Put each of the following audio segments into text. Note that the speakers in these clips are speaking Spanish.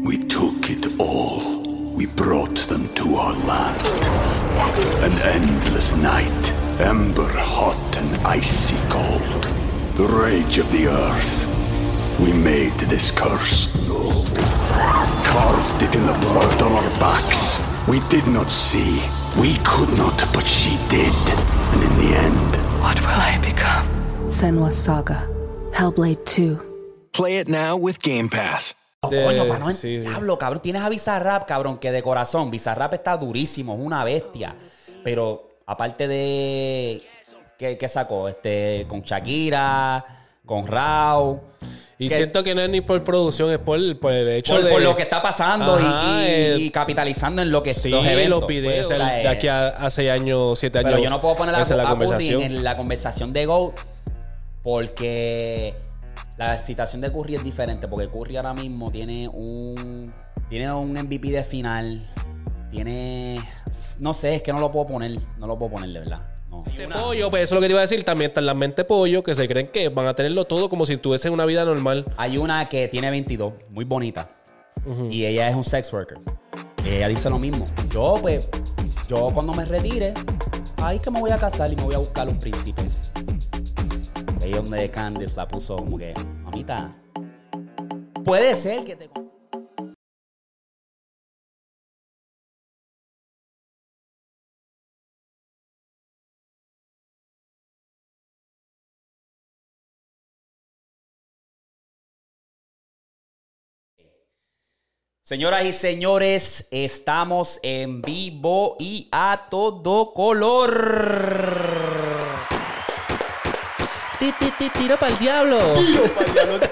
We took it all. We brought them to our land. An endless night, ember hot and icy cold. The rage of the earth. We made this curse. Carved it in the blood on our backs. We did not see. We could not, but she did. And in the end... What will I become? Senua's Saga. Hellblade 2. Play it now with Game Pass. Coño, para no diablo, cabrón. Tienes a Bizarrap, cabrón, que de corazón. Bizarrap está durísimo, es una bestia. Pero aparte de... ¿Qué sacó? Con Shakira, con Rauw. Y siento que no es ni por producción, es por el hecho de... Por lo que está pasando. Ajá, y capitalizando en lo que sí, los eventos. los videos. Pues, de aquí a 6 años, 7 años. Pero yo no puedo poner a Curry en la conversación de GOAT porque la citación de Curry es diferente. Porque Curry ahora mismo tiene un MVP de final. No sé, es que no lo puedo poner. No lo puedo poner, de verdad. No. Pollo, pues eso es lo que te iba a decir. También está en la mente Pollo, que se creen que van a tenerlo todo como si tuviesen una vida normal. Hay una que tiene 22, muy bonita. Y ella es un sex worker. Ella dice lo mismo. Yo cuando me retire, ahí que me voy a casar y me voy a buscar un príncipe. Ahí donde Candice la puso como que, mamita, puede ser que te... Señoras y señores, estamos en vivo y a todo color. Tiro para el diablo. Tiro para el diablo.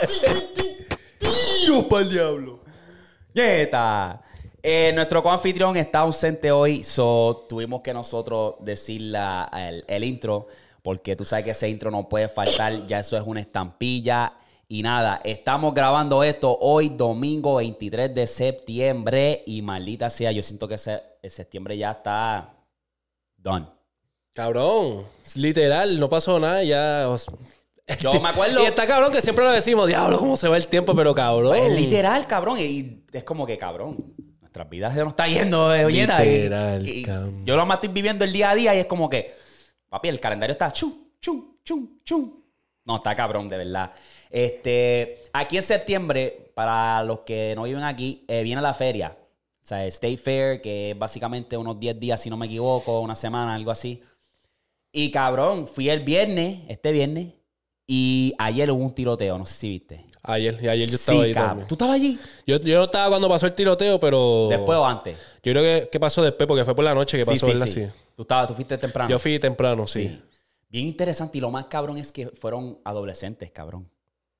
Tiro para el diablo. ¡Nieta! Nuestro coanfitrión está ausente hoy, tuvimos que nosotros decir el intro, porque tú sabes que ese intro no puede faltar, ya eso es una estampilla. Y nada, estamos grabando esto hoy, domingo 23 de septiembre. Y maldita sea, yo siento que el septiembre ya está done. Cabrón, literal, no pasó nada, ya... Yo me acuerdo... Y está cabrón que siempre lo decimos, diablo, cómo se va el tiempo, pero cabrón. Pues es literal, cabrón. Y es como que, cabrón, nuestras vidas se nos está yendo, literal, cabrón. Yo lo más estoy viviendo el día a día y es como que, papi, el calendario está chum, chum, chum, chum. No, está cabrón, de verdad. Aquí en septiembre, para los que no viven aquí, viene la feria. O sea, State Fair, que es básicamente unos 10 días, si no me equivoco, una semana, algo así. Y cabrón, fui este viernes, y ayer hubo un tiroteo, no sé si viste. Ayer yo estaba ahí también. ¿Tú estabas allí? Yo no estaba cuando pasó el tiroteo, pero... ¿Después o antes? Yo creo que pasó después, porque fue por la noche que pasó, ¿verdad? Sí. ¿Tú fuiste temprano? Yo fui temprano, sí. Bien interesante. Y lo más cabrón es que fueron adolescentes, cabrón.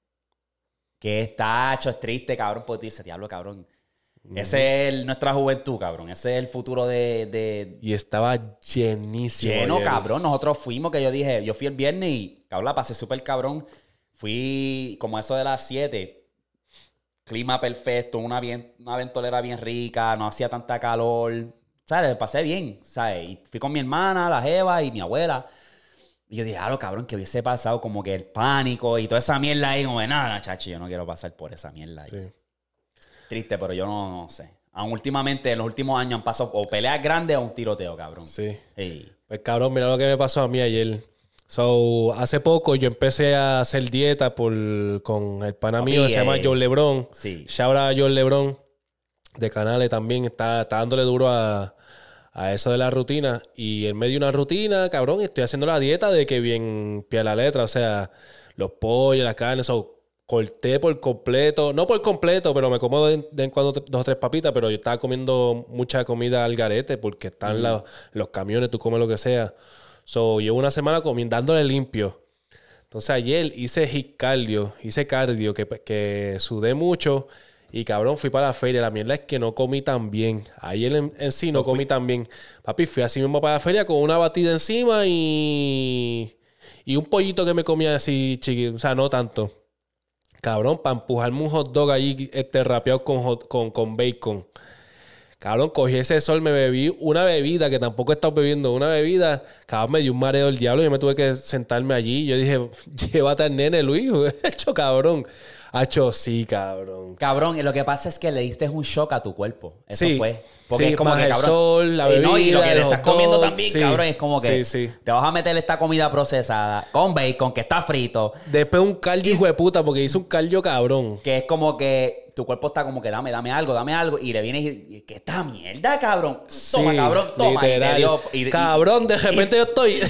Que está hecho, es triste, cabrón, porque te dice, diablo, cabrón. Ese es nuestra juventud, cabrón. Ese es el futuro de... Y estaba llenísimo. Lleno, ayer. Cabrón. Nosotros fuimos, que yo fui el viernes y, cabrón, la pasé súper cabrón. Fui como eso de las 7. Clima perfecto, una ventolera bien rica, no hacía tanta calor. ¿Sabes? Pasé bien, ¿sabes? Y fui con mi hermana, la jeva y mi abuela. Y yo dije, cabrón, que hubiese pasado como que el pánico y toda esa mierda ahí. Como de nada, chacho, yo no quiero pasar por esa mierda ahí. Sí. Triste, pero yo no sé. Aún últimamente, en los últimos años han pasado o peleas grandes o un tiroteo, cabrón. Sí. Hey. Pues cabrón, mira lo que me pasó a mí ayer. Hace poco yo empecé a hacer dieta con el pana mío que se llama John Lebron. Sí. Shout out a John Lebron de Canales también. Está dándole duro a eso de la rutina. Y en medio de una rutina, cabrón, estoy haciendo la dieta de que bien pie a la letra. O sea, los pollos, las carnes, corté por completo. No por completo, pero me como de en cuando 2 o 3 papitas. Pero yo estaba comiendo mucha comida al garete porque están los camiones, tú comes lo que sea. Llevo una semana dándole limpio. Entonces ayer hice cardio, que sudé mucho. Y cabrón, fui para la feria. La mierda es que no comí tan bien. Ayer en sí no comí tan bien. Papi, fui así mismo para la feria con una batida encima y un pollito que me comía así chiquito. O sea, no tanto. Cabrón, para empujarme un hot dog allí rapeado con bacon. Cabrón, cogí ese sol, me bebí una bebida que tampoco he estado bebiendo. Una bebida, cabrón, me dio un mareo del diablo. Yo me tuve que sentarme allí. Yo dije, llévate al nene, Luis. Hecho, cabrón. Hacho, sí, cabrón. Cabrón, y lo que pasa es que le diste un shock a tu cuerpo. Eso Sí. fue. Porque Sí, es como más que, el cabrón. sol, la No, y lo bebida, que le el estás hot comiendo dog, también, sí. cabrón, es como que Sí. te vas a meter esta comida procesada con bacon, que está frito, Después un caldo, hijo de puta, porque hizo un caldo cabrón. que es como que tu cuerpo está como que dame algo, y le vienes y que esta mierda, cabrón. Toma, Sí, cabrón, toma. literal. Y te dio, Cabrón, de repente yo estoy.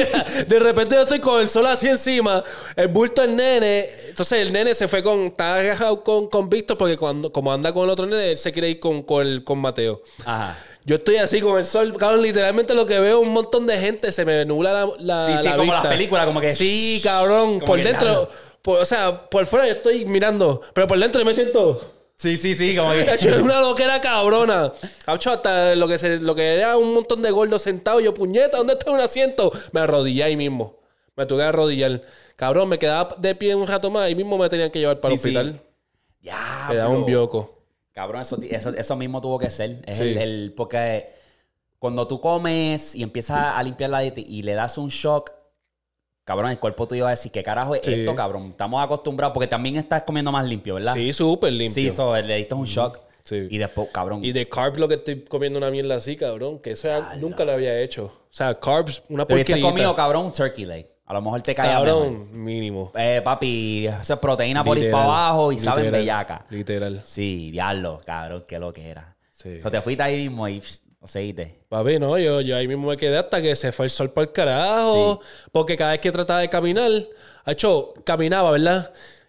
De repente yo estoy con el sol así encima. El bulto del nene. Entonces el nene se fue con. Estaba agarrado con Víctor porque como anda con el otro nene, él se quiere ir con Mateo. Ajá. Yo estoy así con el sol, cabrón, literalmente lo que veo es un montón de gente, se me nubla la Sí, la como vista. las películas, como que... Sí, cabrón, como por que dentro, diablo. o sea, por fuera yo estoy mirando, pero por dentro yo me siento... Sí, como que... Hacho, es una loquera cabrona. Hacho, hasta lo que era un montón de gordos sentados, yo, puñeta, ¿dónde está un asiento? Me arrodillé ahí mismo, me tuve que arrodillar. Cabrón, me quedaba de pie un rato más, ahí mismo me tenían que llevar para el Sí, hospital. Diablo. Me daba un bioco. Cabrón, eso mismo tuvo que ser. Es Sí. porque cuando tú comes y empiezas a limpiar la dieta y le das un shock, cabrón, el cuerpo tuyo va a decir, ¿qué carajo es Sí. esto, cabrón? Estamos acostumbrados porque también estás comiendo más limpio, ¿verdad? Sí, súper limpio. Sí, le diste un shock. Sí. Y después, cabrón. Y de carbs lo que estoy comiendo una mierda así, cabrón. Que eso nunca lo había hecho. O sea, carbs, una te hubieses porquería. comido, cabrón, un turkey leg. A lo mejor te cae mejor. Cabrón, mínimo. Papi, eso es proteína por ir para Literal, abajo y saben literal, bellaca. Literal. Sí, diablo, cabrón, qué lo que era. Sí. O sea, te fuiste ahí mismo y lo seguiste. Papi, no, yo ahí mismo me quedé hasta que se fue el sol para el carajo. Porque cada vez que trataba de caminar, caminaba, ¿verdad?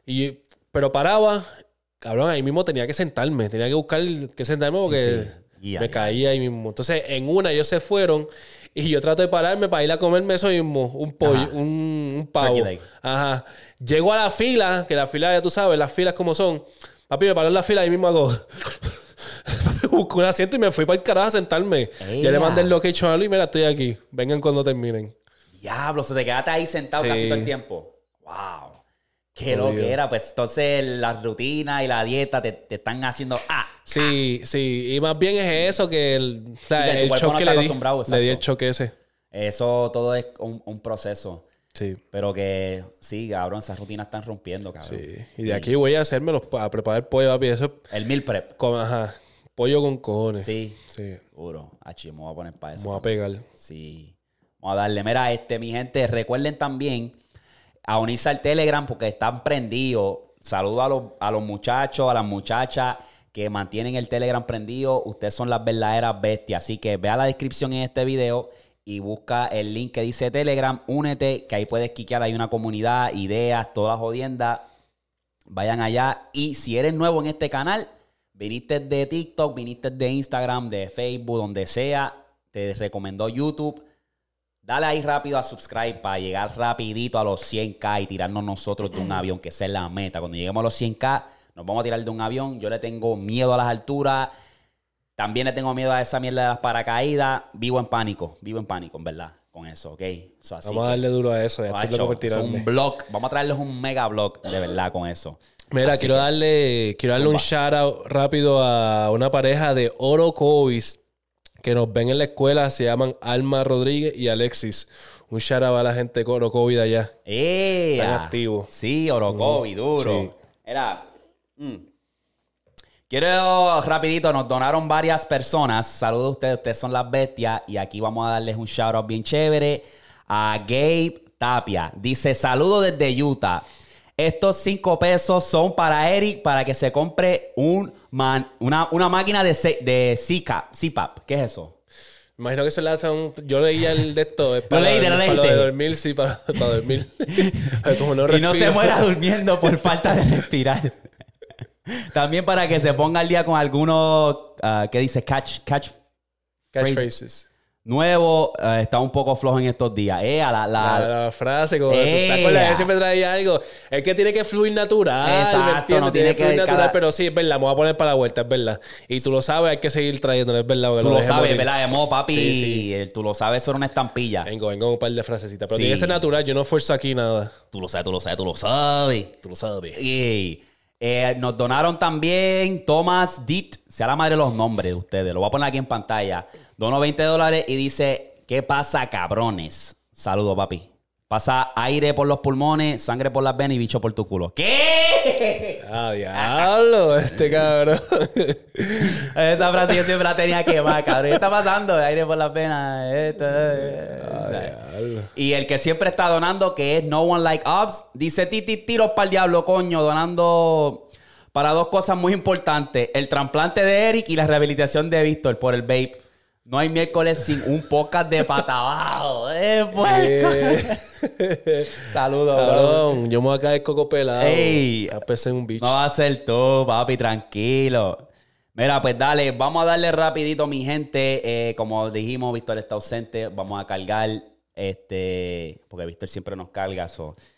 Pero paraba, cabrón, ahí mismo tenía que sentarme. Tenía que buscar que sentarme porque Sí. Ya, me caía ahí mismo. Entonces, en una ellos se fueron y yo trato de pararme para ir a comerme eso mismo. Un pollo, Ajá. un pavo. Turkey leg. Ajá. Llego a la fila, que la fila ya tú sabes, las filas como son. Papi, me paró en la fila y ahí mismo hago... Busco un asiento y me fui para el carajo a sentarme. Ea. Ya le mandé el location a Luis y mira, estoy aquí. Vengan cuando terminen. Diablo, se te quedaste ahí sentado Sí. casi todo el tiempo. Wow. Qué Jodido. lo que era. Pues entonces la rutina y la dieta te están haciendo... Sí. Y más bien es eso que o sea, Sí, que tu el cuerpo no choque está le di. acostumbrado, Le di el exacto. choque ese. Eso todo es un proceso. Sí. Pero que sí, cabrón, esas rutinas están rompiendo, cabrón. Sí. Y de aquí voy a a preparar pollo, papi. Eso El meal prep. ajá. Pollo con cojones. Sí. Sí. Duro. Achi, me voy a poner para eso. Vamos a pegar. Sí. Vamos a darle. Mira, mi gente, recuerden también a unirse al Telegram porque están prendidos. Saludo a los muchachos, a las muchachas que mantienen el Telegram prendido. Ustedes son las verdaderas bestias. Así que vea la descripción en este video y busca el link que dice Telegram. Únete, que ahí puedes cliquear. Hay una comunidad, ideas, toda jodienda. Vayan allá. Y si eres nuevo en este canal, viniste de TikTok, viniste de Instagram, de Facebook, donde sea, te recomendó YouTube. Dale ahí rápido a subscribe para llegar rapidito a los 100K y tirarnos nosotros de un avión, que esa es la meta. Cuando lleguemos a los 100K, nos vamos a tirar de un avión. Yo le tengo miedo a las alturas. También le tengo miedo a esa mierda de las paracaídas. Vivo en pánico, en verdad, con eso, ¿ok? Eso, así Vamos a darle duro a eso. Ya estoy loco por es tirarme. un blog. Vamos a traerles un mega blog de verdad con eso. Mira, Así quiero que- darle un Zumba. shout out rápido a una pareja de Orocovis que nos ven en la escuela. Se llaman Alma Rodríguez y Alexis. Un shout out a la gente de Orocovis de allá. Están activos. Sí, Orocovi, duro. Sí. Era. Quiero rapidito, nos donaron varias personas. Saludos a ustedes son las bestias. Y aquí vamos a darles un shout out bien chévere a Gabe Tapia. Dice, saludos desde Utah. Estos 5 pesos son para Eric para que se compre una máquina de CPAP. ¿Qué es eso? Imagino que se le hace yo leía el de esto. Es ¿Lo leíste? para lo de dormir, sí, para dormir. Como no Y no se respiro. muera durmiendo por falta de respirar. También para que se ponga al día con algunos, ¿qué dice? Catchphrases. Nuevo. Está un poco flojo en estos días. La frase, como ¿te acuerdas? Yo siempre traía algo. Es que tiene que fluir natural. Exacto, ¿me entiendes? no tiene que tiene fluir que- natural, cada- pero sí, es verdad. Me voy a poner para la vuelta, es verdad. Y tú lo sabes, hay que seguir trayéndolo, es verdad. porque Tú lo dejé sabes, morir. ¿verdad? De modo, papi. Sí, sí. Tú lo sabes, eso era una estampilla. Vengo un par de frasecitas. Pero Sí. tiene que ser natural. Yo no esfuerzo aquí nada. Tú lo sabes. Tú lo sabes. Y nos donaron también Thomas Ditt. Sea la madre de los nombres de ustedes. Lo voy a poner aquí en pantalla. Donó $20 y dice, ¿qué pasa, cabrones? Saludos, papi. Pasa aire por los pulmones, sangre por las venas y bicho por tu culo. ¿Qué? Ah, diablo, este cabrón. Esa frase yo siempre la tenía quemada, cabrón. ¿Qué está pasando? Aire por las venas. Diablo. Y el que siempre está donando, que es No One Like Ops, dice tiros para el diablo, coño, donando para 2 cosas muy importantes. El trasplante de Eric y la rehabilitación de Víctor por el vape. No hay miércoles sin un podcast de pata abajo. Saludos, bro. Cabrón, yo me voy a caer coco pelado. Ey. A pesar en un bicho. No va a ser tú, papi, tranquilo. Mira, pues dale, vamos a darle rapidito, mi gente. Como dijimos, Víctor está ausente. Vamos a cargar, porque Víctor siempre nos carga.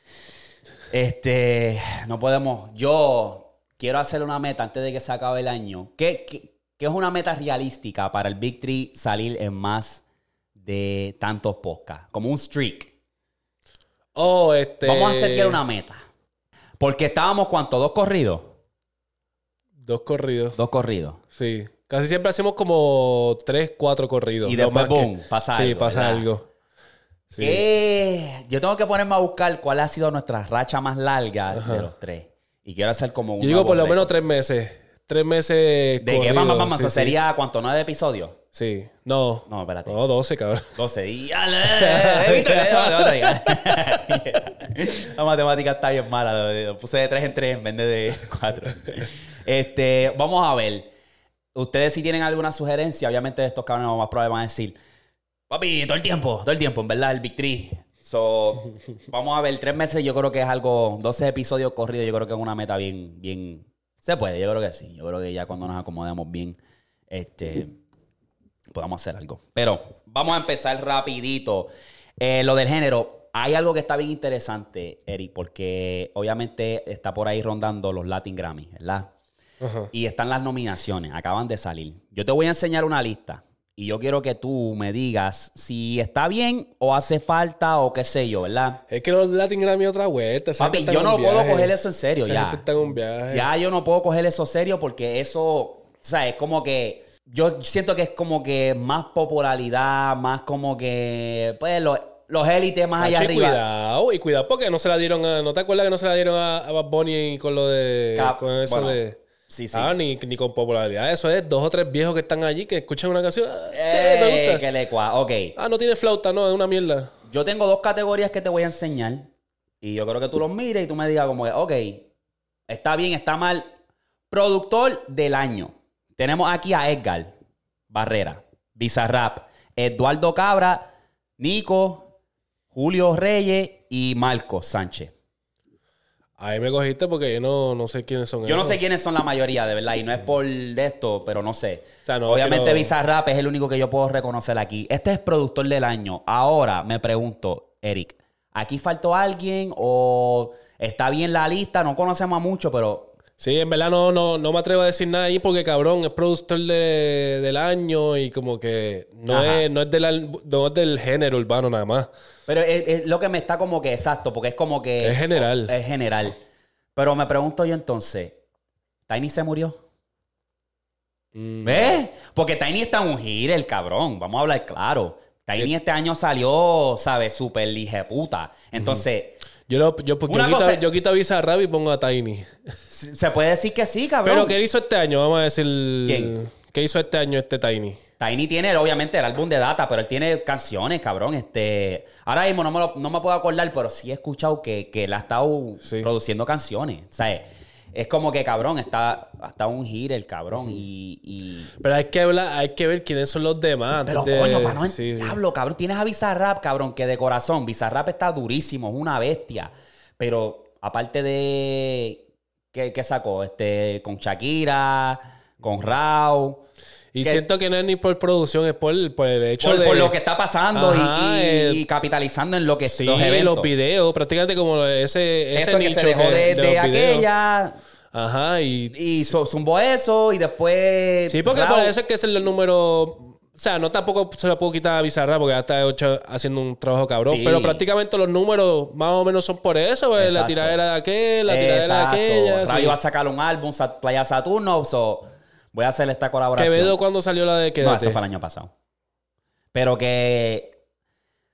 No podemos. Yo quiero hacer una meta antes de que se acabe el año. ¿Qué es una meta realística para el Big Three salir en más de tantos podcasts? Como un streak. Vamos a hacer una meta. Porque estábamos, ¿cuánto? ¿2 corridos? 2 corridos. 2 corridos. Sí. Casi siempre hacemos como 3, 4 corridos. Y después, boom, pasa algo. Sí, pasa ¿verdad? algo. Sí. Yo tengo que ponerme a buscar cuál ha sido nuestra racha más larga de los 3. Y quiero hacer como un... Yo digo por lo menos 3 meses. 3 meses. ¿De qué? Vamos, sí, eso sería, ¿cuánto? ¿9 episodios? Sí. No. No, espérate. No, 12, cabrón. 12. Y la matemática está bien mala. Lo puse de 3 en 3 en vez de 4. Vamos a ver. Ustedes si tienen alguna sugerencia, obviamente estos cabrones más probable van a decir, papi, todo el tiempo, en verdad, el Big Three. Vamos a ver, 3 meses yo creo que es algo, 12 episodios corridos, yo creo que es una meta bien... Se puede, yo creo que sí. Yo creo que ya cuando nos acomodemos bien, podamos hacer algo. Pero vamos a empezar rapidito. Lo del género. Hay algo que está bien interesante, Eric, porque obviamente está por ahí rondando los Latin Grammy, ¿verdad? Ajá. Y están las nominaciones, acaban de salir. Yo te voy a enseñar una lista y yo quiero que tú me digas si está bien o hace falta o qué sé yo, ¿verdad? Es que los Latin Grammy otra vuelta. Papi, yo no puedo coger eso en serio Esa ya. gente está en un viaje. Ya yo no puedo coger eso serio porque eso, o sea, es como que... Yo siento que es como que más popularidad, más como que... Pues los élites más allá arriba. Y cuidado porque no se la dieron a... ¿No te acuerdas que no se la dieron a Bad Bunny con lo de... con eso bueno, de... Sí. Ni con popularidad. Eso es 2 o 3 viejos que están allí que escuchan una canción. Sí, me gusta. Que le ok. No tiene flauta, no, es una mierda. Yo tengo 2 categorías que te voy a enseñar. Y yo creo que tú los mires y tú me digas como que, ok, está bien, está mal. Productor del año. Tenemos aquí a Edgar Barrera, Bizarrap, Eduardo Cabra, Nico, Julio Reyes y Marcos Sánchez. Ahí me cogiste porque yo no sé quiénes son Yo no esos. sé quiénes son la mayoría, de verdad. Y no es por de esto, pero no sé. O sea, no, obviamente pero... Bizarrap es el único que yo puedo reconocer aquí. Este es productor del año. Ahora me pregunto, Eric, ¿aquí faltó alguien o está bien la lista? No conocemos a mucho, pero... Sí, en verdad no me atrevo a decir nada ahí porque, cabrón, es productor del año y como que no es del género urbano nada más. Pero es lo que me está como que exacto, porque es como que... Es general. Es general. Pero me pregunto yo entonces, ¿Tiny se murió? ¿Ves? Porque Tiny está en un giro, el cabrón. Vamos a hablar claro. Tiny este año salió, ¿sabes? Súper lijeputa. Entonces... Yo quito a Bizarrap y pongo a Tiny. Se puede decir que sí, cabrón. Pero ¿qué hizo este año? Vamos a decir... ¿Quién? ¿Qué hizo este año este Tiny? Tiny tiene, obviamente, el álbum de Data, pero él tiene canciones, cabrón. Ahora mismo no me puedo acordar, pero sí he escuchado que él ha estado produciendo canciones. O sea, es como que, cabrón, está un hit el cabrón. Pero hay que ver quiénes son los demás. Pero, coño, para no diablo, cabrón. Tienes a Bizarrap, cabrón, que de corazón. Bizarrap está durísimo, es una bestia. Pero, aparte de... ¿Qué sacó? Con Shakira, con Rauw... Y siento que no es ni por producción, es por el hecho de... Por lo que está pasando. Ajá, y capitalizando en lo que sí, los eventos. Los videos, prácticamente como ese eso nicho que se dejó de aquella. Ajá, y zumbó eso y después... Sí, porque por eso es que es el número... O sea, no tampoco se lo puedo quitar a Bizarrap porque ya está haciendo un trabajo cabrón. Sí. Pero prácticamente los números más o menos son por eso. Pues, la tiradera de aquel, la tiradera de aquella. Rayo va a sacar un álbum, Playa Saturno, voy a hacer esta colaboración. ¿Quevedo cuándo salió la de Quédate? No, eso fue el año pasado. Pero que...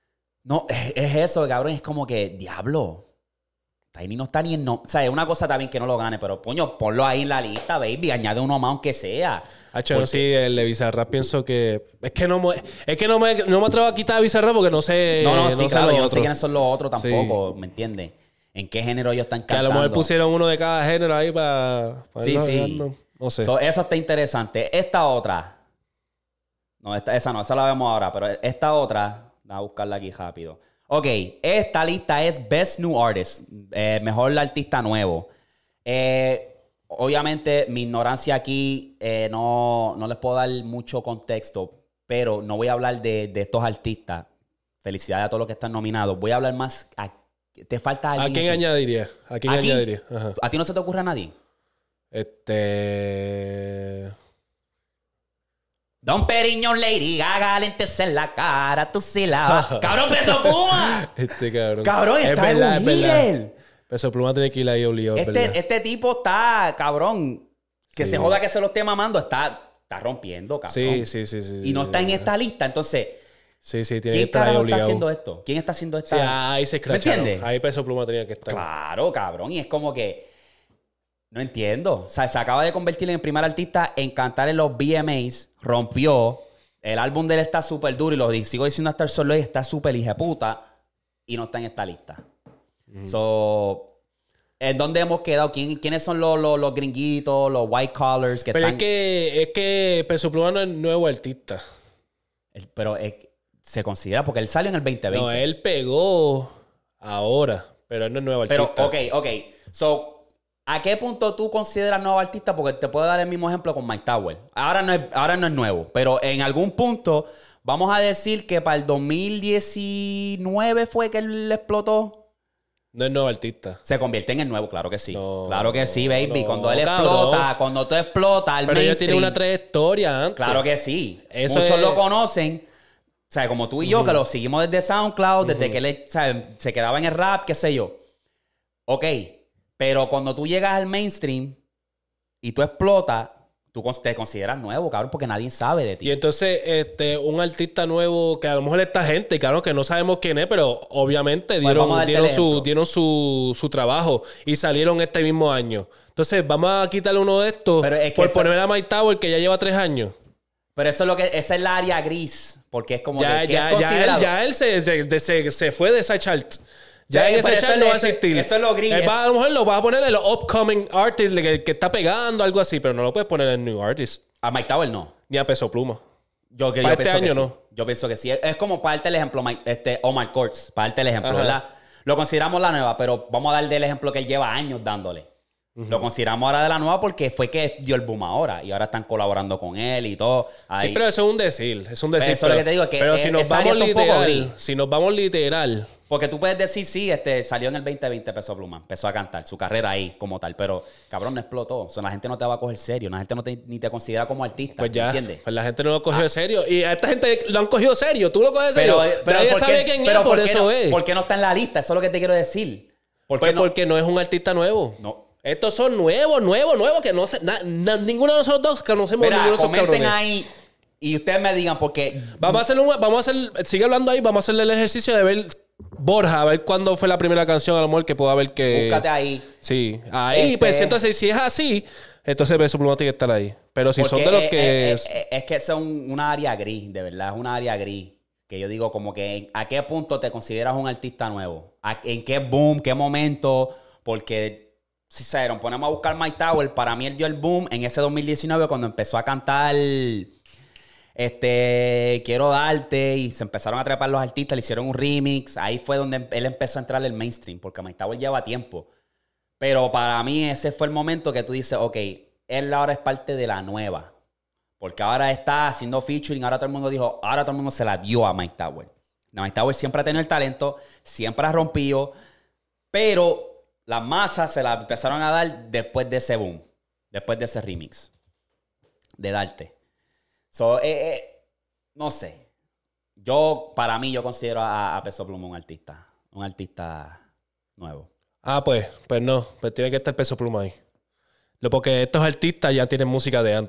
No, es eso, cabrón. Es como que, diablo. Tiny no está ni en... No, o sea, es una cosa también que no lo gane, pero, coño, ponlo ahí en la lista, baby. Añade uno más aunque sea. Hacho, no, sí, el de Bizarrap pienso que... Es que no me atrevo a quitar a Bizarrap porque no sé... No, sí, sé claro. los Yo no sé otros. quiénes son los otros tampoco, Sí. ¿me entiendes? ¿En qué género ellos están Que cantando? a lo mejor pusieron uno de cada género ahí para... Sí, sí. No sé. Eso está interesante. Esta otra... No, esa no. Esa la vemos ahora. Pero esta otra... Voy a buscarla aquí rápido. Ok, esta lista es Best New Artist, mejor artista nuevo. Obviamente, mi ignorancia aquí no les puedo dar mucho contexto, pero no voy a hablar de estos artistas. Felicidades a todos los que están nominados. Voy a hablar más... ¿Te falta alguien? ¿A quién aquí? añadiría? ¿A quién ¿Aquí? añadiría? Ajá. ¿A ti no se te ocurre a nadie? Don Periñón, Lady Gaga, lentes en la cara, tú sí la... ¡Cabrón, Peso Pluma! Cabrón. ¡Cabrón, está en un líder! Peso Pluma tiene que ir ahí obligado, es verdad. Este tipo está, cabrón, que Sí. se joda que se lo esté mamando, está rompiendo, cabrón. Sí. Y no está en esta lista, entonces... Sí, tiene que ¿Quién estar ahí carajo está obligado. haciendo esto? ¿Quién está haciendo Sí, esta...? ahí se ¿Me escracharon. entiendes? Ahí Peso Pluma tenía que estar. Claro, cabrón. Y es como que... No entiendo. O sea, se acaba de convertir en el primer artista en cantar en los VMAs. Rompió. El álbum de él está súper duro. Y lo sigo diciendo hasta el solo está súper hijeputa. Y no está en esta lista. So... ¿En dónde hemos quedado? ¿Quiénes son los gringuitos, los white collars que Pero están...? es que Peso Pluma no es nuevo artista. Pero se considera... Porque él salió en el 2020. No, él pegó ahora, pero él no es nuevo Pero, artista. ok. So, ¿a qué punto tú consideras nuevo artista? Porque te puedo dar el mismo ejemplo con Mike Tower. Ahora no es nuevo, pero en algún punto vamos a decir que para el 2019 fue que él explotó. No es nuevo artista. Se convierte en el nuevo, claro que sí. No, Claro que sí, baby. no, Cuando él cabrón. explota, cuando tú explotas al Pero ella mainstream. tiene una trayectoria antes. Claro que sí. Eso Muchos es- lo conocen. O sea, como tú y yo, que lo seguimos desde SoundCloud, desde que él se quedaba en el rap, qué sé yo. Ok. Pero cuando tú llegas al mainstream y tú explotas, tú te consideras nuevo, cabrón, porque nadie sabe de ti. Y entonces, un artista nuevo que a lo mejor esta gente, claro, que no sabemos quién es, pero obviamente vamos a darte el ejemplo. dieron su trabajo y salieron este mismo año. Entonces, vamos a quitarle uno de estos Pero es que por eso- poner a Mike Tower, que ya lleva 3 años. Pero eso es lo que... Esa es la área gris. Porque es como Ya que es él, considerado... se fue de esa chart. Ya Sí, en pero esa eso chart es- no va a eso- existir. eso es lo gris. Él a lo mejor lo va a poner en los upcoming artists que está pegando, algo así, pero no lo puedes poner en new artist. A Mike Tower no. Ni a Peso Pluma. Yo Para este pienso que año, sí. no. Yo pienso que sí. Es como para darte el ejemplo, Omar Courtz. Para darte el ejemplo, Ajá. ¿verdad? Lo consideramos la nueva, pero vamos a darle el ejemplo que él lleva años dándole. Lo consideramos ahora de la nueva porque fue que dio el boom ahora. Y ahora están colaborando con él y todo. Sí, Ahí. pero eso es un decir. Es un decir. Eso es lo que te digo, que pero si nos esa área vamos está un poco gris. literal, si nos vamos literal, Porque tú puedes decir, sí, salió en el 2020 Peso Pluma. Empezó a cantar su carrera ahí como tal. Pero, cabrón, no explotó. O sea, la gente no te va a coger serio. La gente ni te considera como artista. pues ya. ¿Entiendes? Pues la gente no lo cogió de serio. Y a esta gente lo han cogido serio. Tú lo coges serio. Pero nadie ¿por qué- sabe quién es, pero por qué eso no, es. ¿Por qué no está en la lista? Eso es lo que te quiero decir. ¿Por qué Pues no? porque no es un artista nuevo. No. Estos son nuevos, que no sé. Ninguno de nosotros dos conocemos Mira, ninguno de esos comenten cabrones. ahí y ustedes me digan porque... Vamos a hacer, sigue hablando ahí, vamos a hacerle el ejercicio de ver Borja, a ver cuándo fue la primera canción, a lo mejor que pueda ver que... Búscate ahí. Sí, ahí, pues entonces si es así, entonces Peso Pluma tiene que estar ahí. Pero si son Porque de los que... es que son una área gris, de verdad, es una área gris. Que yo digo como que ¿a qué punto te consideras un artista nuevo? ¿En qué boom? ¿Qué momento? Porque, si se nos ponemos a buscar Mike Tower, para mí él dio el boom en ese 2019 cuando empezó a cantar Quiero Darte y se empezaron a trepar los artistas, le hicieron un remix. Ahí fue donde él empezó a entrar al mainstream porque Mike Tower lleva tiempo. Pero para mí ese fue el momento que tú dices, ok, él ahora es parte de la nueva. Porque ahora está haciendo featuring, ahora todo el mundo se la dio a Mike Tower. Mike Tower siempre ha tenido el talento, siempre ha rompido, pero las masas se la empezaron a dar después de ese boom, después de ese remix de Darte. So, no sé. Para mí, yo considero a Peso Pluma un artista nuevo. Ah, pues no, pues tiene que estar Peso Pluma ahí. Porque estos artistas ya tienen música de antes.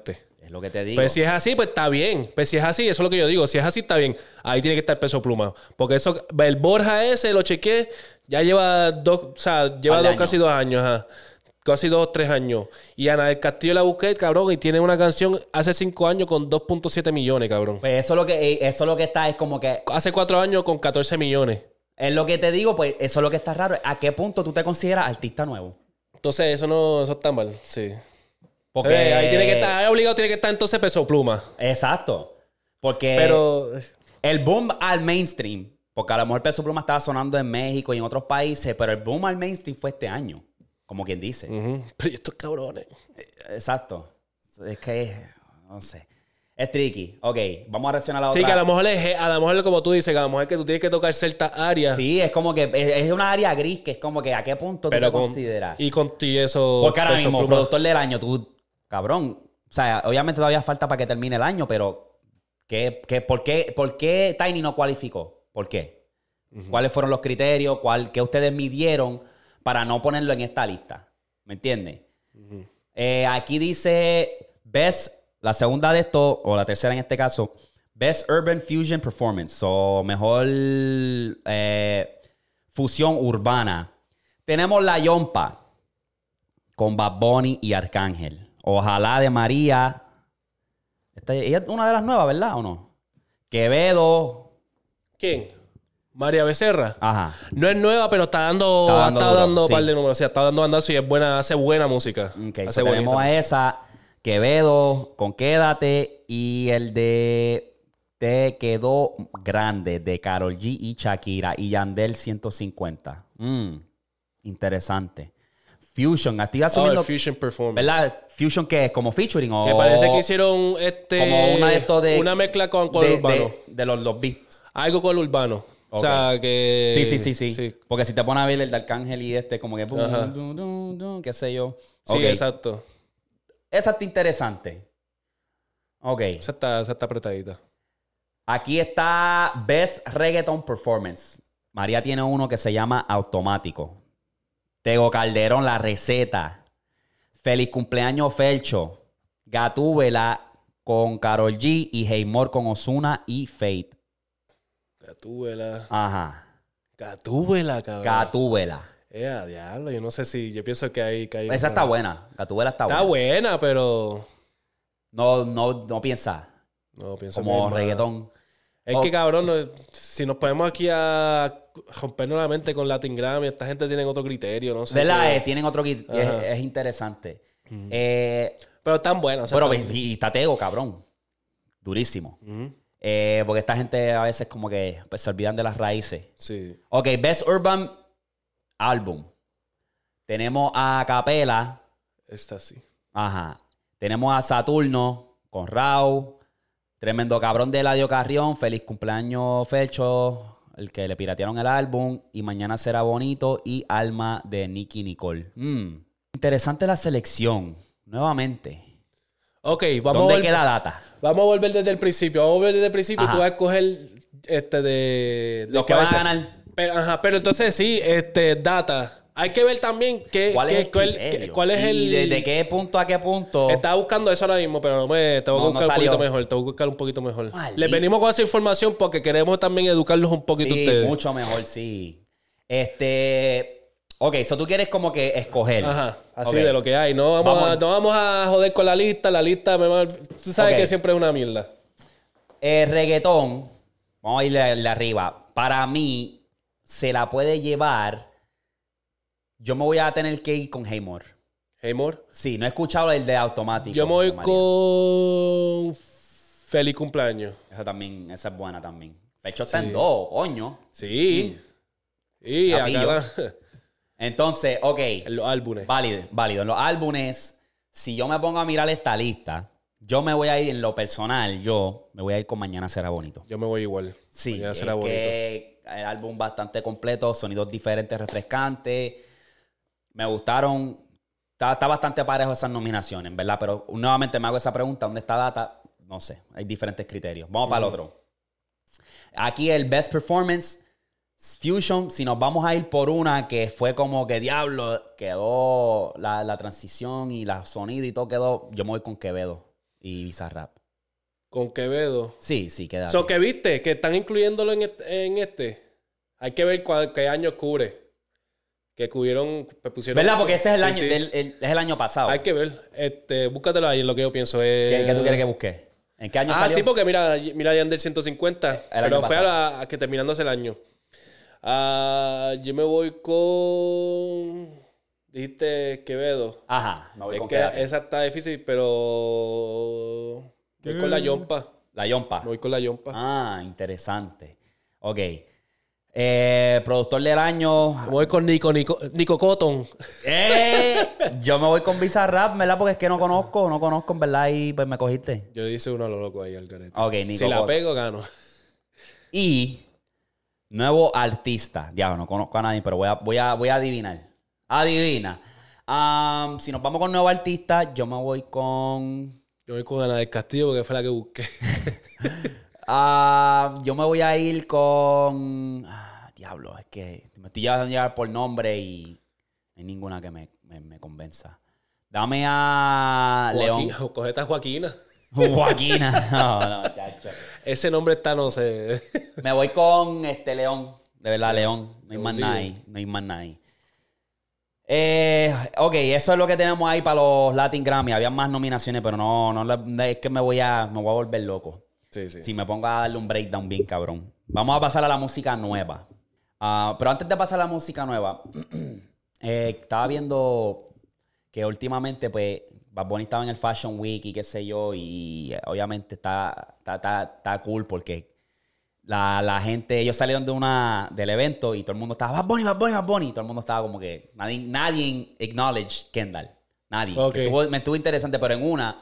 Es lo que te digo. Pues si es así, pues está bien. Pues si es así, eso es lo que yo digo. Si es así, está bien. Ahí tiene que estar Peso Pluma. Porque eso, el Borja ese, lo chequeé, ya lleva casi 2 años. Ajá. Casi 2 o 3 años. Y Ana del Castillo la busqué, cabrón, y tiene una canción hace 5 años con 2.7 millones, cabrón. Pues eso es lo que está, es como que... Hace 4 años con 14 millones. Es lo que te digo, pues eso es lo que está raro. ¿A qué punto tú te consideras artista nuevo? Entonces, eso está mal, sí. Porque Ahí tiene que estar, ahí obligado tiene que estar entonces Peso Pluma. Exacto. Porque Pero el boom al mainstream, porque a lo mejor Peso Pluma estaba sonando en México y en otros países, pero el boom al mainstream fue este año, como quien dice. Pero estos cabrones. Exacto. Es que, no sé. Es tricky. Ok, vamos a reaccionar a la otra. Sí, que a lo mejor como tú dices, que a lo mejor es que tú tienes que tocar ciertas áreas. Sí, es como que es una área gris, que es como que a qué punto tú te consideras. Y con ti eso... Porque ahora Peso mismo, Pluma. productor del año, tú, cabrón. O sea, obviamente todavía falta para que termine el año, pero ¿por qué Tiny no cualificó? ¿Por qué? ¿Cuáles fueron los criterios? ¿Qué ustedes midieron para no ponerlo en esta lista? ¿Me entiendes? Aquí dice Best, la segunda de esto, o la tercera en este caso, Best Urban Fusion Performance, o mejor fusión urbana. Tenemos La Yompa con Bad Bunny y Arcángel. Ojalá de María. Ella es una de las nuevas, ¿verdad? ¿O no? Quevedo. ¿Quién? María Becerra. Ajá. No es nueva, pero está dando un par de números. O sea, está dando bandazo y es buena, hace buena música. Okay, hace tenemos a esa, Quevedo con Quédate y el de Te Quedó Grande de Karol G y Shakira y Yandel 150. Interesante. Fusion, estoy asumiendo... el Fusion Performance. ¿Verdad? Fusion, ¿qué es? ¿Como featuring o...? Que parece que hicieron como una de estos de... una mezcla con urbano. De los beats. Algo con urbano. Okay. O sea, que... Sí. Porque si te pones a ver el de Arcángel y como que... qué sé yo. Sí, Okay. exacto. Esa está interesante. Ok. Esa está apretadita. Aquí está Best Reggaeton Performance. María tiene uno que se llama Automático. Tego Calderón, La Receta. Feliz Cumpleaños, Felcho. Gatúbela con Karol G y Heymor con Ozuna y Fate. Gatúbela. Ajá. Gatúbela, cabrón. Gatúbela. Diablo. Yo no sé si... Yo pienso que hay... Esa está buena. Gatúbela está buena. Está buena, pero... No piensa No, pienso como que reggaetón. Es que, cabrón, si nos ponemos aquí a rompernos la mente con Latin Grammy, esta gente tiene otro criterio, no sé. ¿Verdad? Tienen otro... Es interesante. Pero están buenas. Pero y está Tego, cabrón. Durísimo. Porque esta gente a veces como que pues, se olvidan de las raíces. Sí. Ok, Best Urban Album. Tenemos a Capela. Esta sí. Ajá. Tenemos a Saturno con Raúl. Tremendo Cabrón de Eladio Carrión. Feliz cumpleaños, Felcho. El que le piratearon el álbum. Y Mañana Será Bonito. Y Alma de Nicki Nicole. Interesante la selección. Nuevamente. Ok, ¿Dónde queda Data? Vamos a volver desde el principio. Ajá. Y tú vas a escoger de Los que van a ganar. Pero entonces sí, Data. Hay que ver también ¿Cuál es el... ¿De qué punto a qué punto? Estaba buscando eso ahora mismo, pero tengo que buscar un poquito mejor. Tengo que buscar un poquito mejor. Les venimos con esa información porque queremos también educarlos un poquito a ustedes. Mucho mejor, sí. Ok, so tú quieres como que escoger. Ajá, así Okay. de lo que hay. No vamos a joder con la lista. La lista, tú sabes que siempre es una mierda. Reggaetón, vamos a irle arriba. Para mí, se la puede llevar... Yo me voy a tener que ir con Heymor. ¿Heymor? Sí, no he escuchado el de Automático. Yo me voy con Feliz Cumpleaños. Esa es buena también. Fecho está en 2, coño. Sí. Y Capillo. Entonces, ok. En los álbumes. Válido. En los álbumes, si yo me pongo a mirar esta lista, yo me voy a ir en lo personal, me voy a ir con Mañana Será Bonito. Yo me voy igual. Sí, Mañana es Será Bonito. que el álbum bastante completo, sonidos diferentes, refrescantes. Me gustaron. Está bastante parejo esas nominaciones, ¿verdad? Pero nuevamente me hago esa pregunta. ¿Dónde está Data? No sé. Hay diferentes criterios. Vamos para el otro. Aquí el Best Performance Fusion. Si nos vamos a ir por una que fue como que diablo, quedó la transición y la sonido y todo quedó. Yo me voy con Quevedo y Bizarrap. Con Quevedo. Sí, quédate. So, que viste que están incluyéndolo en este. Hay que ver qué año cubre. Que pusieron... ¿Verdad? Porque ese es el año, sí. es el año pasado. Hay que ver. Búscatelo ahí, lo que yo pienso. ¿Qué tú quieres que busque? ¿En qué año salió? Sí, porque mira Yandel 150. Pero fue a que terminándose el año. Yo me voy con... Dijiste Quevedo. Ajá, me voy con que Quédate. esa está difícil, pero... Voy con la Yompa. La Yompa. Voy con la Yompa. Ah, interesante. Ok. Productor del año. Voy con Nico Cotton. Yo me voy con Bizarrap, ¿verdad? Porque es que no conozco, en verdad, y pues me cogiste. Yo le hice uno a lo loco ahí al garete. Ok, Nico Si la Cotton. pego, gano. Y nuevo artista. Diablo, no conozco a nadie, pero voy a adivinar. Adivina. Si nos vamos con nuevo artista, yo me voy con... Yo voy con Ana del Castillo porque fue la que busqué. Yo me voy a ir con... diablo, es que me estoy llevando por nombre y no hay ninguna que me convenza. Dame a León. Cogete a Joaquina. Joaquina. No, chacho. Ese nombre está, no sé. Me voy con León. De verdad, León. No hay más nada ahí. No hay más nada ahí. Ok, eso es lo que tenemos ahí para los Latin Grammy. Había más nominaciones, pero no es que me voy a volver loco. Sí. Si me pongo a darle un breakdown bien cabrón. Vamos a pasar a la música nueva. Pero antes de pasar a la música nueva, estaba viendo que últimamente, pues, Bad Bunny estaba en el Fashion Week y qué sé yo, y obviamente está cool porque la gente, ellos salieron del evento y todo el mundo estaba Bad Bunny. Y todo el mundo estaba como que nadie acknowledge Kendall. Nadie. Okay. Me estuvo interesante, pero en una,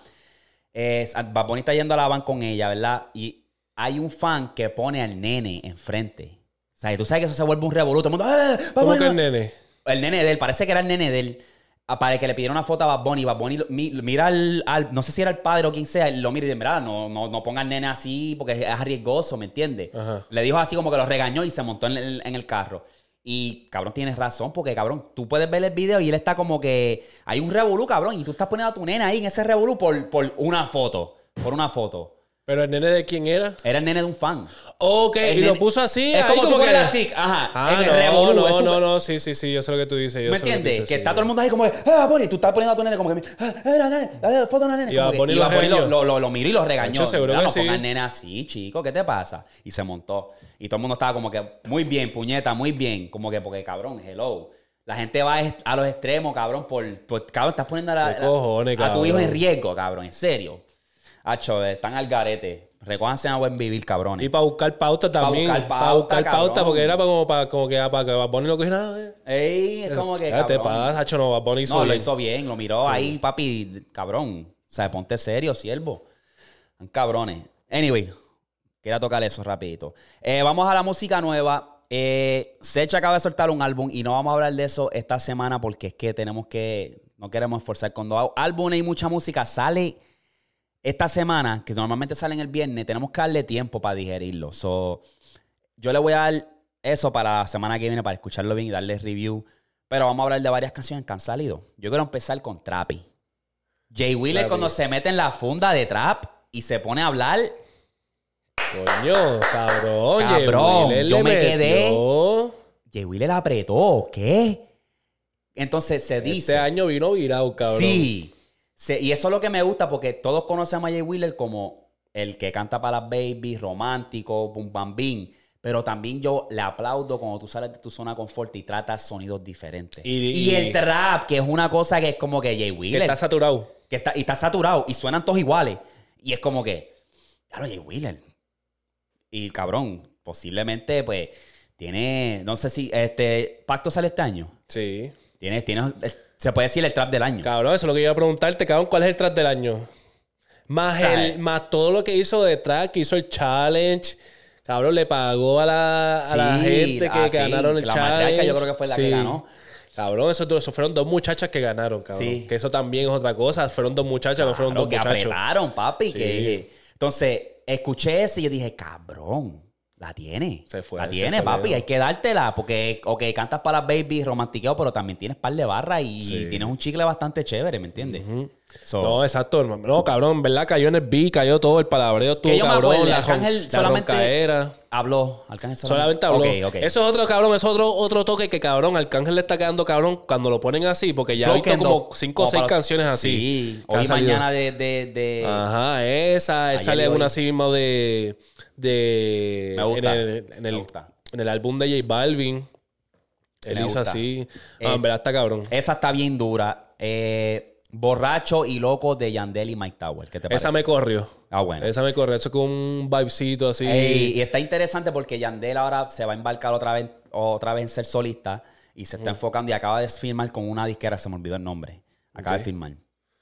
Bad Bunny está yendo a la van con ella, ¿verdad? Y hay un fan que pone al nene enfrente. O sea, tú sabes que eso se vuelve un revoluto. Todo el mundo, ¿Cómo que el nene? El nene de él, parece que era el nene de él. Para que le pidieron una foto a Bad Bunny. Bad Bunny mira no sé si era el padre o quien sea, lo mira y dice, mira, no ponga al nene así porque es arriesgoso, ¿me entiendes? Ajá. Le dijo así como que lo regañó y se montó en el carro. Y, cabrón, tienes razón porque, cabrón, tú puedes ver el video y él está como que... Hay un revolú, cabrón, y tú estás poniendo a tu nena ahí en ese revolú por una foto. Por una foto. ¿Pero el nene de quién era? Era el nene de un fan. Ok, El y nene- lo puso así. Es ahí como tú pones así, ajá. en el revolú. no, sí, yo sé lo que tú dices. ¿Me entiendes? Que está todo el mundo ahí como que, Bunny, tú estás poniendo a tu nene como que, nene, dale foto a una nene. Y Como Bad que- Bunny y lo Bad Bunny regañó. lo miró y lo regañó. Yo seguro Mira, que no sí. pongas nene así, chico, ¿qué te pasa? Y se montó. Y todo el mundo estaba como que, muy bien, puñeta, muy bien. Como que, porque, cabrón, hello. La gente va a los extremos, cabrón, cabrón, estás poniendo ¿Qué cojones, a tu hijo en cabrón? riesgo, cabrón, en serio. Hacho, están al garete. Recójanse a buen vivir, cabrones. Y para buscar pauta también. Para buscar pauta, cabrón. porque era para que Bad Bunny no cogiera. Ey, es como que, Ya te cabrón. pasa, Hacho, no, Bad Bunny hizo No, lo bien. hizo bien, lo miró ahí, papi, cabrón. O sea, ponte serio, siervo. Son cabrones. Anyway, quería tocar eso rapidito. Vamos a la música nueva. Sech acaba de soltar un álbum y no vamos a hablar de eso esta semana porque es que no queremos esforzar. Cuando álbumes y mucha música sale esta semana, que normalmente salen el viernes, tenemos que darle tiempo para digerirlo. So, yo le voy a dar eso para la semana que viene, para escucharlo bien y darle review. Pero vamos a hablar de varias canciones que han salido. Yo quiero empezar con Trappy. Jay Wheeler Trappy. cuando se mete en la funda de trap y se pone a hablar. Coño, cabrón. Cabrón, Jay Wheeler yo le me quedé- metió. Jay Wheeler apretó. ¿Qué? Entonces se dice... Este año vino virado, cabrón. Sí. Y eso es lo que me gusta porque todos conocemos a Jay Wheeler como el que canta para las babies, romántico, bum bam bim. Pero también yo le aplaudo cuando tú sales de tu zona de confort y tratas sonidos diferentes. Y el trap, que es una cosa que es como que Jay Que Wheeler. está saturado. Y está saturado y suenan todos iguales. Y es como que, claro, Jay Wheeler. Y cabrón, posiblemente, pues, tiene, no sé si, Pacto sale este año. Sí. Tiene, se puede decir el trap del año. Cabrón, eso es lo que iba a preguntarte, cabrón. ¿Cuál es el track del año? Más, ¿Sabes? más todo lo que hizo de track, que hizo el challenge. Cabrón, le pagó a la gente que ganaron el la challenge. matriarca yo creo que fue la que ganó. Cabrón, eso fueron dos muchachas que ganaron, cabrón. Sí. Que eso también es otra cosa. Fueron dos muchachas, no fueron Claro, dos que muchachos. apretaron, papi. Sí. Entonces, escuché eso y yo dije, cabrón, la tiene. Se fue, la se tiene, fue papi. lejos. Hay que dártela porque, cantas para las babies romantiqueo, pero también tienes par de barras y Sí. tienes un chicle bastante chévere, ¿me entiendes? No, exacto, hermano. No, cabrón, en verdad cayó en el beat, cayó todo, el palabreo estuvo Que yo me cabrón, acuerdo, la Arcángel solamente roncaera. habló. Arcángel Solamente habló. Ok. Eso es otro, cabrón, eso es otro toque que, cabrón, Arcángel le está quedando cabrón cuando lo ponen así, porque ya he visto como 5 o 6 canciones así. Sí, que han hoy y salido. mañana de... Ajá, esa. Él Ayer sale y en hoy. una así mismo de Me gusta. En Me gusta. el álbum de J Balvin. Él Me hizo gusta. así. En verdad está cabrón. Esa está bien dura. Borracho y loco de Yandel y Mike Tower. ¿Qué te parece? Esa me corrió. Ah, bueno. Esa me corrió. Eso con un vibecito así. Y está interesante porque Yandel ahora se va a embarcar otra vez en ser solista y se está enfocando y acaba de firmar con una disquera, se me olvidó el nombre. Acaba de firmar.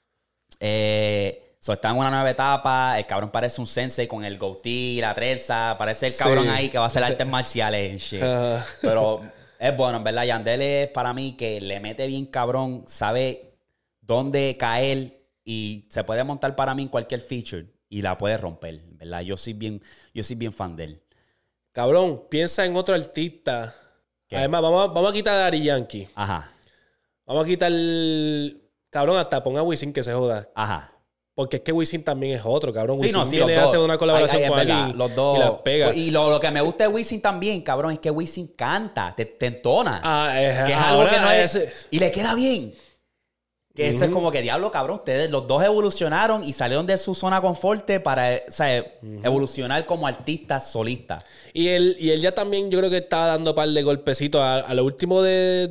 Está en una nueva etapa. El cabrón parece un sensei con el goatee, la trenza. Parece el cabrón ahí que va a hacer artes marciales and shit. Pero es bueno, en verdad. Yandel es para mí que le mete bien cabrón, sabe dónde caer y se puede montar para mí en cualquier feature y la puede romper, ¿verdad? Yo soy bien fan de él. Cabrón, piensa en otro artista. ¿Qué? Además, vamos a quitar a Daddy Yankee. Ajá. Vamos a quitar cabrón, hasta ponga a Wisin que se joda. Ajá. Porque es que Wisin también es otro, cabrón. Sí, Wisin no, sí, viene los a hacer dos. una colaboración Ay, con es verdad, alguien los dos. y la pega. Y lo que me gusta de Wisin también, cabrón, es que Wisin canta, te entona. Que es algo ahora que no es... ese- Y le queda bien. Que eso es como que, diablo, cabrón, ustedes los dos evolucionaron y salieron de su zona de confort para, o sea, evolucionar como artistas solistas. Y él ya también, yo creo que estaba dando un par de golpecitos a lo último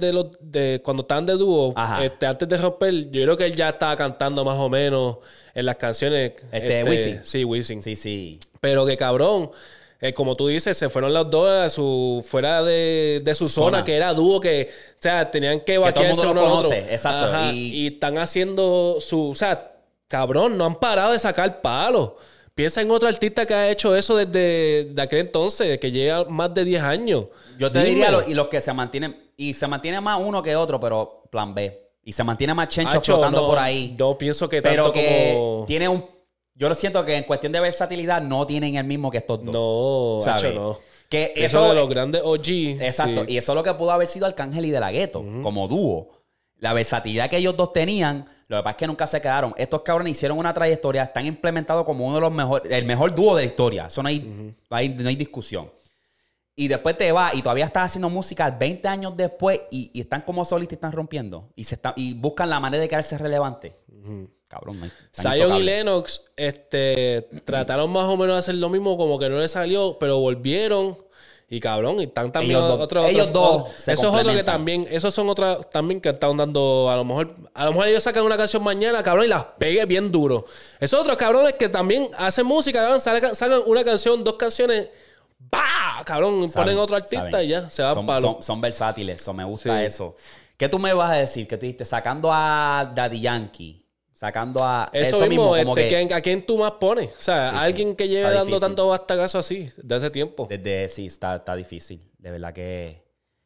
de cuando estaban de dúo. Ajá. Antes de romper, yo creo que él ya estaba cantando más o menos en las canciones. Wisin. Sí, Wisin. Sí, sí. Pero que cabrón, como tú dices, se fueron los dos fuera de su zona, que era dúo, que, o sea, tenían que todo el vaquearse mundo lo uno al otro. conoce, exacto. Ajá, y están haciendo o sea, cabrón, no han parado de sacar palos. Piensa en otro artista que ha hecho eso desde de aquel entonces, que lleva más de 10 años. Yo te Dime. diría, y los que se mantienen, y se mantiene más uno que otro, pero plan B. Y se mantiene más Chencho Hacho, flotando no, por ahí. Yo pienso que Pero tanto que como... tiene yo lo siento que en cuestión de versatilidad no tienen el mismo que estos dos. No, ¿sabes? hacho, no. Que Eso de los grandes OG. Exacto. sí. Y eso es lo que pudo haber sido Arcángel y De La Ghetto, como dúo. La versatilidad que ellos dos tenían, lo que pasa es que nunca se quedaron. Estos cabrones hicieron una trayectoria, están implementados como uno de los mejores, el mejor dúo de la historia. Eso no hay discusión. Y después te vas y todavía estás haciendo música 20 años después y están como solistas y están rompiendo. Y buscan la manera de quedarse relevantes. Cabrón, no hay- están Zion y intocables. Lennox trataron más o menos de hacer lo mismo, como que no les salió, pero volvieron. Y cabrón, y están también Ellos dos se Eso es otro que complementan. también, esos son otras también que están dando, a lo mejor ellos sacan una canción mañana, cabrón, y las pegue bien duro. Esos otros cabrones que también hacen música, cabrón, sacan una canción, 2 canciones, ¡bah! Cabrón, Saben, ponen otro artista saben. y ya, se van son, palo. son versátiles, eso me gusta Sí. eso. ¿Qué tú me vas a decir? ¿Qué tú dijiste? Sacando a Daddy Yankee, sacando a... Eso mismo, como que ¿a quién tú más pones? O sea, Sí, a sí. alguien que lleve Está dando difícil. tanto bastagazo así, de hace tiempo. sí, está difícil. De verdad que...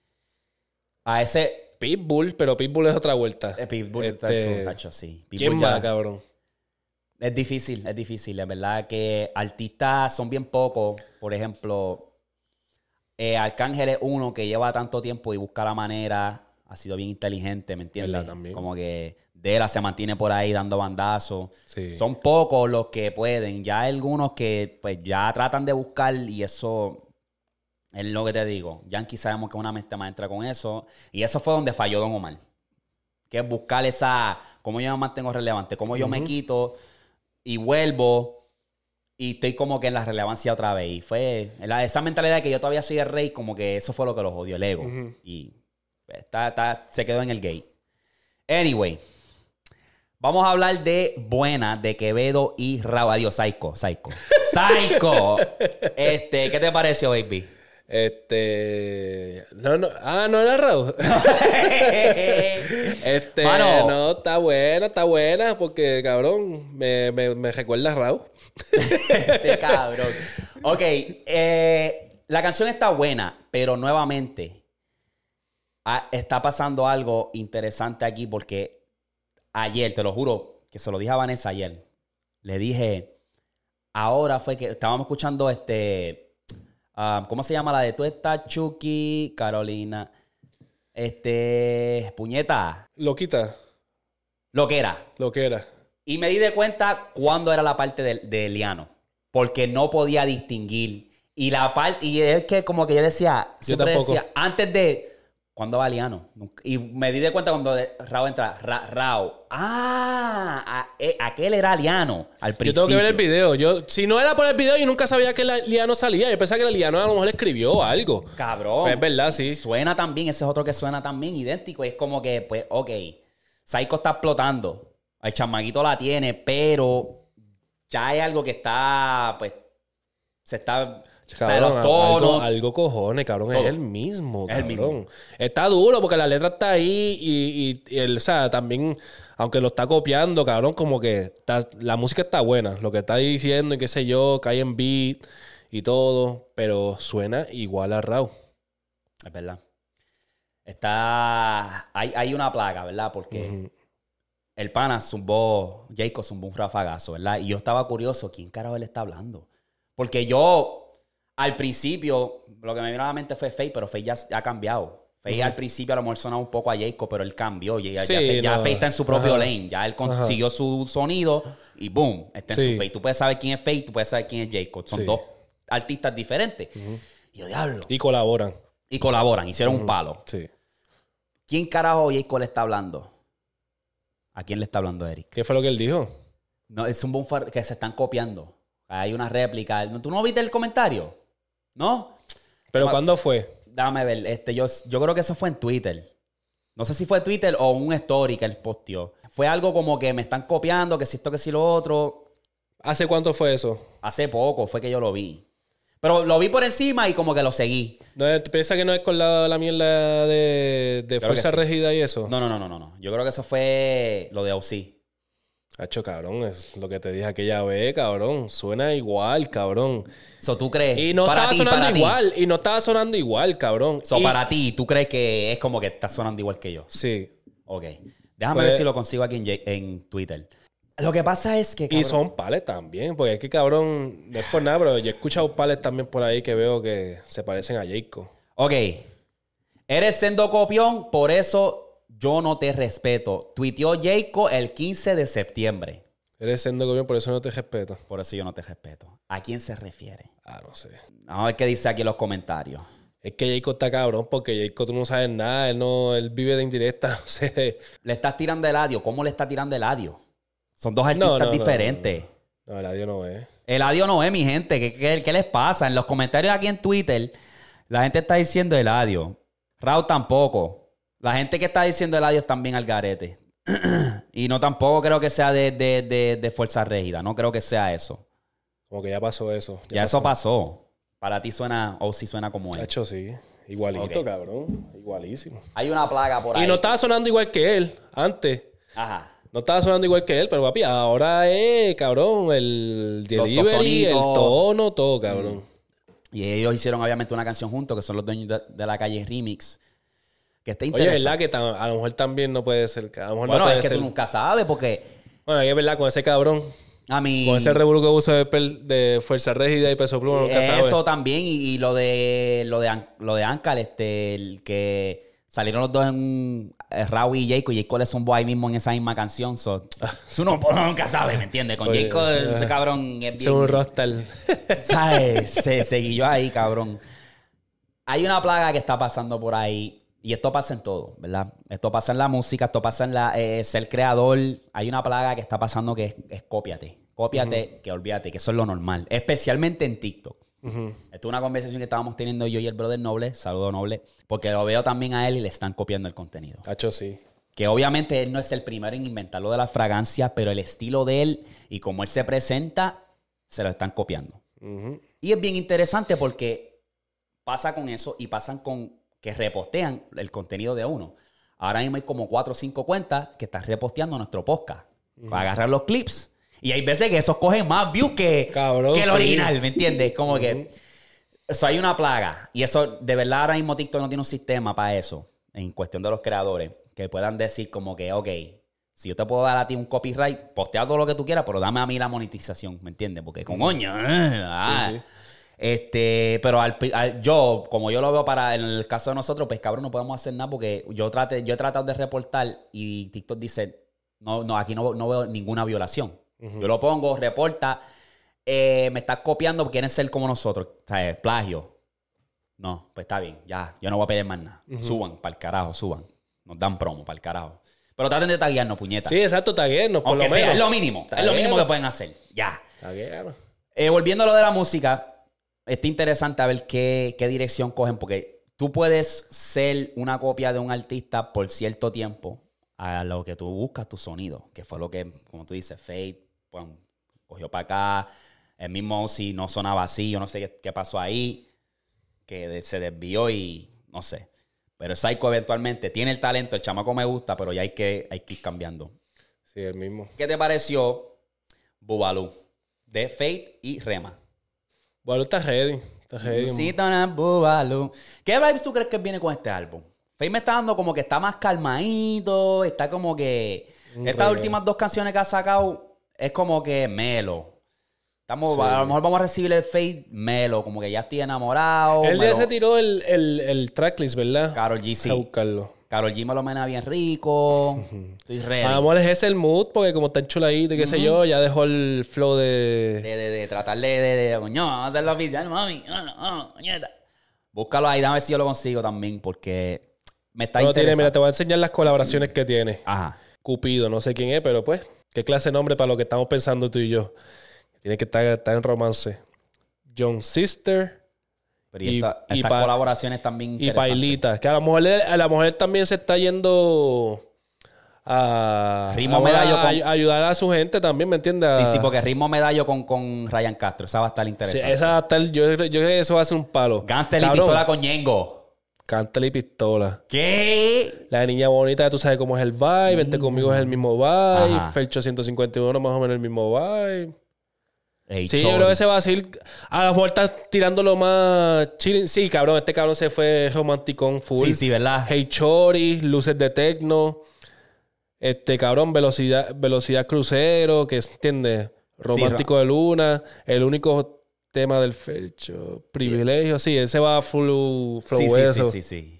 A ese... Pitbull, pero Pitbull es otra vuelta. Pitbull, tacho, sí. ¿Quién Pitbull ya- más, cabrón? Es difícil. De verdad que artistas son bien pocos. Por ejemplo, Arcángel es uno que lleva tanto tiempo y busca la manera. Ha sido bien inteligente, ¿me entiendes? ¿Verdad? También. Como que Dela se mantiene por ahí dando bandazos. Sí. Son pocos los que pueden. Ya hay algunos que pues ya tratan de buscar y eso es lo que te digo. Yankee sabemos que es una mente maestra con eso. Y eso fue donde falló Don Omar. Que es buscar cómo yo me mantengo relevante, cómo yo me quito y vuelvo y estoy como que en la relevancia otra vez. Y fue esa mentalidad de que yo todavía soy el rey, como que eso fue lo que los odió, el ego. Y se quedó en el gate. Anyway, vamos a hablar de Buena, de Quevedo y Raúl. Adiós, Psycho. Psycho. ¿Qué te pareció, baby? No, no era Raúl. Mano. No, está buena, porque cabrón, me recuerda a Raúl. Cabrón. Ok, la canción está buena, pero nuevamente está pasando algo interesante aquí porque ayer, te lo juro, que se lo dije a Vanessa ayer, le dije, ahora fue que estábamos escuchando ¿cómo se llama la de Tú estás Chucky, Carolina? Puñeta. Lo quita, Lo que era. lo que era. Y me di de cuenta cuándo era la parte de Liano. Porque no podía distinguir. Y la parte... Y es que como que yo decía... Siempre decía... Antes de... ¿Cuándo va Liano? Y me di de cuenta cuando Rao entra. Rao. Aquel era Liano al principio. Yo tengo que ver el video. Si no era por el video, yo nunca sabía que Liano salía. Yo pensaba que Liano a lo mejor escribió algo. Cabrón. Pues es verdad, sí. Suena también. Ese es otro que suena también idéntico. Y es como que, pues, ok. Psycho está explotando. El chamaquito la tiene, pero ya hay algo que está, pues, se está... Cabrón, los tonos. algo cojones, cabrón. Todo. Es el mismo, Es el cabrón. mismo. Está duro porque la letra está ahí y él, o sea, también, aunque lo está copiando, cabrón, como que la música está buena. Lo que está diciendo y qué sé yo, cae en beat y todo, pero suena igual a Rao. Es verdad. Hay una plaga, ¿verdad? Porque el pana zumbó, Jacob zumbó un rafagazo, ¿verdad? Y yo estaba curioso, ¿quién carajo él está hablando? Porque yo... Al principio, lo que me vino a la mente fue Faye, pero Faye ya ha cambiado. Faye al principio a lo mejor sonaba un poco a Jacob, pero él cambió. Ya Faye está en su propio lane. Ya él consiguió su sonido y boom, está en su Faye. Tú puedes saber quién es Faye, tú puedes saber quién es Jacob. Son dos artistas diferentes. Y yo, diablo. Y colaboran. Hicieron un palo. Sí. ¿Quién carajo Jacob le está hablando? ¿A quién le está hablando Eric? ¿Qué fue lo que él dijo? No, es un boom que se están copiando. Hay una réplica. ¿Tú no viste el comentario? ¿No? ¿Pero cuándo fue? Déjame ver. Yo creo que eso fue en Twitter. No sé si fue Twitter o un story que él posteó. Fue algo como que me están copiando, que si esto, que si lo otro. ¿Hace cuánto fue eso? Hace poco fue que yo lo vi. Pero lo vi por encima y como que lo seguí. ¿No piensas que no es con la mierda de Fuerza Régida y eso? No. Yo creo que eso fue lo de OC. Hacho, cabrón, es lo que te dije aquella vez, cabrón. Suena igual, cabrón. ¿Tú crees? Y no estaba sonando igual, cabrón. Para ti, ¿tú crees que es como que está sonando igual que yo? Sí. Ok. Déjame ver si lo consigo aquí en Twitter. Lo que pasa es que, cabrón, y son pales también, porque es que, cabrón, no es por nada, pero yo he escuchado pales también por ahí que veo que se parecen a Jacob. Ok. Eres sendo copión, por eso yo no te respeto. Tuiteó Jacob el 15 de septiembre. Eres sendo copión, por eso no te respeto. Por eso yo no te respeto. ¿A quién se refiere? No sé. Vamos a ver qué dice aquí en los comentarios. Es que Jacob está cabrón, porque Jacob tú no sabes nada, él vive de indirecta, no sé. Le estás tirando el audio. ¿Cómo le está tirando el audio? Son dos artistas diferentes. No, el audio no es. El audio no es, mi gente. ¿Qué les pasa? En los comentarios aquí en Twitter, la gente está diciendo el audio. Raúl tampoco. La gente que está diciendo el audio es también al garete. Y no tampoco creo que sea de Fuerza Régida. No creo que sea eso. Como que ya pasó eso. Ya eso pasó. Para ti suena, o si suena como él. De hecho, sí. Igualito, Okay. Cabrón. Igualísimo. Hay una plaga por ahí. Y no estaba sonando igual que él antes. Ajá. No estaba sonando igual que él, pero papi, ahora es, cabrón, el delivery, el tono, todo, cabrón. Y ellos hicieron obviamente una canción juntos, que son los dueños de la calle Remix. Que está Oye, interesante. ¿verdad? Que a lo mejor también no puede ser. A lo mejor Bueno, no puede es que ser. tú nunca sabes, porque Bueno, es verdad, con ese cabrón. a mí... Con ese revuelo que uso de Fuerza Régida y Peso Pluma, nunca sabes. Eso también, y lo de Ankar, el que salieron los dos en Raúl y Jacob le zumbó ahí mismo en esa misma canción. Tú nunca sabes, ¿me entiendes? Con Oye, Jacob, ese cabrón es bien... Es un roster. ¿Sabes? Se seguió ahí, cabrón. Hay una plaga que está pasando por ahí. Y esto pasa en todo, ¿verdad? Esto pasa en la música, esto pasa en ser creador. Hay una plaga que está pasando que es cópiate. Cópiate, que olvídate, que eso es lo normal. Especialmente en TikTok. Esto es una conversación que estábamos teniendo yo y el brother Noble. Saludo Noble. Porque lo veo también a él y le están copiando el contenido. Hacho, sí. Que obviamente él no es el primero en inventar lo de las fragancias, pero el estilo de él y cómo él se presenta, se lo están copiando. Y es bien interesante porque pasa con eso y pasan con que repostean el contenido de uno. Ahora mismo hay como 4 o 5 cuentas que están reposteando nuestro podcast. Para agarrar los clips. Y hay veces que esos cogen más views que el original, ¿me entiendes? Como que eso hay una plaga. Y eso, de verdad, ahora mismo TikTok no tiene un sistema para eso. En cuestión de los creadores. Que puedan decir como que, ok, si yo te puedo dar a ti un copyright, postea todo lo que tú quieras, pero dame a mí la monetización, ¿me entiendes? Porque con coño. Sí. Pero yo, como yo lo veo en el caso de nosotros, pues cabrón, no podemos hacer nada porque yo he tratado de reportar y TikTok dice, aquí no veo ninguna violación. Yo lo pongo, reporta, me estás copiando porque quieren ser como nosotros. O sea, plagio. No, pues está bien, ya, yo no voy a pedir más nada. Suban, para el carajo, suban. Nos dan promo, para el carajo. Pero traten de taguearnos, puñeta. Sí, exacto, taguearnos, por aunque lo sea, menos. es lo mínimo. Es lo mínimo que pueden hacer. Ya. Taguearnos. Volviendo a lo de la música, está interesante a ver qué dirección cogen, porque tú puedes ser una copia de un artista por cierto tiempo a lo que tú buscas tu sonido, que fue lo que, como tú dices, Fate, pues, cogió para acá. El mismo Ozzy no sonaba así, yo no sé qué pasó ahí, que se desvió y no sé. Pero Psycho eventualmente tiene el talento, el chamaco me gusta, pero ya hay que ir cambiando. Sí, el mismo. ¿Qué te pareció Boogaloo de Fate y Rema? Bueno, está ready. Está ready. Boogaloo. ¿Qué vibes tú crees que viene con este álbum? Fate me está dando como que está más calmadito, está como que... Estas últimas 2 canciones que ha sacado es como que melo. A lo mejor vamos a recibir el Fate melo, como que ya estoy enamorado. Él ya se tiró el tracklist, ¿verdad? Karol G, sí. A buscarlo. Karol G me lo mena bien rico. Estoy ready. Amor, es ese el mood, porque como está enchuladito y qué sé yo, ya dejó el flow de... De tratar de coño, vamos a hacerlo oficial, mami. Coñeta. Búscalo ahí, déjame ver si yo lo consigo también, porque me está interesando. Mira, te voy a enseñar las colaboraciones que tiene. Ajá. Cupido, no sé quién es, pero pues, ¿qué clase de nombre para lo que estamos pensando tú y yo? Tiene que estar en romance. John Sister. Pero estas colaboraciones también y interesantes. Pailita. Que a la mujer también se está yendo a... Ritmo Medallo a ayudar a su gente también, ¿me entiendes? Sí, porque Ritmo Medallo con Ryan Castro. Esa va a estar interesante. Sí, esa va a estar... Yo creo que eso va a ser un palo. Gangster y Pistola con Ñengo. Gangster y Pistola. ¿Qué? La niña bonita, tú sabes cómo es el vibe. Vente conmigo es el mismo vibe. Ajá. Felcho 151 más o menos el mismo vibe. Hey, Sí, yo creo que se va a decir. A lo mejor está tirándolo más chilling. Sí, cabrón, este cabrón se fue romanticón full. Sí, ¿verdad? Hey Chori, luces de techno. Cabrón, velocidad crucero, que ¿entiendes? Romántico de luna. El único tema del Felcho. Privilegio. Sí, él se va full flow eso. Sí.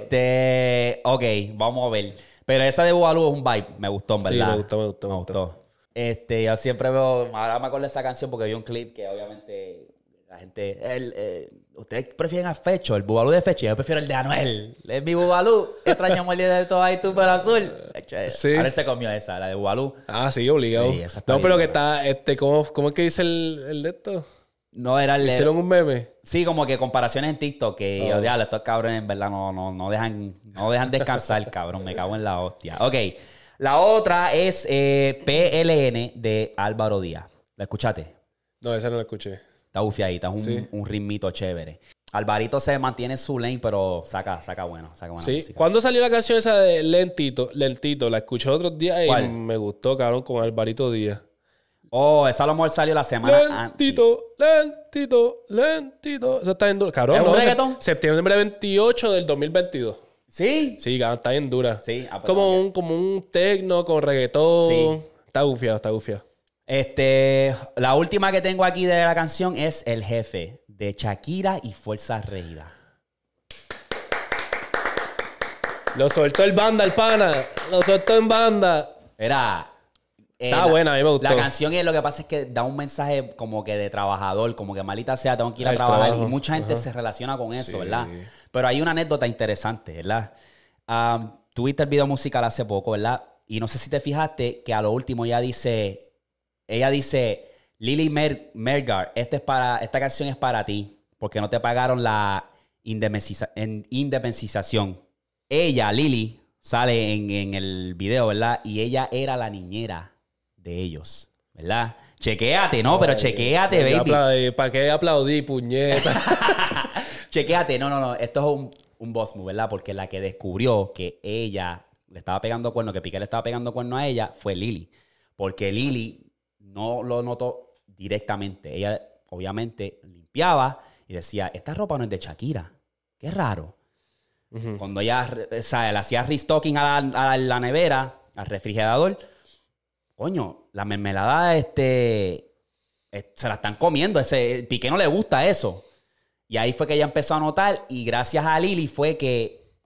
Ok, vamos a ver. Pero esa de Boogaloo es un vibe. Me gustó, en verdad. Sí, me gustó. Yo siempre veo... Ahora me acuerdo de esa canción porque vi un clip que obviamente la gente... ustedes prefieren a Fecho, el Boogaloo de Fecho. Yo prefiero el de Anuel. Es mi Boogaloo. Extrañamos el día de todo ahí, tú pero azul. Sí. Ahora él se comió esa, la de Boogaloo. Ah, sí, obligado. Sí, esa está No, bien, pero que bro. está... ¿Cómo es que dice el de esto? No era el... ¿Hicieron un meme? Sí, como que comparaciones en TikTok que yo, diablo, estos cabrones en verdad no dejan descansar, cabrón. Me cago en la hostia. Ok. La otra es PLN de Álvaro Díaz. ¿La escuchaste? No, esa no la escuché. Está bufiadita, es un ritmito chévere. Alvarito se mantiene en su lane, pero saca buena Sí. música. ¿Cuándo salió la canción esa de Lentito? La escuché otros días y ¿Cuál? me gustó, cabrón, con Alvarito Díaz. Oh, esa a lo mejor salió la semana antes. Lentito. Eso está bien duro. Cabrón, ¿Es un reggaetón? Septiembre 28 del 2022. ¿Sí? Sí, cabrón, está bien dura. Sí. Pues como un tecno con reggaetón. Sí. Está bufiado. La última que tengo aquí de la canción es El Jefe, de Shakira y Fuerza Regida. Lo soltó el banda, el pana. Lo soltó en banda. Está buena, a mí me gustó. La canción lo que pasa es que da un mensaje como que de trabajador, como que malita sea, tengo que ir a El trabajar. trabajo. Y mucha gente se relaciona con eso, Sí. ¿verdad? Pero hay una anécdota interesante, ¿verdad? Tuviste el video musical hace poco, ¿verdad? Y no sé si te fijaste que a lo último ella dice, Lily Mergar, esta canción es para ti, porque no te pagaron la independización. Ella, Lily, sale en el video, ¿verdad? Y ella era la niñera de ellos, ¿verdad? Chequéate, ¿no? Pero chequéate, baby. ¿Para qué aplaudí, puñeta? Chequéate, no. Esto es un boss move, ¿verdad? Porque la que descubrió que ella le estaba pegando cuerno, que Piqué le estaba pegando cuerno a ella, fue Lily. Porque Lily no lo notó directamente. Ella, obviamente, limpiaba y decía, esta ropa no es de Shakira. Qué raro. Cuando ella, le hacía restocking a la nevera, al refrigerador, coño, la mermelada se la están comiendo. Piqué no le gusta eso. Y ahí fue que ella empezó a notar y gracias a Lily fue que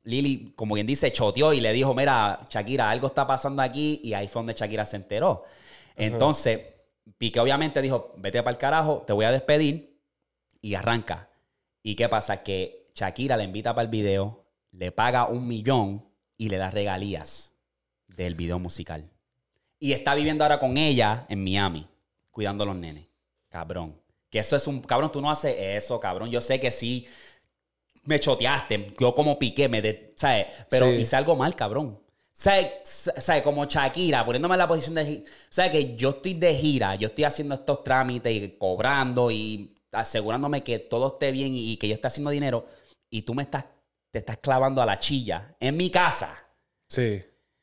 Lily, como quien dice, choteó y le dijo, mira, Shakira, algo está pasando aquí. Y ahí fue donde Shakira se enteró. Entonces, Piqué obviamente dijo, vete para el carajo, te voy a despedir. Y arranca. ¿Y qué pasa? Que Shakira le invita para el video, le paga $1 millón y le da regalías del video musical. Y está viviendo ahora con ella en Miami, cuidando a los nenes. Cabrón. Que eso es un... Cabrón, tú no haces eso, cabrón. Yo sé que sí me choteaste. Yo como Piqué, ¿sabes? Pero hice algo mal, cabrón. ¿Sabes? Como Shakira, poniéndome en la posición de... ¿Sabes? Que yo estoy de gira, yo estoy haciendo estos trámites y cobrando y asegurándome que todo esté bien y que yo esté haciendo dinero y tú te estás clavando a la chilla en mi casa. Sí.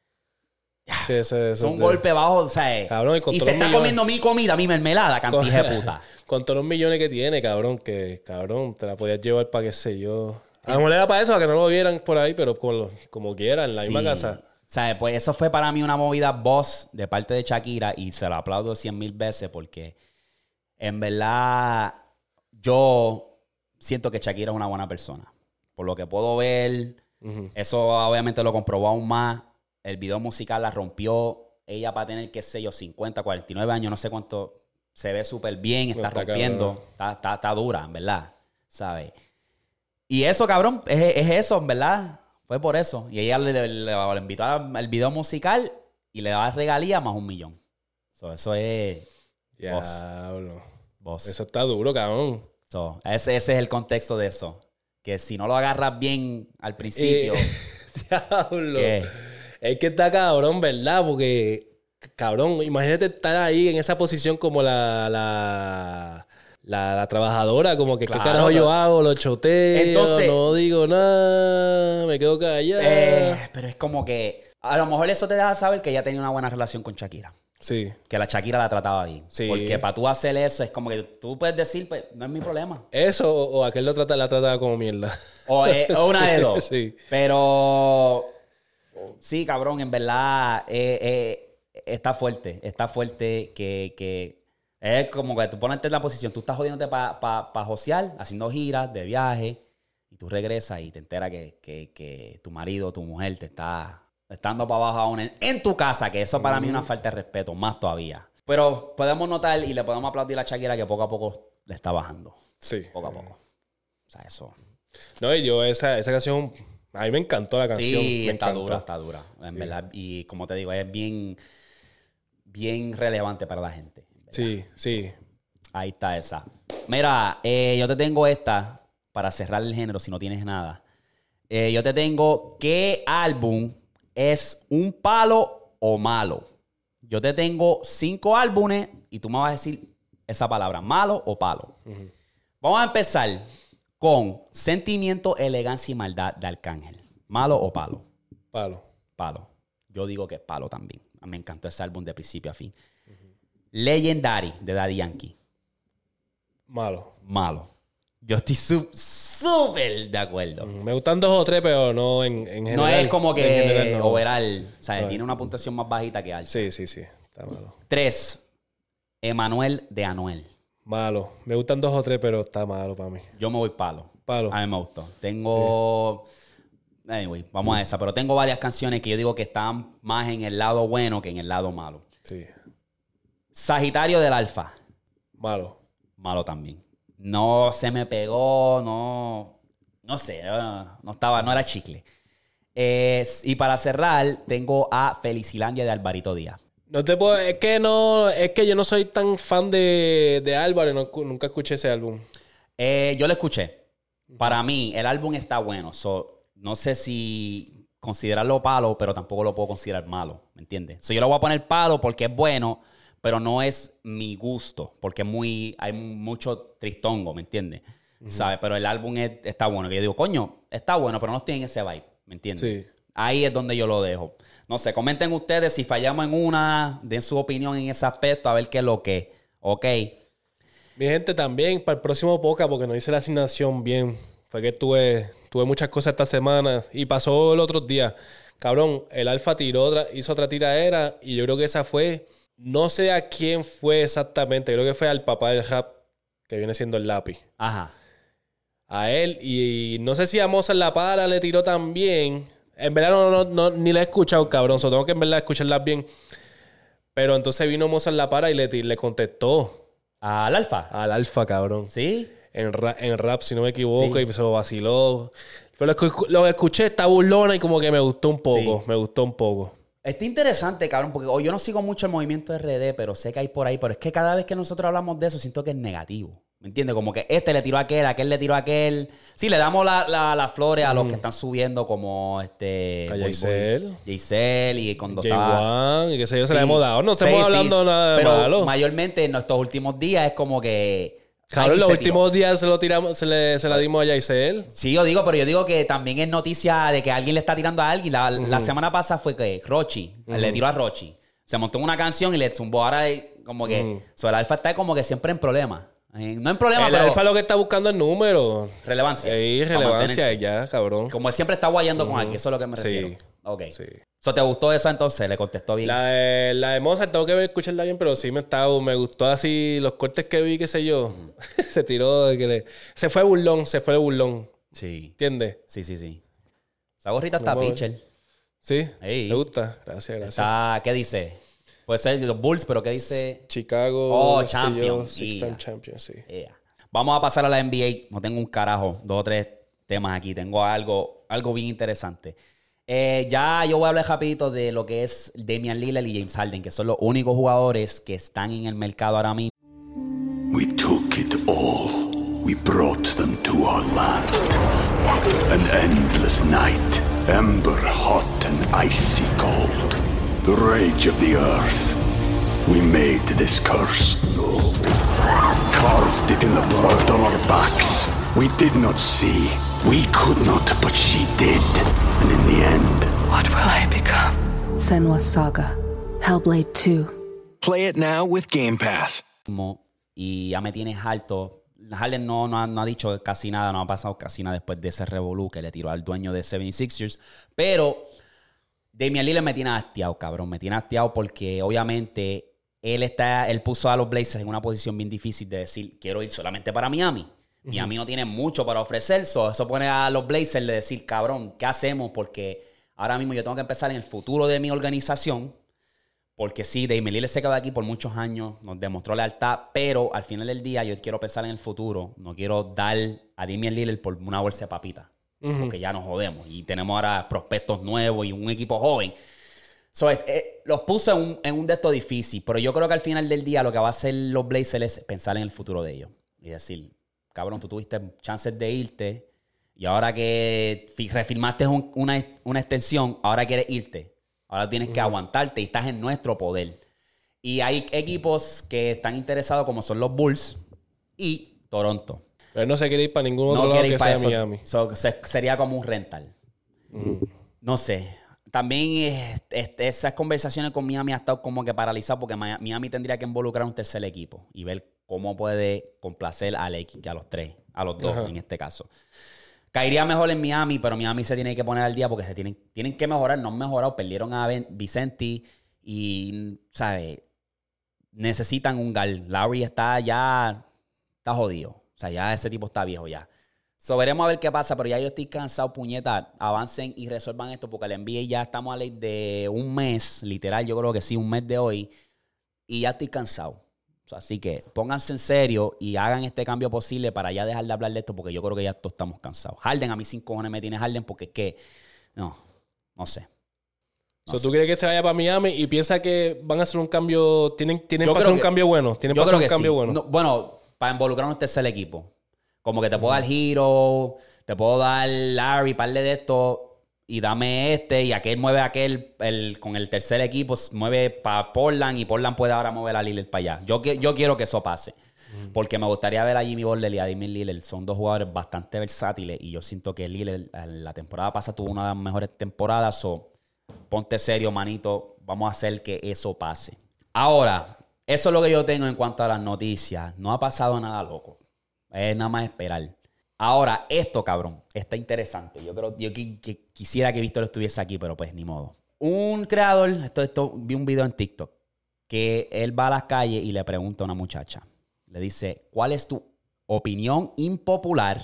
Sí, es un golpe bajo, ¿sabes? Cabrón, y se está comiendo mi comida, mi mermelada, cantije de puta. Con todos los millones que tiene, cabrón, cabrón, te la podías llevar para qué sé yo. A lo mejor era para eso, para que no lo vieran por ahí, pero como quieran, en la misma casa. ¿Sabes? Pues eso fue para mí una movida boss de parte de Shakira y se lo aplaudo 100,000 veces porque en verdad yo siento que Shakira es una buena persona. Por lo que puedo ver, eso obviamente lo comprobó aún más. El video musical la rompió. Ella para tener, qué sé yo, 50, 49 años, no sé cuánto, se ve súper bien, está rompiendo. Está dura, en verdad, ¿sabes? Y eso, cabrón, es eso, en verdad. Fue por eso. Y ella le invitó al video musical y le daba regalía más $1 millón. Eso es... Diablo. Boss. Eso está duro, cabrón. Ese es el contexto de eso. Que si no lo agarras bien al principio... Diablo. ¿Qué? Es que está cabrón, ¿verdad? Porque, cabrón, imagínate estar ahí en esa posición como la trabajadora, como que, claro, ¿qué carajo yo hago? Lo choteo, entonces, no digo nada, me quedo callado. Pero es como que, a lo mejor eso te deja saber que ella tenía una buena relación con Shakira. Sí. Que la Shakira la trataba bien. Sí. Porque para tú hacer eso, es como que tú puedes decir, pues, no es mi problema. Eso, o aquel la trataba como mierda. O una de dos. Sí. Pero... Sí, cabrón, en verdad está fuerte. Está fuerte que es como que tú ponerte en la posición. Tú estás jodiéndote para josear, haciendo giras de viaje y tú regresas y te enteras que tu marido, tu mujer te está dando para abajo aún en tu casa, que eso para mí es una falta de respeto, más todavía. Pero podemos notar y le podemos aplaudir a Shakira que poco a poco le está bajando. Sí. Poco a poco. O sea, eso. No, y yo esa canción... A mí me encantó la canción. Sí, está dura. En verdad. Y como te digo, es bien, bien relevante para la gente. Sí. Ahí está esa. Mira, yo te tengo esta para cerrar el género si no tienes nada. Yo te tengo ¿qué álbum es un palo o malo? Yo te tengo 5 álbumes y tú me vas a decir esa palabra, malo o palo. Vamos a empezar con Sentimiento, Elegancia y Maldad de Arcángel. ¿Malo o palo? Palo. Yo digo que es palo también. Me encantó ese álbum de principio a fin. Legendary de Daddy Yankee. Malo. Yo estoy súper de acuerdo. Me gustan 2 o 3, pero no en general. No es como que general, no. overall. O sea, No. tiene una puntuación más bajita que alta. Sí. Está malo. 3. Emanuel de Anuel. Malo. Me gustan 2 o 3, pero está malo para mí. Yo me voy palo. Palo. A mí me gustó. Tengo... Anyway, vamos a esa. Pero tengo varias canciones que yo digo que están más en el lado bueno que en el lado malo. Sí. Sagitario del Alfa. Malo. Malo también. No se me pegó, no sé, no era chicle. Y para cerrar, tengo a Felicilandia de Alvarito Díaz. No te puedo... Es que yo no soy tan fan de Álvaro. Nunca escuché ese álbum. Yo lo escuché. Para mí, el álbum está bueno. No sé si considerarlo palo, pero tampoco lo puedo considerar malo. ¿Me entiendes? Yo lo voy a poner palo porque es bueno, pero no es mi gusto. Porque hay mucho tristongo, ¿me entiendes? ¿Sabes? Pero el álbum está bueno. Que yo digo, coño, está bueno, pero no estoy en ese vibe. ¿Me entiendes? Sí. Ahí es donde yo lo dejo. No sé, comenten ustedes si fallamos en una, den su opinión en ese aspecto, a ver qué es lo que. Ok. Mi gente, también para el próximo podcast, porque no hice la asignación bien. Fue que tuve muchas cosas esta semana y pasó el otro día. Cabrón, el Alfa hizo otra tiradera y yo creo que esa fue... No sé a quién fue exactamente. Creo que fue al papá del rap, que viene siendo el Lápiz. Ajá. a él. Y no sé si a Mozart La Para le tiró también. En verdad ni la he escuchado, cabrón. Tengo que en verdad escucharlas bien. Pero entonces vino Mozart La Para y le contestó. ¿Al Alfa? Al Alfa, cabrón. ¿Sí? En rap, si no me equivoco, Sí. y se lo vaciló. Pero lo escuché, está burlona y como que me gustó un poco. Sí. Me gustó un poco. Está interesante, cabrón, porque yo no sigo mucho el movimiento de RD, pero sé que hay por ahí. Pero es que cada vez que nosotros hablamos de eso, siento que es negativo. ¿Me entiendes? Como que este le tiró a aquel le tiró a aquel. Sí, le damos las flores a los que están subiendo, como A Jaisel y cuando J1 y qué sé yo, se Sí. la hemos dado. No estamos Sí, hablando sí, nada de pero malo. mayormente en estos últimos días es como que... Cabrón, alguien los se tiró. últimos días se la dimos a Jaisel. Sí, pero yo digo que también es noticia de que alguien le está tirando a alguien. La semana pasada fue que Rochi, le tiró a Rochi. Se montó en una canción y le zumbó. Ahora como que... El Alfa está como que siempre en problemas. No en problemas, El pero... Alfa lo que está buscando es números. Relevancia. Sí, Para relevancia mantenerse. ya, cabrón. Como él siempre está guayando con alguien. Eso es lo que me Sí. refiero. Ok. Sí. ¿Te gustó esa entonces? Le contestó bien. La de Mozart tengo que escucharla bien, pero sí me gustó así los cortes que vi, qué sé yo. Se tiró de que se fue de burlón. Sí. ¿Entiendes? Sí. Esa gorrita está Vamos a ver. pitcher. Sí. Ey. ¿Te gusta? Gracias. ¿Qué dice? Puede ser los Bulls, pero ¿qué dice? Chicago. Oh, champion. Six-time Yeah. champion, sí. Yeah. Vamos a pasar a la NBA. No tengo un carajo. 2 o 3 temas aquí. Tengo algo bien interesante. Ya yo voy a hablar rapidito de lo que es Damian Lillard y James Harden, que son los únicos jugadores que están en el mercado ahora mismo. We took it all. We brought them to our land. An endless night, ember hot and icy cold. The rage of the earth. We made this curse. Carved it in the blood on our backs. We did not see. We could not, but she did. And in the end, What will I become? Senua Saga. Hellblade 2. Play it now with Game Pass. Y ya me tienes harto. Harden no ha dicho casi nada, no ha pasado casi nada después de ese revolú que le tiró al dueño de 76ers. Pero Damian Lillard me tiene hastiado, cabrón. Me tiene hastiado porque obviamente él puso a los Blazers en una posición bien difícil de decir, quiero ir solamente para Miami. Miami no tiene mucho para ofrecer. Eso pone a los Blazers de decir, cabrón, ¿qué hacemos? Porque ahora mismo yo tengo que empezar en el futuro de mi organización. Porque sí, Damian Lillard se quedó aquí por muchos años, nos demostró lealtad, pero al final del día yo quiero pensar en el futuro. No quiero dar a Damian Lillard por una bolsa de papita, porque ya nos jodemos. Y tenemos ahora prospectos nuevos y un equipo joven. Los puse en un de estos difícil, pero yo creo que al final del día lo que va a hacer los Blazers es pensar en el futuro de ellos. Y decir, cabrón, tú tuviste chances de irte y ahora que refirmaste una extensión, ahora quieres irte. Ahora tienes que aguantarte y estás en nuestro poder. Y hay equipos que están interesados como son los Bulls y Toronto. Pero no se quiere ir para ningún otro No lado quiere que ir para sea eso. Miami. Sería como un rental. No sé. También esas conversaciones con Miami ha estado como que paralizadas porque Miami tendría que involucrar un tercer equipo y ver cómo puede complacer a los dos en este caso. Caería mejor en Miami, pero Miami se tiene que poner al día porque tienen que mejorar. No han mejorado. Perdieron a Vicenti y, ¿sabes? Necesitan un guard. Lowry está jodido. O sea, ya ese tipo está viejo ya. Veremos a ver qué pasa, pero ya yo estoy cansado, puñeta. Avancen y resuelvan esto porque el NBA ya estamos a ley de un mes, literal, yo creo que sí, un mes de hoy. Y ya estoy cansado. Así que pónganse en serio y hagan este cambio posible para ya dejar de hablar de esto porque yo creo que ya todos estamos cansados. Harden, a mí 5 cojones me tiene Harden porque es que... No sé. ¿Tú crees que se vaya para Miami y piensa que van a hacer un cambio? ¿Tienen para hacer un cambio bueno? ¿Tienen para hacer un cambio bueno? No, bueno, para involucrar a un tercer equipo. Como que te puedo dar Hero, te puedo dar Larry, parle de esto... Y dame y aquel mueve con el tercer equipo, mueve para Portland y Portland puede ahora mover a Lillard para allá. Yo quiero que eso pase. Porque me gustaría ver a Jimmy Butler y a Damian Lillard. Son dos jugadores bastante versátiles y yo siento que Lillard la temporada pasada tuvo una de las mejores temporadas. Ponte serio, manito. Vamos a hacer que eso pase. Ahora, eso es lo que yo tengo en cuanto a las noticias. No ha pasado nada loco. Es nada más esperar. Ahora, esto, cabrón, está interesante. Yo quisiera que Víctor estuviese aquí, pero pues ni modo. Un creador, vi un video en TikTok, que él va a las calles y le pregunta a una muchacha. Le dice, ¿cuál es tu opinión impopular?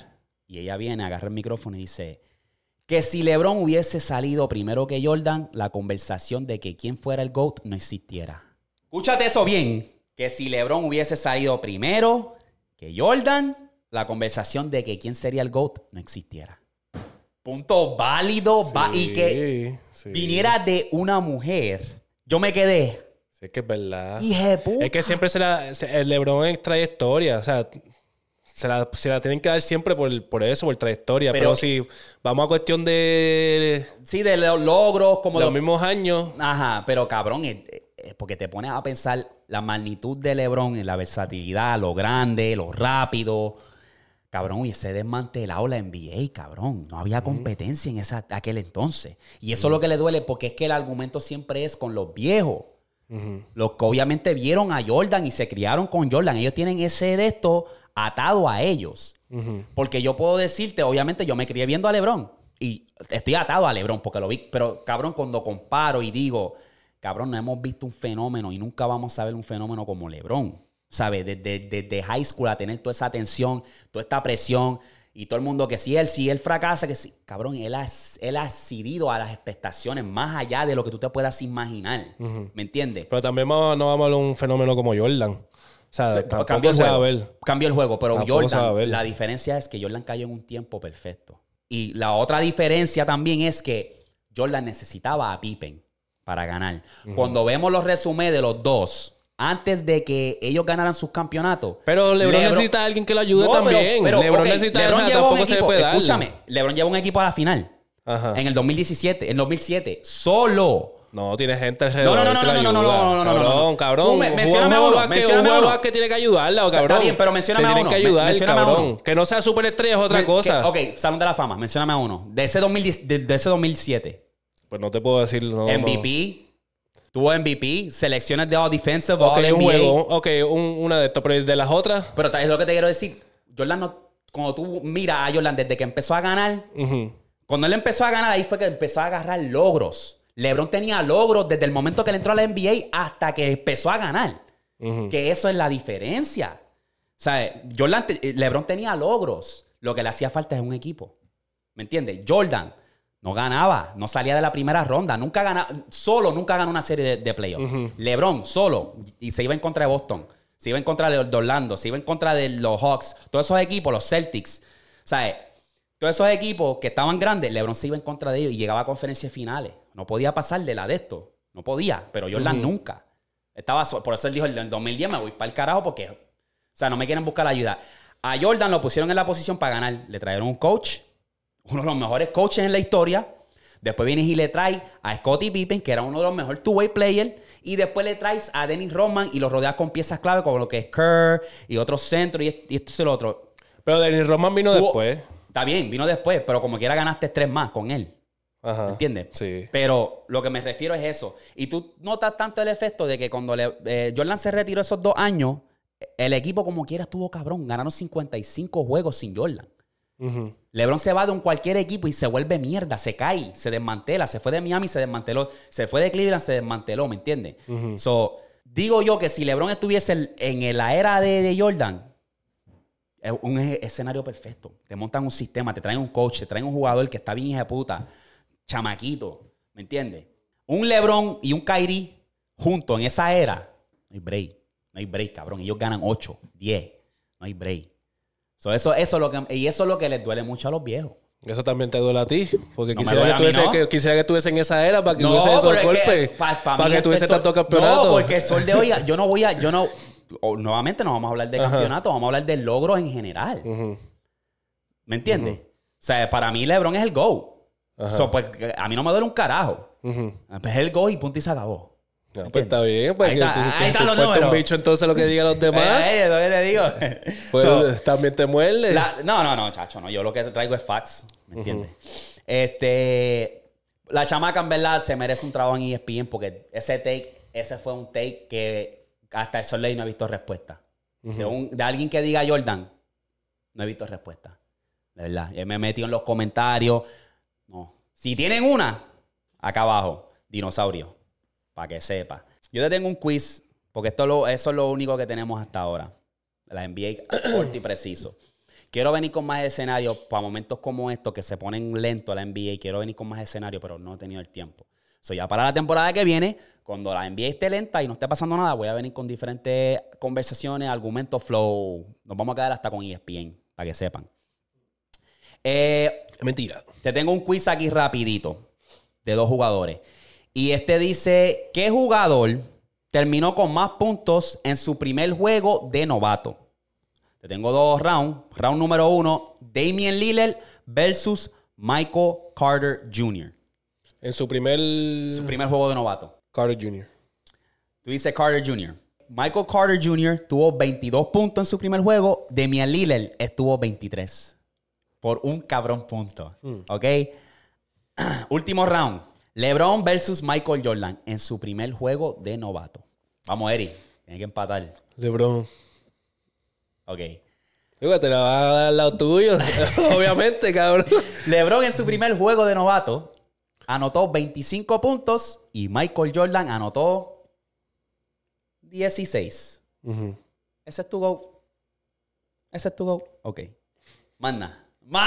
Y ella viene, agarra el micrófono y dice que si LeBron hubiese salido primero que Jordan, la conversación de que quién fuera el GOAT no existiera. Escúchate eso bien. Que si LeBron hubiese salido primero que Jordan, la conversación de que quién sería el GOAT no existiera. Punto válido. Y que viniera de una mujer. Yo me quedé. Sí, es que es verdad. Hija de puta. Es que siempre el LeBron es trayectoria. O sea, se la tienen que dar siempre por eso, por trayectoria. Pero si vamos a cuestión de... Sí, de los logros. Como los mismos años. Ajá, pero cabrón, porque te pones a pensar la magnitud de LeBron, la versatilidad, lo grande, lo rápido. Cabrón, hubiese desmantelado la NBA, cabrón. No había competencia en aquel entonces. Y eso es lo que le duele, porque es que el argumento siempre es con los viejos. Los que obviamente vieron a Jordan y se criaron con Jordan. Ellos tienen ese de esto atado a ellos. Porque yo puedo decirte, obviamente yo me crié viendo a LeBron. Y estoy atado a LeBron porque lo vi. Pero, cabrón, cuando comparo y digo, cabrón, no hemos visto un fenómeno y nunca vamos a ver un fenómeno como LeBron. ¿Sabes? Desde high school a tener toda esa atención, toda esta presión y todo el mundo que si él fracasa, que sí. Cabrón, él ha cedido a las expectaciones más allá de lo que tú te puedas imaginar. ¿Me entiendes? Pero también no vamos a ver un fenómeno como Jordan. O sea, cambió el juego, pero tampoco Jordan, la diferencia es que Jordan cayó en un tiempo perfecto. Y la otra diferencia también es que Jordan necesitaba a Pippen para ganar. Cuando vemos los resúmenes de los dos, antes de que ellos ganaran sus campeonatos. Pero LeBron necesita a alguien que lo ayude también. LeBron necesita LeBron tampoco se le puede dar. Escúchame, LeBron llevó un equipo a la final. Ajá. En el 2007. Solo. No, tiene gente No. Cabrón. Mencióname a uno. Que tiene que ayudarla, cabrón. Está bien, pero mencióname a uno. Tiene que ayudar, cabrón. Que no sea superestrella es otra cosa. Ok, Salón de la Fama. Mencióname a uno. De ese 2007. Pues no te puedo decir. MVP. Tuvo MVP, selecciones de All Defensive, All NBA. Un juego, una de estas, pero de las otras. Pero es lo que te quiero decir. Jordan, cuando tú miras a Jordan desde que empezó a ganar, cuando él empezó a ganar, ahí fue que empezó a agarrar logros. LeBron tenía logros desde el momento que él entró a la NBA hasta que empezó a ganar. Que eso es la diferencia. O sea, LeBron tenía logros. Lo que le hacía falta es un equipo. ¿Me entiendes? Jordan no ganaba, no salía de la primera ronda, nunca ganó una serie de playoffs. LeBron solo, y se iba en contra de Boston, se iba en contra de Orlando, se iba en contra de los Hawks, todos esos equipos, los Celtics, ¿sabes? Todos esos equipos que estaban grandes, LeBron se iba en contra de ellos y llegaba a conferencias finales. No podía pasar de la de esto, no podía, pero Jordan nunca. Por eso él dijo, en el 2010 me voy para el carajo porque, o sea, no me quieren buscar la ayuda. A Jordan lo pusieron en la posición para ganar, le trajeron un coach, uno de los mejores coaches en la historia. Después viene y le trae a Scottie Pippen, que era uno de los mejores two-way players. Y después le traes a Dennis Rodman y lo rodeas con piezas clave como lo que es Kerr y otros centros y esto y lo otro. Pero Dennis Rodman vino después. Está bien, vino después, pero como quiera ganaste 3 más con él. Ajá. ¿Me entiendes? Sí. Pero lo que me refiero es eso. Y tú notas tanto el efecto de que cuando Jordan se retiró esos 2 años, el equipo como quiera estuvo cabrón. Ganaron 55 juegos sin Jordan. LeBron se va de cualquier equipo y se vuelve mierda, se cae, se desmantela, se fue de Miami, se desmanteló, se fue de Cleveland, se desmanteló, ¿me entiendes? So, digo yo que si LeBron estuviese en la era de Jordan, es un escenario perfecto. Te montan un sistema, te traen un coach, te traen un jugador que está bien hija de puta, chamaquito, ¿me entiendes? Un LeBron y un Kyrie juntos en esa era, no hay break, cabrón. Ellos ganan 8, 10, no hay break. So, eso es lo que les duele mucho a los viejos. Eso también te duele a ti. Porque No quisiera que estuviese en esa era para que hubiese esos golpes. Para que tuviese tanto campeonato. No, porque el sol de hoy, nuevamente no vamos a hablar de campeonato, vamos a hablar de logros en general. ¿Me entiendes? O sea, para mí LeBron es el GOAT. So, pues, a mí no me duele un carajo. Pues es el GOAT y punto y se acabó. No, pues está bien, pues ahí están los números. Un bicho entonces lo que digan los demás. Es lo que te digo. Pues también te muerde. No, chacho, no. Yo lo que te traigo es facts, ¿me entiendes? La chamaca en verdad se merece un trabajo en ESPN porque ese fue un take que hasta el sol de hoy no he visto respuesta. De alguien que diga Jordan, no he visto respuesta. De verdad. Yo me he metido en los comentarios. No. Si tienen una, acá abajo, dinosaurio. Para que sepa. Yo te tengo un quiz, porque eso es lo único que tenemos hasta ahora. La NBA corto y preciso. Quiero venir con más escenarios para momentos como estos que se ponen lentos a la NBA. Quiero venir con más escenarios, pero no he tenido el tiempo. So, ya para la temporada que viene, cuando la NBA esté lenta y no esté pasando nada, voy a venir con diferentes conversaciones, argumentos, flow. Nos vamos a quedar hasta con ESPN, para que sepan. Mentira. Te tengo un quiz aquí rapidito de 2 jugadores. Y dice, ¿qué jugador terminó con más puntos en su primer juego de novato? Te tengo 2 rounds. Round número 1, Damian Lillard versus Michael Carter Jr. En su primer juego de novato. Carter Jr. Tú dices Carter Jr. Michael Carter Jr. tuvo 22 puntos en su primer juego. Damian Lillard estuvo 23. Por un cabrón punto. ¿Ok? Último round. LeBron versus Michael Jordan en su primer juego de novato. Vamos, Eri. Tiene que empatar. LeBron. Ok. Te la va a dar al lado tuyo. Obviamente, cabrón. LeBron en su primer juego de novato anotó 25 puntos y Michael Jordan anotó 16. ¿Ese es tu go? ¿Ese es tu go? Ok. Manda.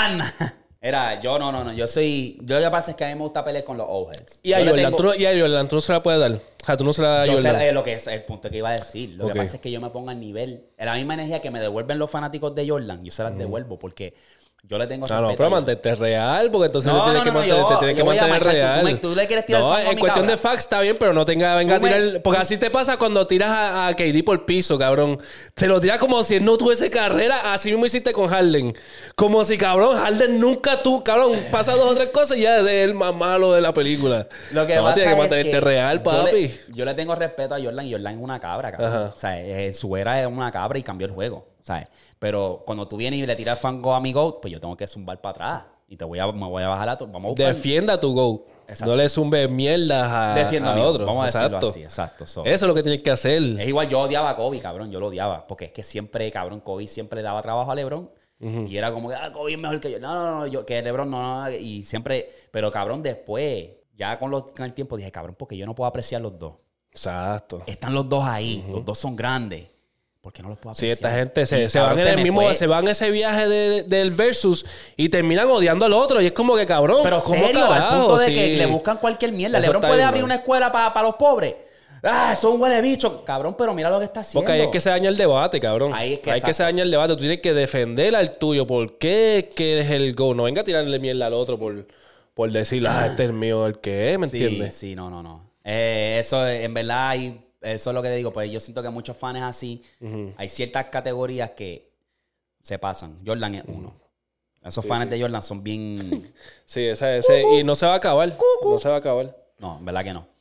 Yo no. Yo lo que pasa es que a mí me gusta pelear con los old heads. Y a Jordan, tú no se la puedes dar. O sea, tú no se la das a Yo Jordan. sé lo que es el punto que iba a decir. Lo que pasa es que yo me pongo al nivel. En la misma energía que me devuelven los fanáticos de Jordan, yo se las devuelvo porque yo le tengo No, pero mantente real, porque entonces te tienes que voy a mantener machar. real. Tú le quieres tirar no, fango a en mi cuestión cabra. de facts está bien, pero no venga a tirar. Porque así te pasa cuando tiras a KD por piso, cabrón. Te lo tiras como si él no tuviese carrera. Así mismo hiciste con Harden. Como si, cabrón, Harden nunca cabrón, pasa 2 o 3 cosas y ya es el más malo de la película. Lo que no, pasa tienes que es mantenerte que real, papi. yo le tengo respeto a Jordan y Jordan es una cabra, cabrón. Ajá. O sea, en su era es una cabra y cambió el juego, ¿sabes? Pero cuando tú vienes y le tiras fango a mi GOAT, pues yo tengo que zumbar para atrás. Y me voy a bajar vamos a buscar. Defienda tu GOAT. Exacto. No le zumbes mierdas al otro. Vamos a decirlo Exacto. así, exacto. Eso es lo que tienes que hacer. Es igual, yo odiaba a Kobe, cabrón. Yo lo odiaba. Porque es que siempre, cabrón, Kobe siempre le daba trabajo a LeBron. Y era como que, Kobe es mejor que yo. No, que LeBron no. Y siempre, pero cabrón, después, ya con el tiempo dije, cabrón, porque yo no puedo apreciar los dos. Exacto. Están los dos ahí. Los dos son grandes. ¿Por qué no los puedo apreciar? Sí, esta gente se cabrón, van en ese viaje del versus y terminan odiando al otro. Y es como que, cabrón, Pero ¿cómo serio, carajo? al punto de Sí. que le buscan cualquier mierda. Eso LeBron está puede bien, abrir bro. una escuela para los pobres. Son huele bicho. Cabrón, pero mira lo que está haciendo. Porque ahí es que se daña el debate, cabrón. Ahí es que se exacto. daña el debate. Tú tienes que defender al tuyo. ¿Por qué que eres el go? No venga a tirarle mierda al otro por decir, este es el mío, el que es, ¿me entiendes? Sí, no. Eso, en verdad, eso es lo que te digo. Pues yo siento que muchos fans así, hay ciertas categorías que se pasan. Jordan es uno. Esos fans de Jordan son bien... Sí, ese y no se va a acabar. No se va a acabar. No, en verdad que no.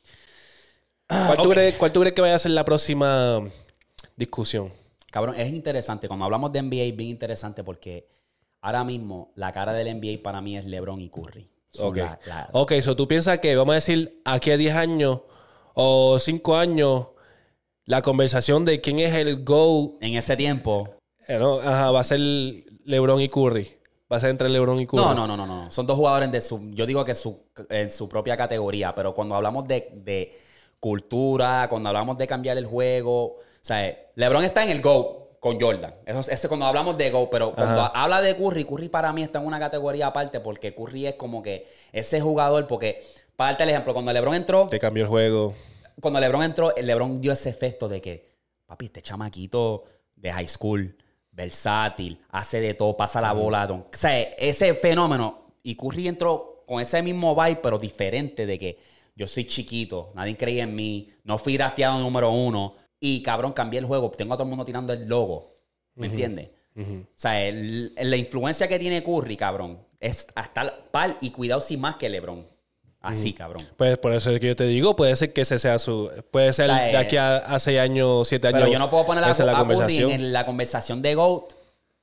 ¿Cuál tú crees que vaya a ser la próxima discusión? Cabrón, es interesante. Cuando hablamos de NBA es bien interesante porque ahora mismo la cara del NBA para mí es LeBron y Curry. Son Ok, so tú piensas que, vamos a decir, aquí a 10 años o 5 años, la conversación de quién es el GO En ese tiempo... va a ser LeBron y Curry. Va a ser entre LeBron y Curry. No. Son dos jugadores yo digo que en su propia categoría, pero cuando hablamos de cultura, cuando hablamos de cambiar el juego, o sea, LeBron está en el GO con Jordan. Ese cuando hablamos de GO, pero cuando habla de Curry para mí está en una categoría aparte porque Curry es como que ese jugador, porque, para darte el ejemplo, cuando LeBron entró, Te cambió el juego. cuando LeBron entró, LeBron dio ese efecto de que, papi, este chamaquito de high school, versátil, hace de todo, pasa la bola. O sea, ese fenómeno. Y Curry entró con ese mismo vibe, pero diferente de que yo soy chiquito, nadie creía en mí, no fui drafteado número 1 y, cabrón, cambié el juego. Tengo a todo el mundo tirando el logo. ¿Me entiendes? O sea, la influencia que tiene Curry, cabrón, es hasta par y cuidado sin más que LeBron. Así, cabrón. Pues por eso es que yo te digo, puede ser que ese sea su... Puede ser O sea, de aquí a 6 años, 7 años. Pero yo no puedo poner esa es la a Curry conversación. en la conversación de GOAT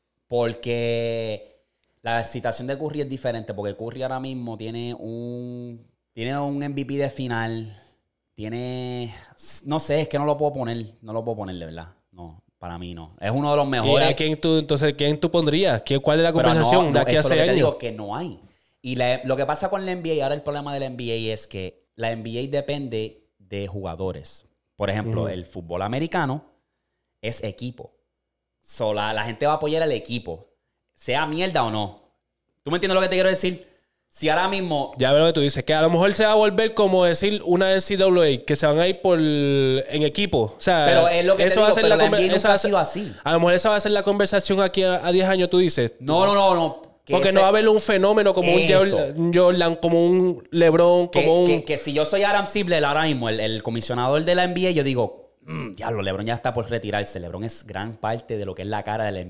porque la situación de Curry es diferente. Porque Curry ahora mismo tiene un MVP de final. No sé, es que no lo puedo poner. No lo puedo poner, de verdad. No, para mí no. Es uno de los ¿Y mejores. a quién tú pondrías? ¿Cuál es la Pero conversación de aquí a eso 6 es lo que te años? digo, que no hay. Y lo que pasa con la NBA, ahora el problema de la NBA es que la NBA depende de jugadores. Por ejemplo, el fútbol americano es equipo. La gente va a apoyar al equipo. sea mierda o no. ¿Tú me entiendes lo que te quiero decir? Si ahora mismo... Ya veo lo que tú dices, que a lo mejor se va a volver como decir una NCAA, que se van a ir en equipo. O sea, Pero es lo que eso te va a digo, ser pero la la NBA nunca esa ha sido así. A lo mejor esa va a ser la conversación aquí a 10 años, tú dices. No. Porque no va a haber un fenómeno como un Jordan, como un LeBron, como un... Que si yo soy Adam Silver ahora mismo, el comisionador de la NBA, yo digo, diablo, LeBron ya está por retirarse. LeBron es gran parte de lo que es la cara de la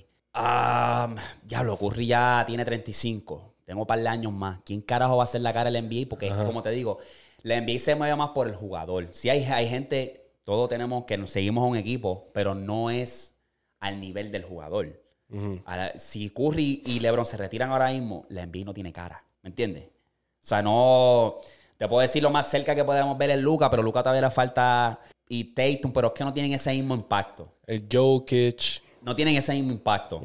NBA. Diablo, Curry ya tiene 35. Tengo un par de años más. ¿Quién carajo va a ser la cara de la NBA? Porque, como te digo, la NBA se mueve más por el jugador. Sí hay gente, todos tenemos que nos seguimos a un equipo, pero no es al nivel del jugador. Ahora, si Curry y LeBron se retiran ahora mismo, la NBA no tiene cara. ¿Me entiendes? O sea, no... Te puedo decir lo más cerca que podemos ver es Luka, pero Luka todavía le falta... Y Tatum, pero es que no tienen ese mismo impacto. El Jokic. No tienen ese mismo impacto.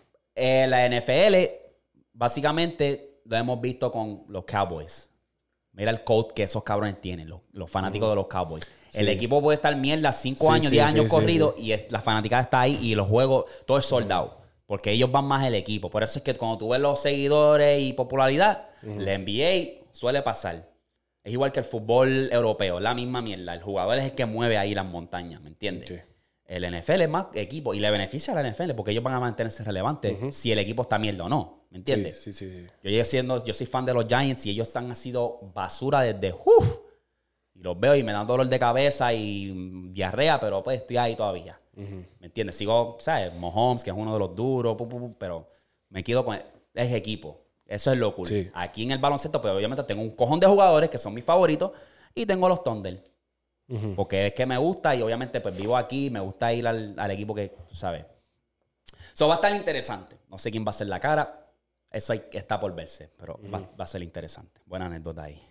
La NFL... Básicamente lo hemos visto con los Cowboys. Mira el code que esos cabrones tienen, los fanáticos de los Cowboys. Sí. El equipo puede estar mierda 5 años, 10 años corridos y la fanaticada está ahí y los juegos, todo es sold out. Porque ellos van más el equipo. Por eso es que cuando tú ves los seguidores y popularidad, la NBA suele pasar. Es igual que el fútbol europeo, la misma mierda. El jugador es el que mueve ahí las montañas, ¿me entiendes? Okay. El NFL es más equipo y le beneficia a la NFL porque ellos van a mantenerse relevantes si el equipo está mierda o no. ¿Me entiendes? Sí. Yo soy fan de los Giants y ellos han sido basura desde... y los veo y me dan dolor de cabeza y diarrea, pero pues estoy ahí todavía. ¿Me entiendes? Sigo, ¿sabes? Mahomes, que es uno de los duros, pero me quedo con... Es equipo. Eso es lo cool. Sí. Aquí en el baloncesto, pues obviamente tengo un cojón de jugadores que son mis favoritos y tengo los Thunder. Porque es que me gusta y obviamente pues vivo aquí, me gusta ir al equipo que, tú sabes. Eso va a estar interesante. No sé quién va a ser la cara. Eso está por verse, pero va a ser interesante. Buena anécdota ahí.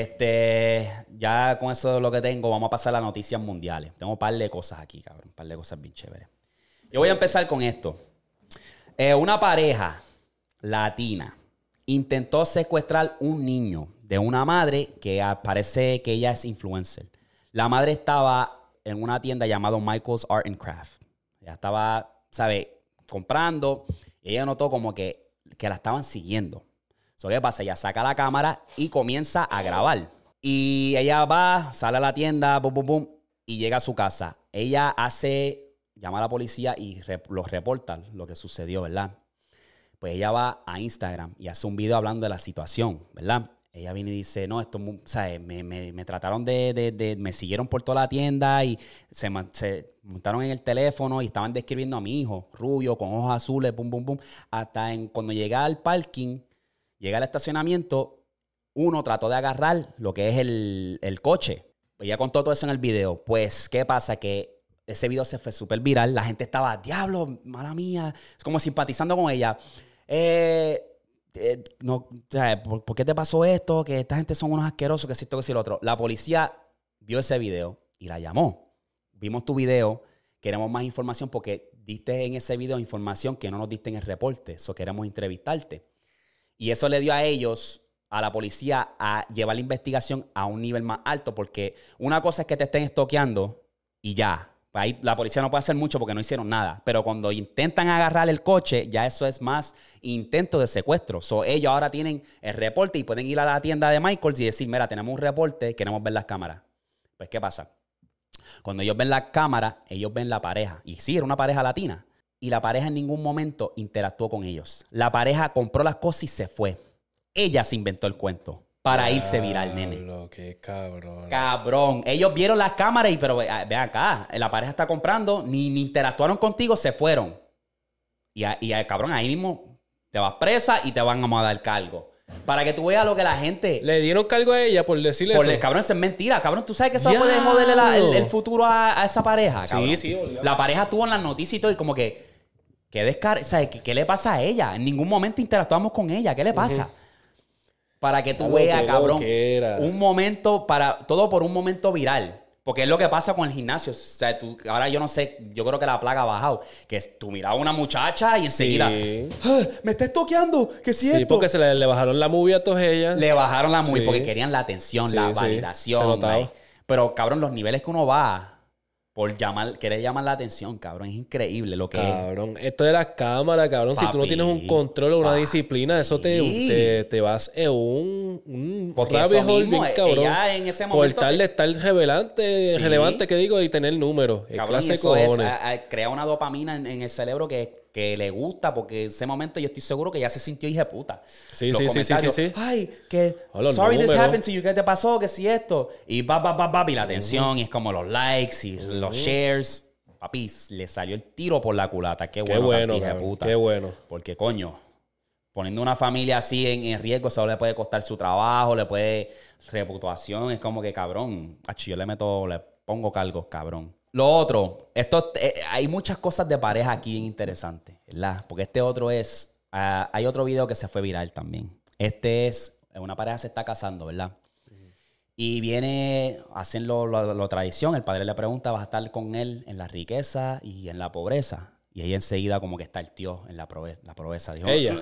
Ya con eso es lo que tengo, vamos a pasar a las noticias mundiales. Tengo un par de cosas aquí, cabrón. Un par de cosas bien chéveres. Yo voy a empezar con esto. Una pareja latina intentó secuestrar un niño de una madre que parece que ella es influencer. La madre estaba en una tienda llamada Michael's Art and Craft. Ella estaba, ¿sabes? Comprando. Y ella notó como que la estaban siguiendo. ¿Qué pasa? Ella saca la cámara y comienza a grabar. Y ella va, sale a la tienda, y llega a su casa. Ella llama a la policía y los reporta lo que sucedió, ¿verdad? Pues ella va a Instagram y hace un video hablando de la situación, ¿verdad? Ella viene y dice, no, esto, ¿sabes? Me trataron me siguieron por toda la tienda y se montaron en el teléfono y estaban describiendo a mi hijo, rubio, con ojos azules, hasta cuando llegué al parking, llega al estacionamiento, uno trató de agarrar lo que es el coche. Ella contó todo eso en el video. Pues, ¿qué pasa? Que ese video se fue súper viral. La gente estaba, diablo, mala mía, es como simpatizando con ella. No, o sea, ¿por qué te pasó esto? Que esta gente son unos asquerosos, que si esto, que si lo otro. La policía vio ese video y la llamó. Vimos tu video, queremos más información porque diste en ese video información que no nos diste en el reporte. Eso queremos entrevistarte. Y eso le dio a ellos, a la policía, a llevar la investigación a un nivel más alto porque una cosa es que te estén estoqueando y ya. Ahí la policía no puede hacer mucho porque no hicieron nada. Pero cuando intentan agarrar el coche, ya eso es más intento de secuestro. Ellos ahora tienen el reporte y pueden ir a la tienda de Michaels y decir, mira, tenemos un reporte, queremos ver las cámaras. Pues, ¿qué pasa? Cuando ellos ven las cámaras, ellos ven la pareja. Y sí, era una pareja latina. Y la pareja en ningún momento interactuó con ellos. La pareja compró las cosas y se fue. Ella se inventó el cuento. Para irse viral, nene. Qué cabrón. Cabrón. Ellos vieron las cámaras pero vean acá, la pareja está comprando, ni interactuaron contigo, se fueron. Y cabrón, ahí mismo te vas presa y te van a dar cargo. Para que tú veas lo que la gente... Le dieron cargo a ella por decirle eso. Cabrón, eso es mentira. Cabrón, ¿tú sabes que eso puede joderle el futuro a esa pareja? Cabrón? Sí, la pareja estuvo en las noticias y todo y como que... ¿Sabes? ¿Qué le pasa a ella? En ningún momento interactuamos con ella. ¿Qué le pasa? Para que tú veas, cabrón, un momento todo por un momento viral. Porque es lo que pasa con el gimnasio. O sea, ahora yo no sé, yo creo que la plaga ha bajado. Que tú mirabas a una muchacha y enseguida, me está estoqueando, ¿qué es esto? Sí, porque le bajaron la movie a todas ellas. Le bajaron la movie porque querían la atención, la validación. Pero, cabrón, los niveles que uno va, querer llamar la atención, cabrón. Es increíble lo que es. Cabrón, esto de las cámaras, cabrón. Si tú no tienes un control o una disciplina, eso te vas en un Porque rabbit eso hole mismo, bien cabrón. ella en ese Por momento tal de estar relevante, que digo, y tener números. Cabrón, Clase y eso cojones. crea una dopamina en el cerebro que le gusta, porque en ese momento yo estoy seguro que ya se sintió hija de puta. Sí. Ay, que Los sorry this números. happened to you, ¿qué te pasó? ¿Qué si esto? Y y la atención, y es como los likes y los shares. Papi, le salió el tiro por la culata. Qué bueno, bueno, hija de cabrón, puta. qué bueno. Porque, coño, poniendo una familia así en riesgo, eso le puede costar su trabajo, le puede reputación. Es como que, cabrón, yo le pongo cargos, cabrón. Lo otro, hay muchas cosas de pareja aquí bien interesantes, ¿verdad? Porque este otro es... hay otro video que se fue viral también. Una pareja se está casando, ¿verdad? Y hacen lo tradición. El padre le pregunta, ¿vas a estar con él en la riqueza y en la pobreza? Y ella enseguida como que está el tío en la pobreza. Dijo, Ella.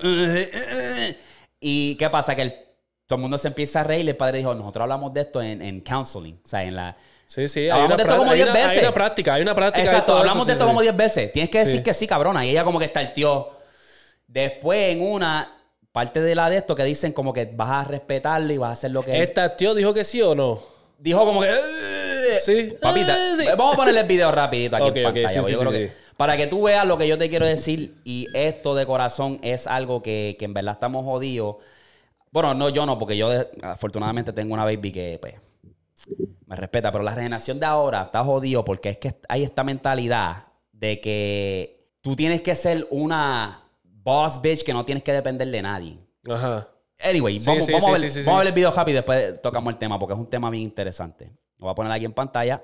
¿Y qué pasa? Que todo el mundo se empieza a reír. El padre dijo, nosotros hablamos de esto en counseling. O sea, en la... Sí. Hablamos de esto como 10 veces. Hay una práctica. Exacto, hablamos de esto como 10 10 veces. Tienes que decir que sí, cabrona. Y ella como que está el tío. Después en una parte de esto que dicen como que vas a respetarlo y vas a hacer lo que... ¿Esta tío dijo que sí o no? Dijo como que... Sí. Papita, Sí. Vamos a ponerle el video rapidito aquí en pantalla. sí, porque yo creo que para que tú veas lo que yo te quiero decir. Y esto de corazón es algo que en verdad estamos jodidos. Bueno, no, yo no, porque yo afortunadamente tengo una baby que pues, me respeta. Pero la generación de ahora está jodido porque es que hay esta mentalidad de que tú tienes que ser una boss bitch que no tienes que depender de nadie. Ajá. Anyway, Sí, vamos a ver el video rápido y después tocamos el tema porque es un tema bien interesante. Lo voy a poner aquí en pantalla.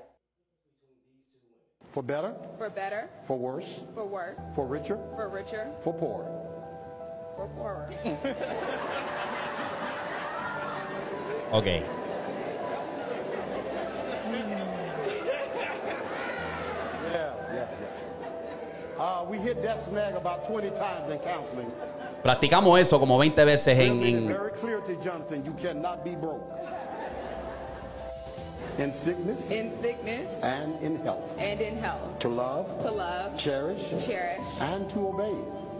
For better, For better, for worse, for worse, for richer, for richer, for poorer. for poorer. Ok. Yeah. We hit that snag about 20 times in counseling. Practicamos eso como 20 veces We made it en... very clear to Jonathan, you cannot be broke. In sickness In sickness and in health. and in health. To love, To love, cherish, cherish, and to obey.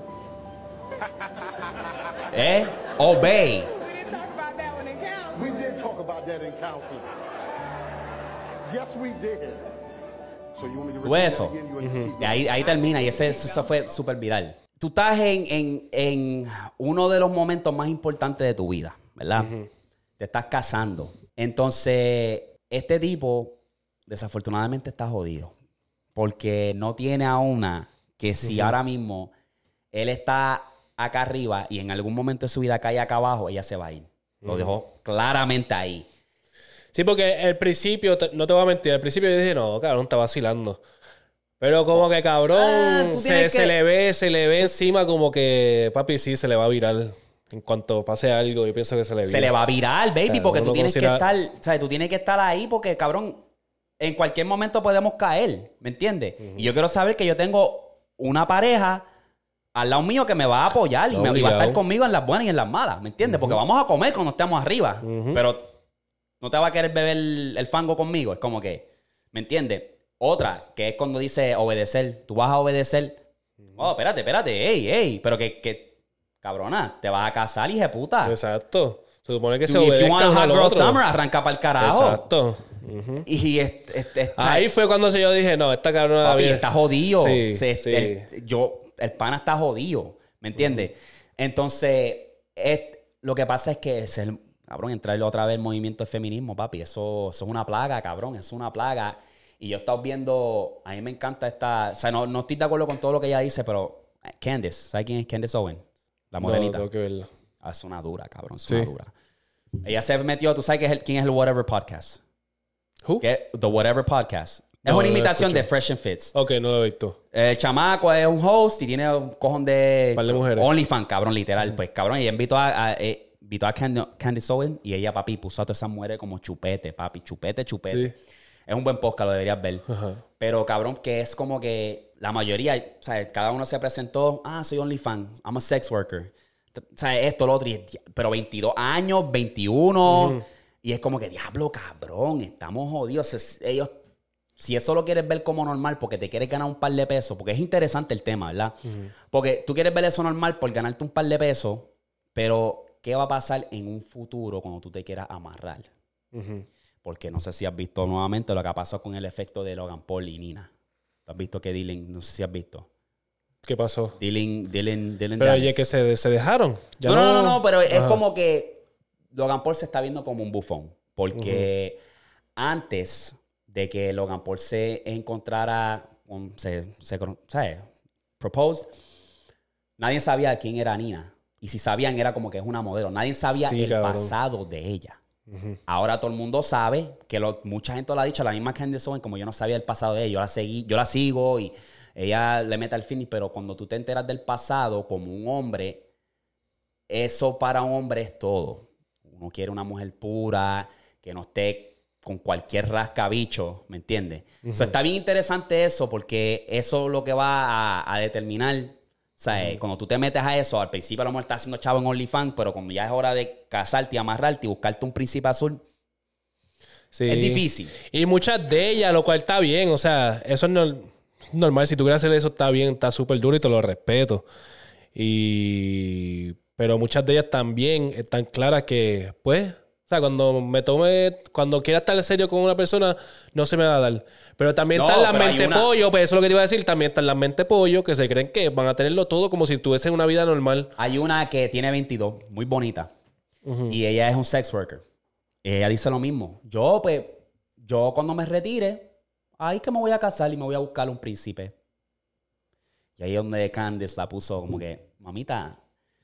Obey. We didn't talk about that one in counseling. We did talk about that in counseling. Yes, we did. So you want me to ¿Tú ves repeat that eso? again? You understand? Y ahí termina y eso fue súper viral. Tú estás en uno de los momentos más importantes de tu vida, ¿verdad? Te estás casando. Entonces, este tipo desafortunadamente está jodido. Porque no tiene a una que si ahora mismo él está acá arriba y en algún momento de su vida cae acá abajo, ella se va a ir. Lo dejó claramente ahí. Sí, porque al principio, no te voy a mentir, al principio yo dije, no, cabrón, está vacilando. Pero como que, cabrón, tú tienes se le ve encima como que, papi, sí, se le va a virar. En cuanto pase algo, yo pienso que se le vira. Se le va a virar, baby, Claro, porque uno tú tienes que considera- estar, ¿sabes? Tú tienes que estar ahí porque, cabrón, en cualquier momento podemos caer, ¿me entiendes? Y yo quiero saber que yo tengo una pareja al lado mío que me va a apoyar y va a estar Obligado. conmigo en las buenas y en las malas, ¿me entiendes? Porque vamos a comer cuando estemos arriba, pero no te va a querer beber el fango conmigo. Es como que, ¿me entiendes? Otra, que es cuando dice obedecer. Tú vas a obedecer. Oh, espérate, ey, pero que cabrona, te vas a casar, hija de puta. Exacto. Se supone que se If you want obedezcan a uno hot al girl otro. summer, arranca para el carajo. Exacto. Y Ahí fue cuando yo dije, no, esta cabrona... papi, bien. está jodido. Sí, sí. El pana está jodido. ¿Me entiendes? Entonces, lo que pasa es que cabrón, entrarle otra vez el movimiento de feminismo, papi. Eso es una plaga, cabrón. Es una plaga. Y yo he estado viendo... A mí me encanta esta... O sea, no estoy de acuerdo con todo lo que ella dice, pero... Candace. ¿Sabes quién es Candace Owen? La No, morenita. tengo que verlo. Es una dura, cabrón. Es Sí. una dura. Ella se metió... ¿Tú sabes quién es el Whatever Podcast? ¿Who? The Whatever Podcast. No, Es una no lo imitación de escucho. Fresh and Fits. Ok, no lo he visto. El chamaco es un host y tiene un cojón de... Par de mujeres. OnlyFans, cabrón, literal. Pues, cabrón, ella invitó a Candace Owen y ella, papi, puso a todas esas mujeres como chupete, papi. Chupete. Sí. Es un buen podcast, lo deberías ver. Ajá. Pero, cabrón, que es como que la mayoría, o sea, cada uno se presentó, soy OnlyFans, I'm a sex worker. O sea, esto, lo otro. Pero 22 años, 21. Y es como que, diablo, cabrón, estamos jodidos. Ellos si eso lo quieres ver como normal porque te quieres ganar un par de pesos, porque es interesante el tema, ¿verdad? Porque tú quieres ver eso normal por ganarte un par de pesos, pero ¿qué va a pasar en un futuro cuando tú te quieras amarrar? Porque no sé si has visto nuevamente lo que ha pasado con el efecto de Logan Paul y Nina. ¿Tú has visto que Dylan, no sé si has visto? ¿Qué pasó? Dylan Pero oye, Dennis. que se dejaron. Ya No, pero es Ajá. como que Logan Paul se está viendo como un bufón. Porque antes de que Logan Paul se encontrara, ¿sabes? Proposed, nadie sabía quién era Nina. Y si sabían, era como que es una modelo. Nadie sabía Sí, el cabrón. pasado de ella. Ahora todo el mundo sabe, que mucha gente lo ha dicho, la misma Candace Owens, como yo no sabía el pasado de ella, yo la sigo y ella le mete al finish, pero cuando tú te enteras del pasado como un hombre, eso para un hombre es todo. Uno quiere una mujer pura, que no esté con cualquier rascabicho, ¿me entiendes? So, está bien interesante eso, porque eso es lo que va a determinar. O sea, cuando tú te metes a eso, al principio a lo mejor estás haciendo chavo en OnlyFans, pero cuando ya es hora de casarte y amarrarte y buscarte un príncipe azul, Sí. es difícil. Y muchas de ellas, lo cual está bien. O sea, eso es normal. Si tú quieres hacer eso, está bien, está súper duro y te lo respeto. Pero muchas de ellas también están claras que, pues, o sea, cuando quiera estar en serio con una persona, no se me va a dar. Pero también No, están las pero hay mente una- pollo, pues eso es lo que te iba a decir. También están las mente pollo que se creen que van a tenerlo todo como si tuviesen una vida normal. Hay una que tiene 22, muy bonita, y ella es un sex worker. Y ella dice lo mismo. Yo cuando me retire, ahí que me voy a casar y me voy a buscar un príncipe. Y ahí es donde Candice la puso como que, mamita,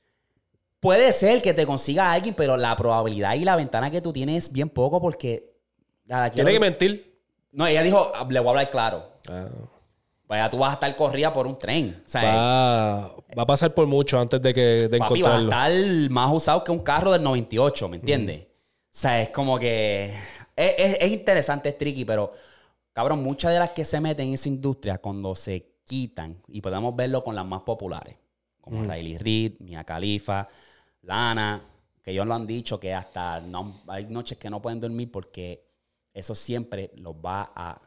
puede ser que te consiga alguien, pero la probabilidad y la ventana que tú tienes es bien poco porque... Tiene que mentir. No, ella dijo, le voy a hablar claro. Ah. Vaya, tú vas a estar corrida por un tren. O sea, Va a pasar por mucho antes de papi, vas a encontrarlo. estar más usado que un carro del 98, ¿me entiendes? O sea, es como que... Es interesante, es tricky, pero... Cabrón, muchas de las que se meten en esa industria, cuando se quitan, y podemos verlo con las más populares, como Riley Reid, Mia Khalifa, Lana, que ellos lo han dicho que hasta hay noches que no pueden dormir porque eso siempre los va a...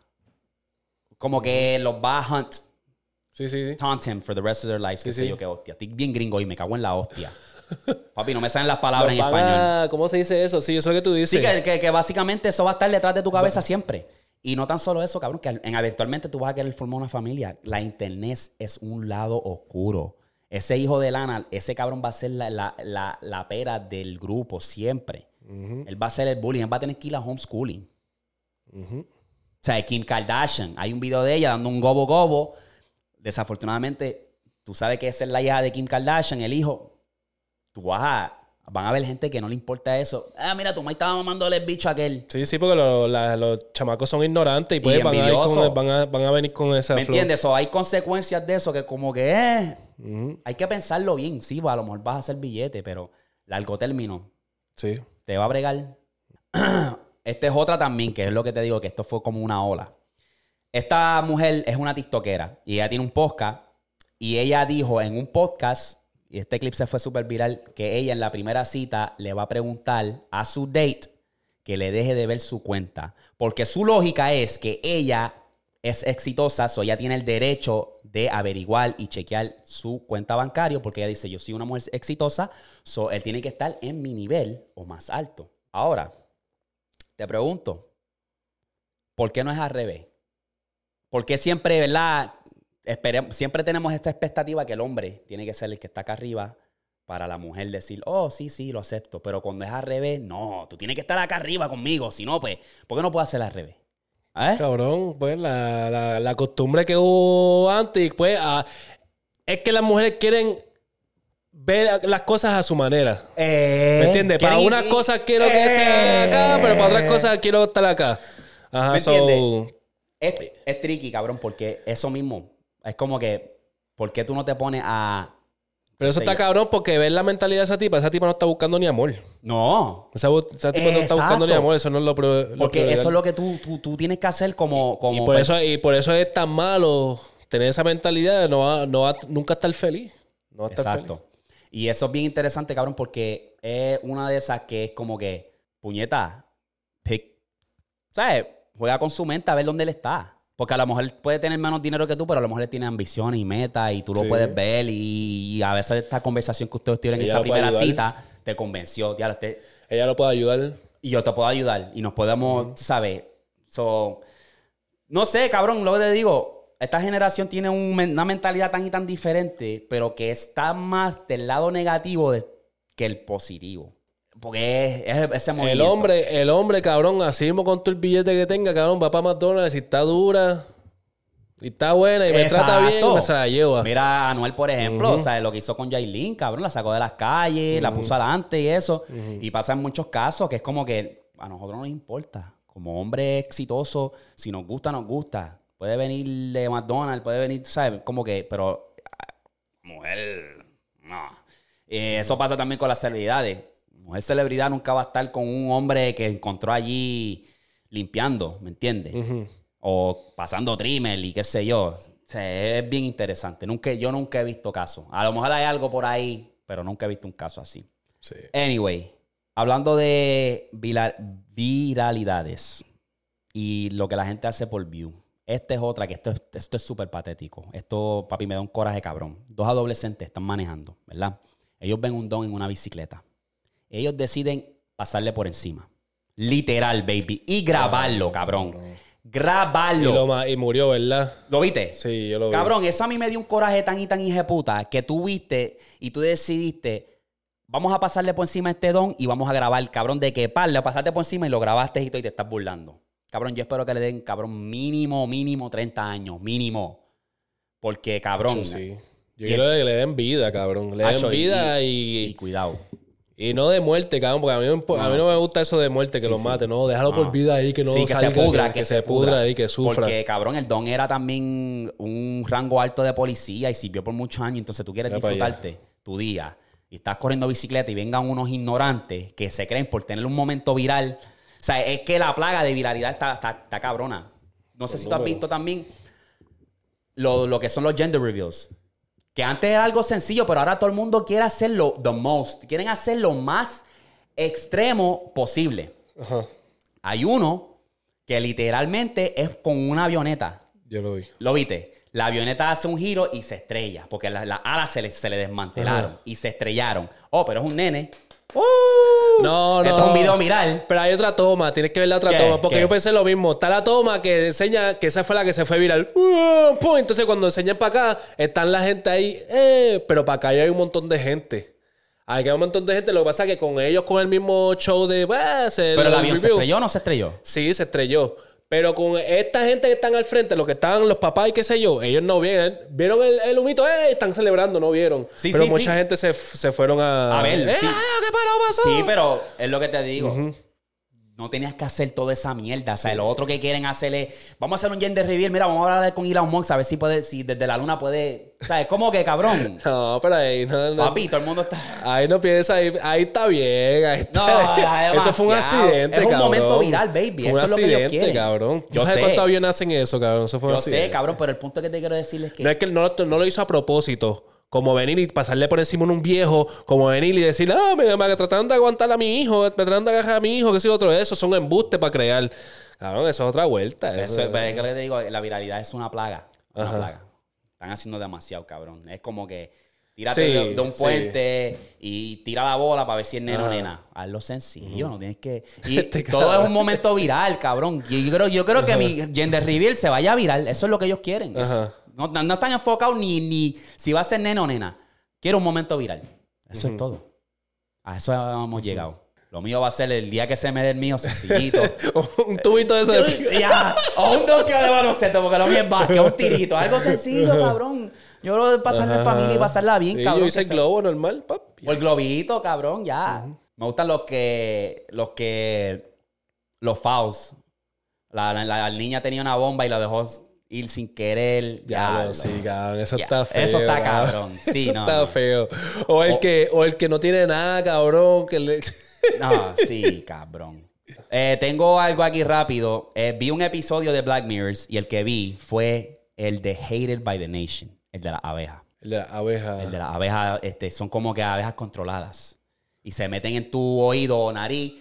Como que los va a hunt. Sí, sí, sí. Taunt him for the rest of their lives. Que Sí, sé sí. yo qué hostia. Estoy bien gringo y me cago en la hostia. Papi, no me salen las palabras en español. ¿Cómo se dice eso? Sí, eso es lo que tú dices. Sí, que básicamente eso va a estar detrás de tu cabeza siempre. Y no tan solo eso, cabrón, que eventualmente tú vas a querer formar una familia. La internet es un lado oscuro. Ese hijo de Lana, ese cabrón va a ser la pera del grupo siempre. Él va a ser el bullying. Él va a tener que ir a homeschooling. O sea, Kim Kardashian. Hay un video de ella dando un gobo. Desafortunadamente, tú sabes que esa es la hija de Kim Kardashian, el hijo. Van a haber gente que no le importa eso. Ah, mira, tu mamá estaba mamándole el bicho a aquel. Sí, sí, porque los chamacos son ignorantes y, pues van envidiosos. a venir con esa ¿Me flow. entiendes? O hay consecuencias de eso que como que hay que pensarlo bien. Sí, a lo mejor vas a hacer billete, pero largo término Sí. te va a bregar. Esta es otra también, que es lo que te digo, que esto fue como una ola. Esta mujer es una tiktokera y ella tiene un podcast y ella dijo en un podcast, y este clip se fue súper viral, que ella en la primera cita le va a preguntar a su date que le deje de ver su cuenta. Porque su lógica es que ella es exitosa, so ella tiene el derecho de averiguar y chequear su cuenta bancaria, porque ella dice, yo soy una mujer exitosa, so él tiene que estar en mi nivel o más alto. Ahora, te pregunto, ¿por qué no es al revés? ¿Por qué siempre, verdad? Siempre tenemos esta expectativa que el hombre tiene que ser el que está acá arriba para la mujer decir, oh, sí, lo acepto. Pero cuando es al revés, no, tú tienes que estar acá arriba conmigo. Si no, pues, ¿por qué no puedo hacer al revés? Cabrón, pues la costumbre que hubo antes, pues, es que las mujeres quieren ver las cosas a su manera. ¿Me entiendes? Para unas cosas quiero que sea acá, pero para otras cosas quiero estar acá. Ajá, ¿Me entiendes? Es tricky, cabrón, porque eso mismo es como que, ¿por qué tú no te pones a... Pero eso está cabrón porque ver la mentalidad de esa tipa no está buscando ni amor. No. Esa tipa no está buscando ni amor, eso no es lo porque eso es lo que tú tienes que hacer como y por eso es tan malo tener esa mentalidad de nunca estar feliz. No va a estar exacto. feliz. Y eso es bien interesante, cabrón, porque es una de esas que es como que, puñeta, ¿sabes? Juega con su mente a ver dónde él está. Porque a lo mejor puede tener menos dinero que tú, pero a lo mejor él tiene ambiciones y metas y tú lo Sí. puedes ver y a veces esta conversación que ustedes tuvieron en Ella esa lo puede primera ayudar. cita te convenció. Ella lo puede ayudar. Y yo te puedo ayudar y nos podemos, tú ¿sabes? No sé, cabrón, lo que te digo, esta generación tiene una mentalidad tan y tan diferente, pero que está más del lado negativo que el positivo. Porque es ese movimiento. El hombre, cabrón, así mismo con todo el billete que tenga, cabrón, va para McDonald's y está dura y está buena y me trata bien y me se la lleva. Mira a Anuel, por ejemplo, o sea, lo que hizo con Yailin, cabrón, la sacó de las calles, la puso adelante y eso. Y pasa en muchos casos que es como que a nosotros no nos importa. Como hombre exitoso, si nos gusta, nos gusta. Puede venir de McDonald's, puede venir, ¿sabes? Como que, pero mujer, no. Eso pasa también con las celebridades. Mujer celebridad nunca va a estar con un hombre que encontró allí limpiando, ¿me entiendes? O pasando trimmer y qué sé yo. O sea, es bien interesante. Yo nunca he visto caso. A lo mejor hay algo por ahí, pero nunca he visto un caso así. Sí. Anyway, hablando de viralidades y lo que la gente hace por view. Esta es otra que esto es súper patético. Esto, papi, me da un coraje cabrón. 2 adolescentes están manejando, ¿verdad? Ellos ven un don en una bicicleta. Ellos deciden pasarle por encima. Literal, baby. Y grabarlo, cabrón. Grabarlo. Y murió, ¿verdad? ¿Lo viste? Sí, yo lo vi. Cabrón, eso a mí me dio un coraje tan y tan hijeputa que tú viste y tú decidiste, vamos a pasarle por encima a este don y vamos a grabar, cabrón, de que le pasaste por encima y lo grabaste y te estás burlando. Cabrón, yo espero que le den, cabrón, mínimo 30 años, mínimo. Porque, cabrón... Sí. Yo quiero que le den vida, cabrón. Le den vida y cuidado. Y no de muerte, cabrón, porque a mí no me gusta eso de muerte, que lo mate. No, déjalo por vida ahí, que no que salga, se pudra, que se pudra ahí, que sufra. Porque, cabrón, el don era también un rango alto de policía y sirvió por muchos años. Entonces tú quieres disfrutarte tu día y estás corriendo bicicleta y vengan unos ignorantes que se creen por tener un momento viral. O sea, es que la plaga de viralidad está cabrona. No sé si tú has visto también lo que son los gender reveals. Que antes era algo sencillo, pero ahora todo el mundo quiere hacerlo the most. Quieren hacer lo más extremo posible. Ajá. Hay uno que literalmente es con una avioneta. Yo lo vi. ¿Lo viste? La avioneta hace un giro y se estrella. Porque las alas se le desmantelaron. Ajá. Y se estrellaron. Oh, pero es un nene. No. Esto es un video viral. Pero hay otra toma, tienes que ver la otra ¿Qué? toma. Porque ¿Qué? yo pensé lo mismo. Está la toma que enseña que esa fue la que se fue viral. ¡Pum! Entonces cuando enseñan para acá, están la gente ahí. Pero para acá hay un montón de gente. Hay un montón de gente. Lo que pasa es que con ellos, con el mismo show de... Pero el avión se estrelló o no se estrelló. Sí, se estrelló. Pero con esta gente que están al frente, los que estaban, los papás y qué sé yo, ellos no vieron. Vieron el humito, están celebrando, no vieron. Sí, pero sí, mucha sí. gente se fueron a ver, sí. ¿qué pasó? Sí, pero es lo que te digo. No tenías que hacer toda esa mierda. O sea, lo otro que quieren hacer es... Vamos a hacer un gender reveal. Mira, vamos a hablar con Elon Musk a ver si desde la luna puede... O sea, es como que, cabrón. No, pero ahí no. Papi, todo el mundo está... Ahí no piensa, ahí está bien. Ahí está. No, Eso fue un demasiado. accidente, Es un cabrón. momento viral, baby. Fue un Eso es lo que ellos accidente, quieren. cabrón. Yo ¿Tú sabes sé. cuántos aviones hacen eso, cabrón? Eso fue un Yo accidente. sé, cabrón, pero el punto que te quiero decir es que... No es que no lo hizo a propósito. Como venir y pasarle por encima a un viejo. Como venir y decir, me trataron de aguantar a mi hijo. Me trataron de agarrar a mi hijo. Que si otro de eso. Son embustes para crear. Cabrón, eso es otra vuelta. Pero es que te digo, la viralidad es una plaga. Una plaga. Están haciendo demasiado, cabrón. Es como que tírate Sí, de un puente y tira la bola para ver si es nena o nena. Hazlo sencillo, no tienes que... Y todo es un momento viral, cabrón. Yo creo que mi gender reveal se vaya viral. Eso es lo que ellos quieren. No están enfocados ni si va a ser nena o nena. Quiero un momento viral. Eso es todo. A eso hemos llegado. Lo mío va a ser el día que se me dé el mío sencillito. Un tubito de eso. Ya. O un donkeo de baloncesto, porque lo mío es básquet, un tirito. Algo sencillo, cabrón. Yo lo de pasarle en familia y pasarla bien, Sí, cabrón. yo hice el globo normal, papi. O el globito, cabrón, ya. Me gustan los fouls. La niña tenía una bomba y la dejó ir sin querer. Sí, cabrón. Eso Ya, está feo. eso está cabrón. Sí, eso no, está no. feo. O el que no tiene nada, cabrón. No, sí, cabrón. Tengo algo aquí rápido. Vi un episodio de Black Mirrors y el que vi fue el de Hated by the Nation. El de las abejas. El de la abeja. El de las abejas son como que abejas controladas. Y se meten en tu oído o nariz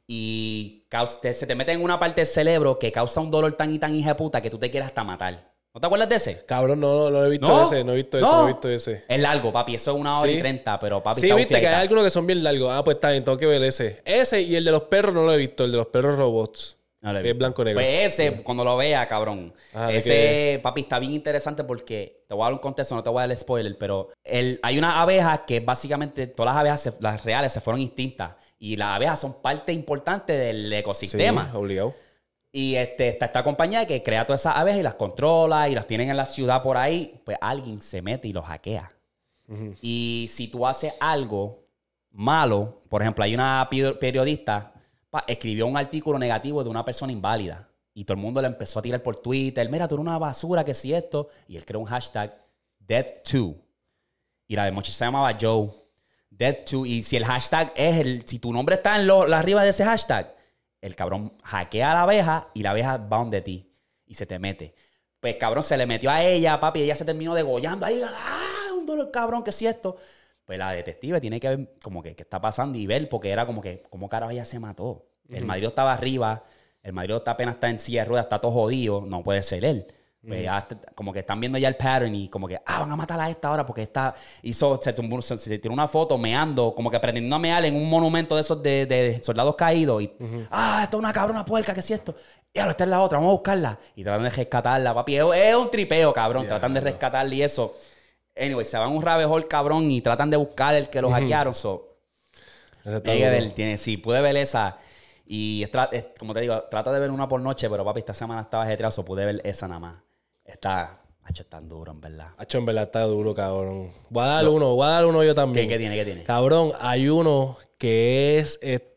y se te mete en una parte del cerebro que causa un dolor tan y tan hijeputa que tú te quieres hasta matar. ¿No te acuerdas de ese? Cabrón, no he visto ¿No? ese, no he visto ese, no he visto ese. Es largo, papi. Eso es 1 hora y Sí. 30, pero papi Sí, está viste que hay bufiadita. algunos que son bien largos. Ah, pues está bien, tengo que ver ese. Ese y el de los perros no lo he visto, el de los perros robots. No lo he Que es visto. blanco-negro. Pues ese, cuando lo vea, cabrón. Ajá, ese, papi, está bien interesante porque te voy a dar un contexto, no te voy a dar el spoiler, pero hay una abeja que básicamente todas las abejas, las reales, se fueron extintas. Y las abejas son parte importante del Sí, ecosistema. obligado. Y está esta compañía que crea todas esas abejas y las controla y las tienen en la ciudad por ahí. Pues alguien se mete y los hackea. Y si tú haces algo malo, por ejemplo, hay una periodista, escribió un artículo negativo de una persona inválida. Y todo el mundo le empezó a tirar por Twitter. Mira, tú eres una basura, que si esto. Y él creó un hashtag, Death2. Y la de Mochi se llamaba Joe. Death2. Y si el hashtag es si tu nombre está en arriba de ese hashtag, el cabrón hackea a la abeja y la abeja va donde ti y se te mete. Pues cabrón, se le metió a ella, papi, y ella se terminó degollando ahí. ¡Ah! Un dolor, cabrón, ¿qué es esto? Pues la detective tiene que ver como que qué está pasando y ver, porque era como que, ¿cómo carajo ella se mató? El marido estaba arriba, el marido apenas está en silla de ruedas, está todo jodido, no puede ser él. Pues ya como que están viendo ya el pattern y como que, van a matar a esta ahora porque se tiró una foto meando, como que aprendiendo a mear en un monumento de esos de soldados caídos. Y, esto es una cabrona puerca, ¿qué es esto? Y ahora esta es la otra, vamos a buscarla. Y tratan de rescatarla, papi. Es un tripeo, cabrón. Tratan de rescatarla y eso. Anyway, se van un rabbit hole, cabrón, y tratan de buscar el que lo hackearon. Ese está Tiene que duro. ver, sí, pude ver esa. Y como te digo, trata de ver una por noche, pero papi, esta semana estaba ajetreado, pude ver esa nada más. Está tan duro, en verdad. Hacho, en verdad está duro, cabrón. Voy a dar uno yo también. ¿Qué tiene? Cabrón, hay uno que es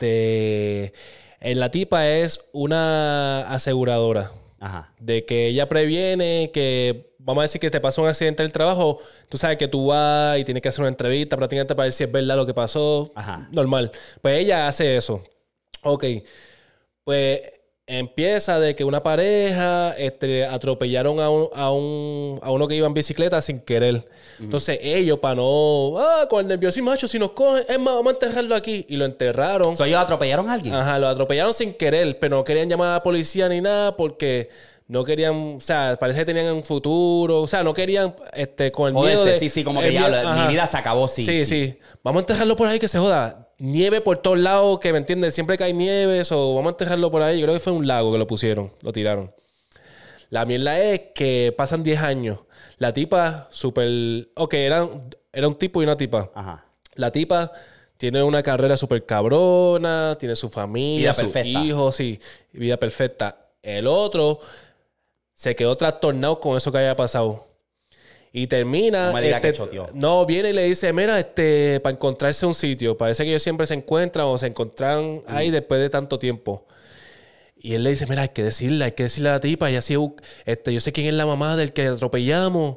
la tipa es una aseguradora. Ajá. De que ella previene que, vamos a decir que te pasó un accidente en el trabajo, tú sabes que tú vas y tienes que hacer una entrevista prácticamente para ver si es verdad lo que pasó. Ajá. Normal. Pues ella hace eso. Ok. Pues empieza de que una pareja atropellaron a uno que iba en bicicleta sin querer. Entonces ellos, para no... con el nerviosismo, macho, si nos cogen, es más, vamos a enterrarlo aquí. Y lo enterraron. ¿Ellos atropellaron a alguien? Ajá, lo atropellaron sin querer, pero no querían llamar a la policía ni nada porque no querían, o sea, parece que tenían un futuro, o sea, no querían con el miedo de... Sí, como que el ya miedo- mi vida se acabó, sí. Sí. Vamos a enterrarlo por ahí que se joda. Nieve por todos lados, que me entiendes, siempre cae nieve, o vamos a enterrarlo por ahí. Yo creo que fue un lago que lo pusieron, lo tiraron. La mierda es que pasan 10 años. La tipa, súper... Ok, era un tipo y una tipa. Ajá. La tipa tiene una carrera súper cabrona, tiene su familia, Vida sus perfecta. hijos, sí, vida perfecta. El otro se quedó trastornado con eso que haya pasado. Y termina... No me digas que choteó. No, viene y le dice, mira, para encontrarse un sitio. Parece que ellos siempre se encuentran o se encuentran ahí después de tanto tiempo. Y él le dice, mira, hay que decirle a la tipa. Y así, yo sé quién es la mamá del que atropellamos.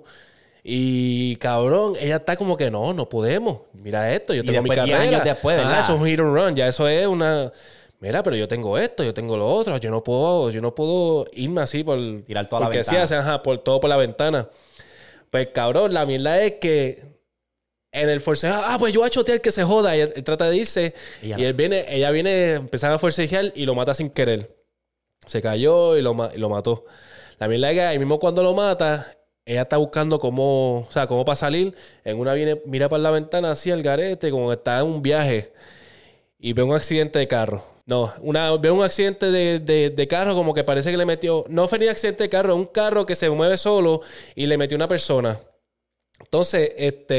Y cabrón, ella está como que no podemos. Mira esto, yo Y tengo mi después, 10 carrera. años después, ¿verdad? Eso es un hit and run, ya eso es una... Mira, pero yo tengo esto, yo tengo lo otro. Yo no puedo irme así por... Tirar toda la porque ventana. sí, por todo por la ventana. Pues cabrón, la mierda es que en el forcejeo, pues yo voy a chotear que se joda. Y él trata de irse. Ella Y ella viene, empezaba a forcejear y lo mata sin querer. Se cayó y lo mató. La mierda es que ahí mismo cuando lo mata, ella está buscando cómo para salir. En una mira para la ventana así al garete, como que está en un viaje. Y ve un accidente de carro. No, ve un accidente de carro como que parece que le metió... No fue ni accidente de carro, es un carro que se mueve solo y le metió una persona. Entonces,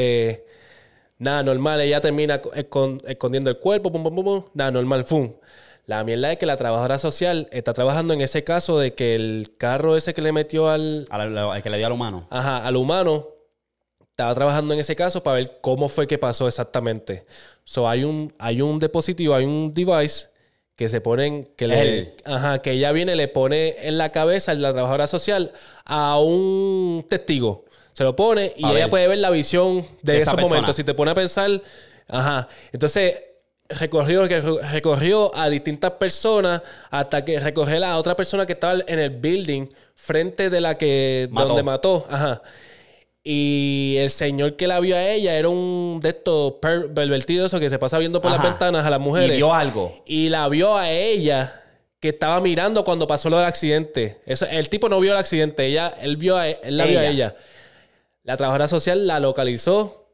nada, normal. Ella termina escondiendo el cuerpo, pum, pum, pum, pum. Nada, normal, fum. La mierda es que la trabajadora social está trabajando en ese caso de que el carro ese que le metió al que le dio al humano. al humano, estaba trabajando en ese caso para ver cómo fue que pasó exactamente. Hay un dispositivo, hay un device que se ponen, que ella viene, le pone en la cabeza la trabajadora social a un testigo. Se lo pone y ella puede ver la visión de esa esos persona. momentos. Si te pone a pensar, entonces recorrió a distintas personas hasta que recogió a la otra persona que estaba en el building frente de la que Mató. donde mató. Y el señor que la vio a ella era un de estos pervertidos, eso que se pasa viendo por las Ajá. ventanas a las mujeres. Y vio algo. Y la vio a ella que estaba mirando cuando pasó lo del accidente. Eso, el tipo no vio el accidente, él la vio a ella. La trabajadora social la localizó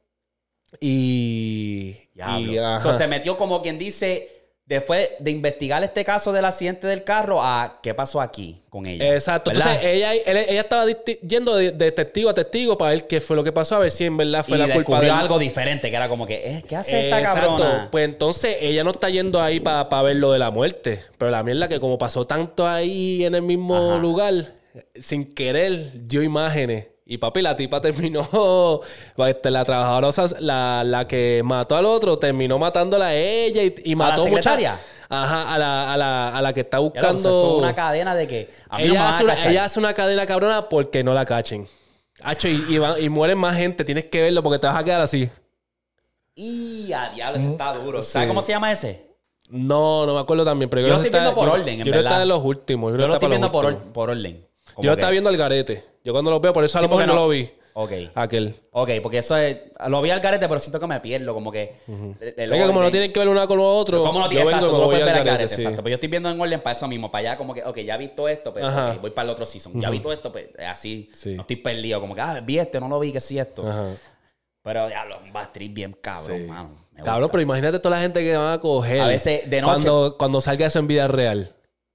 y Diablo. ajá. So, se metió como quien dice, después de investigar este caso del accidente del carro, a qué pasó aquí con ella. Exacto. ¿verdad? Entonces ella estaba yendo de testigo a testigo para ver qué fue lo que pasó, a ver si en verdad fue y la culpa descubrió de algo diferente, que era como que, ¿qué hace esta Exacto. cabrona? Pues entonces ella no está yendo ahí para ver lo de la muerte. Pero la mierda que como pasó tanto ahí en el mismo Ajá. lugar, sin querer dio imágenes. Y papi, la tipa terminó, la trabajadora, o sea, la que mató al otro, terminó matándola a ella y mató la secretaria? mucha. Ajá, a la que está Ya lo, buscando. eso es una cadena de que a mí no me van a cachar. Ella hace una cadena cabrona porque no la cachen. Hacho, y mueren más gente, tienes que verlo porque te vas a quedar así. Y a diablo, ese está duro. Sí. ¿Sabes cómo se llama ese? No me acuerdo también. Pero Yo lo estoy viendo por orden, en Yo no verdad. estaba en los últimos. Yo lo estoy viendo por orden. Como Yo lo que- estaba viendo al garete. Yo cuando lo veo, por eso a Sí, lo mejor porque no lo vi. Ok. Aquel. Ok, porque eso es... Lo vi al garete, pero siento que me pierdo. Como que... Es que como no tienen que ver una con lo otro. ¿Cómo no yo tiene? Exacto, vengo y tú me lo voy puedes ver al garete, garete, sí. exacto. Pero yo estoy viendo en orden para eso mismo. Para allá como que, ok, ya vi todo esto, pero Ajá. ok, voy para el otro season. Ya vi todo esto, pues así. Sí. No estoy perdido. Como que, vi este, no lo vi, que sí esto. Ajá. Pero ya lo va a trip bien cabrón, Sí. mano. Me Cabrón, gusta. pero imagínate toda la gente que van a coger. A veces, de noche- Cuando salga eso en vida real.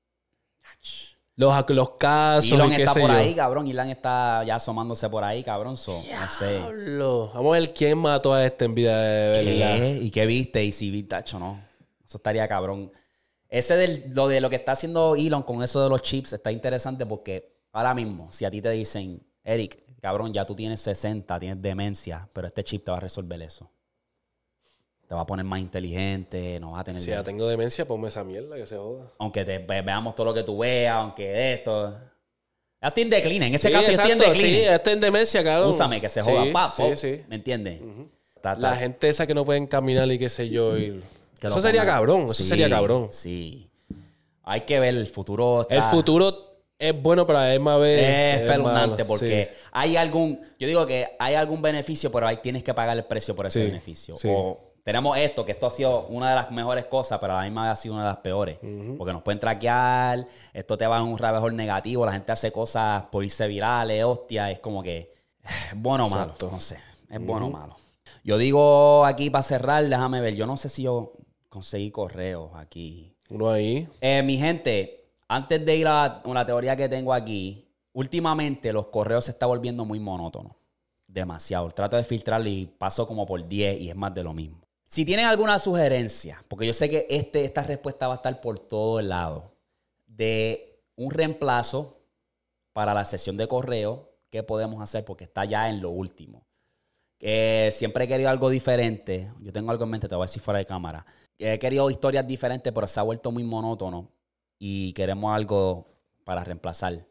Los casos Elon y qué está sé por yo. ahí, cabrón. Elon está ya asomándose por ahí, cabrón. No sé. Diablo. Vamos a ver quién mató a este en vida de verdad. ¿Qué? ¿Y qué viste? Y si vi, tacho, no. Eso estaría cabrón. Ese lo que está haciendo Elon con eso de los chips está interesante porque ahora mismo, si a ti te dicen, Eric, cabrón, ya tú tienes 60, tienes demencia, pero este chip te va a resolver eso. Te va a poner más inteligente, no vas a tener... Si ya tengo demencia, ponme esa mierda que se joda. Aunque veamos todo lo que tú veas, aunque esto... Ya estoy en decline. En ese Sí, caso yo estoy en exacto, decline. Sí, estoy en demencia, cabrón. Úsame, que se joda. Sí, Pa, sí, po. sí. ¿Me entiendes? La gente esa que no pueden caminar y qué sé yo. Que lo Eso sería pongan. cabrón. Eso Sí, sería cabrón. Sí. Hay que ver el futuro. El futuro es bueno, pero a la misma vez es espeluznante malo. porque Sí. hay algún... Yo digo que hay algún beneficio, pero ahí tienes que pagar el precio por ese Sí, beneficio. sí. O tenemos esto, que esto ha sido una de las mejores cosas, pero a la misma vez ha sido una de las peores. Porque nos pueden traquear, esto te va en un rabejón negativo, la gente hace cosas por irse virales, hostia, es como que... ¿Es bueno o malo? Exacto. No sé. Es bueno o malo. Yo digo aquí para cerrar, déjame ver. Yo no sé si yo conseguí correos aquí. Uno ahí. Mi gente, antes de ir a una teoría que tengo aquí, últimamente los correos se están volviendo muy monótonos. Demasiado. Trato de filtrarlo y paso como por 10 y es más de lo mismo. Si tienen alguna sugerencia, porque yo sé que esta respuesta va a estar por todo el lado, de un reemplazo para la sesión de correo, ¿qué podemos hacer? Porque está ya en lo último. Siempre he querido algo diferente. Yo tengo algo en mente, te voy a decir fuera de cámara. He querido historias diferentes, pero se ha vuelto muy monótono y queremos algo para reemplazar.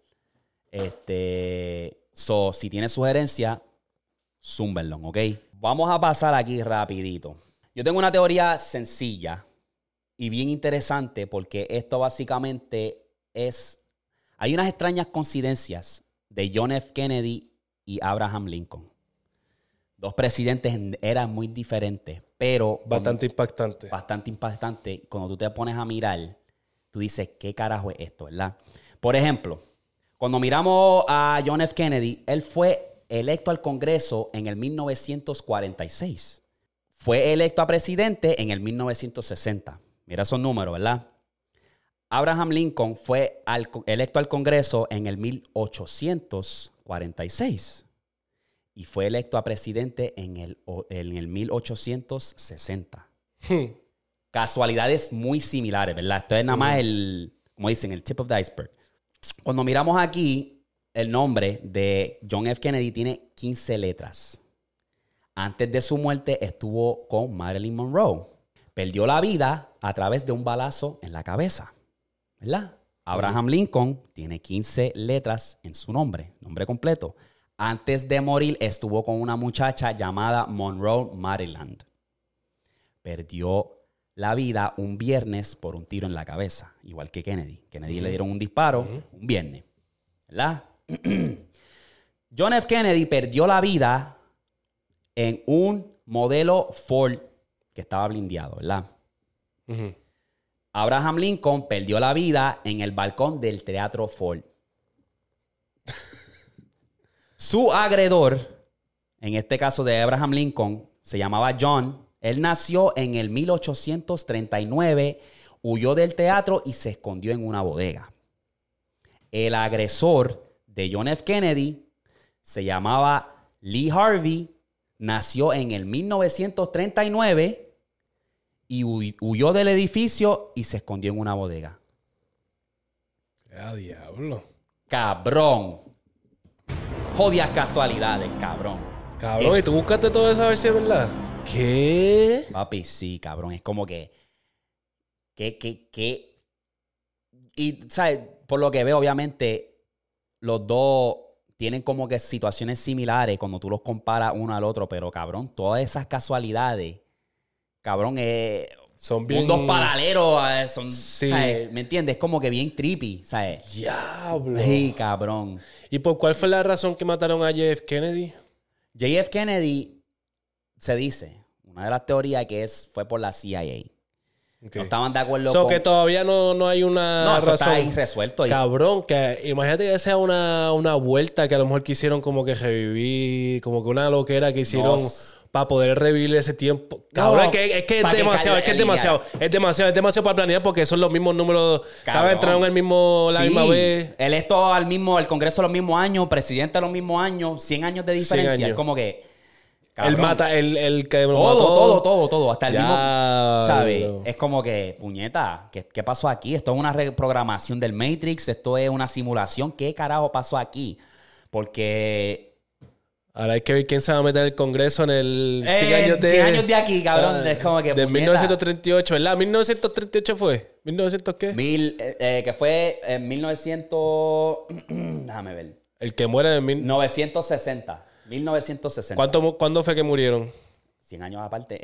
Si tienes sugerencia, zúmbenlo, ¿ok? Vamos a pasar aquí rapidito. Yo tengo una teoría sencilla y bien interesante porque esto básicamente es... Hay unas extrañas coincidencias de John F. Kennedy y Abraham Lincoln. Dos presidentes en eras muy diferentes, pero... Bastante impactante. Bastante impactante. Cuando tú te pones a mirar, tú dices, ¿qué carajo es esto, verdad? Por ejemplo, cuando miramos a John F. Kennedy, él fue electo al Congreso en el 1946. Fue electo a presidente en el 1960. Mira esos números, ¿verdad? Abraham Lincoln fue electo al Congreso en el 1846. Y fue electo a presidente en el 1860. Casualidades muy similares, ¿verdad? Esto es nada más como dicen, el tip of the iceberg. Cuando miramos aquí, el nombre de John F. Kennedy tiene 15 letras. Antes de su muerte estuvo con Marilyn Monroe. Perdió la vida a través de un balazo en la cabeza, ¿verdad? Abraham Lincoln tiene 15 letras en su nombre completo. Antes de morir estuvo con una muchacha llamada Monroe Maryland. Perdió la vida un viernes por un tiro en la cabeza, igual que Kennedy. Kennedy le dieron un disparo un viernes, ¿verdad? John F. Kennedy perdió la vida en un modelo Ford que estaba blindeado, ¿verdad? Ujú. Abraham Lincoln perdió la vida en el balcón del Teatro Ford. Su agredor, en este caso de Abraham Lincoln, se llamaba John. Él nació en el 1839, huyó del teatro y se escondió en una bodega. El agresor de John F. Kennedy se llamaba Lee Harvey, nació en el 1939 y huyó del edificio y se escondió en una bodega. ¡Ah, diablo! Cabrón. Jodidas casualidades, cabrón. Cabrón, ¿Qué? ¿y tú buscaste todo eso a ver si es verdad? ¿Qué? Papi, sí, cabrón. Es como que... Y, ¿sabes? Por lo que veo, obviamente, los dos tienen como que situaciones similares cuando tú los comparas uno al otro. Pero, cabrón, todas esas casualidades, cabrón, Son bien... mundos paralelos. Son, Sí. ¿sabes? ¿Me entiendes? Es como que bien trippy, ¿sabes? ¡Diablo! Sí, cabrón. ¿Y por cuál fue la razón que mataron a JF Kennedy? JF Kennedy, se dice, una de las teorías fue por la CIA. Ok. No estaban de acuerdo So con... que todavía no hay una No, eso razón. está ahí resuelto. Cabrón, que imagínate que sea una vuelta que a lo mejor quisieron como que revivir, como que una loquera que hicieron No. para poder revivir ese tiempo. Cabrón, No, es que es para que demasiado, caiga es que es el demasiado, es demasiado para planear porque son los mismos números. Cada vez entraron la Sí, misma vez. Él es todo el Congreso los mismos años, presidente los mismos años, 100 años de 100 diferencia. años. Es como que... Él cabrón, mata, el que lo mató. todo. Hasta el Ya, mismo... ¿Sabes? bro. Es como que, puñeta, ¿qué pasó aquí? Esto es una reprogramación del Matrix. Esto es una simulación. ¿Qué carajo pasó aquí? Porque... Ahora hay que ver quién se va a meter en el Congreso en el 100 años de... 100 años de aquí, cabrón. Es como que, de puñeta. 1938, ¿verdad? ¿1938 fue? ¿1900 qué? Que fue en 1900... Déjame ver. El que muere en 1960. 1960. ¿Cuándo fue que murieron? 100 años aparte.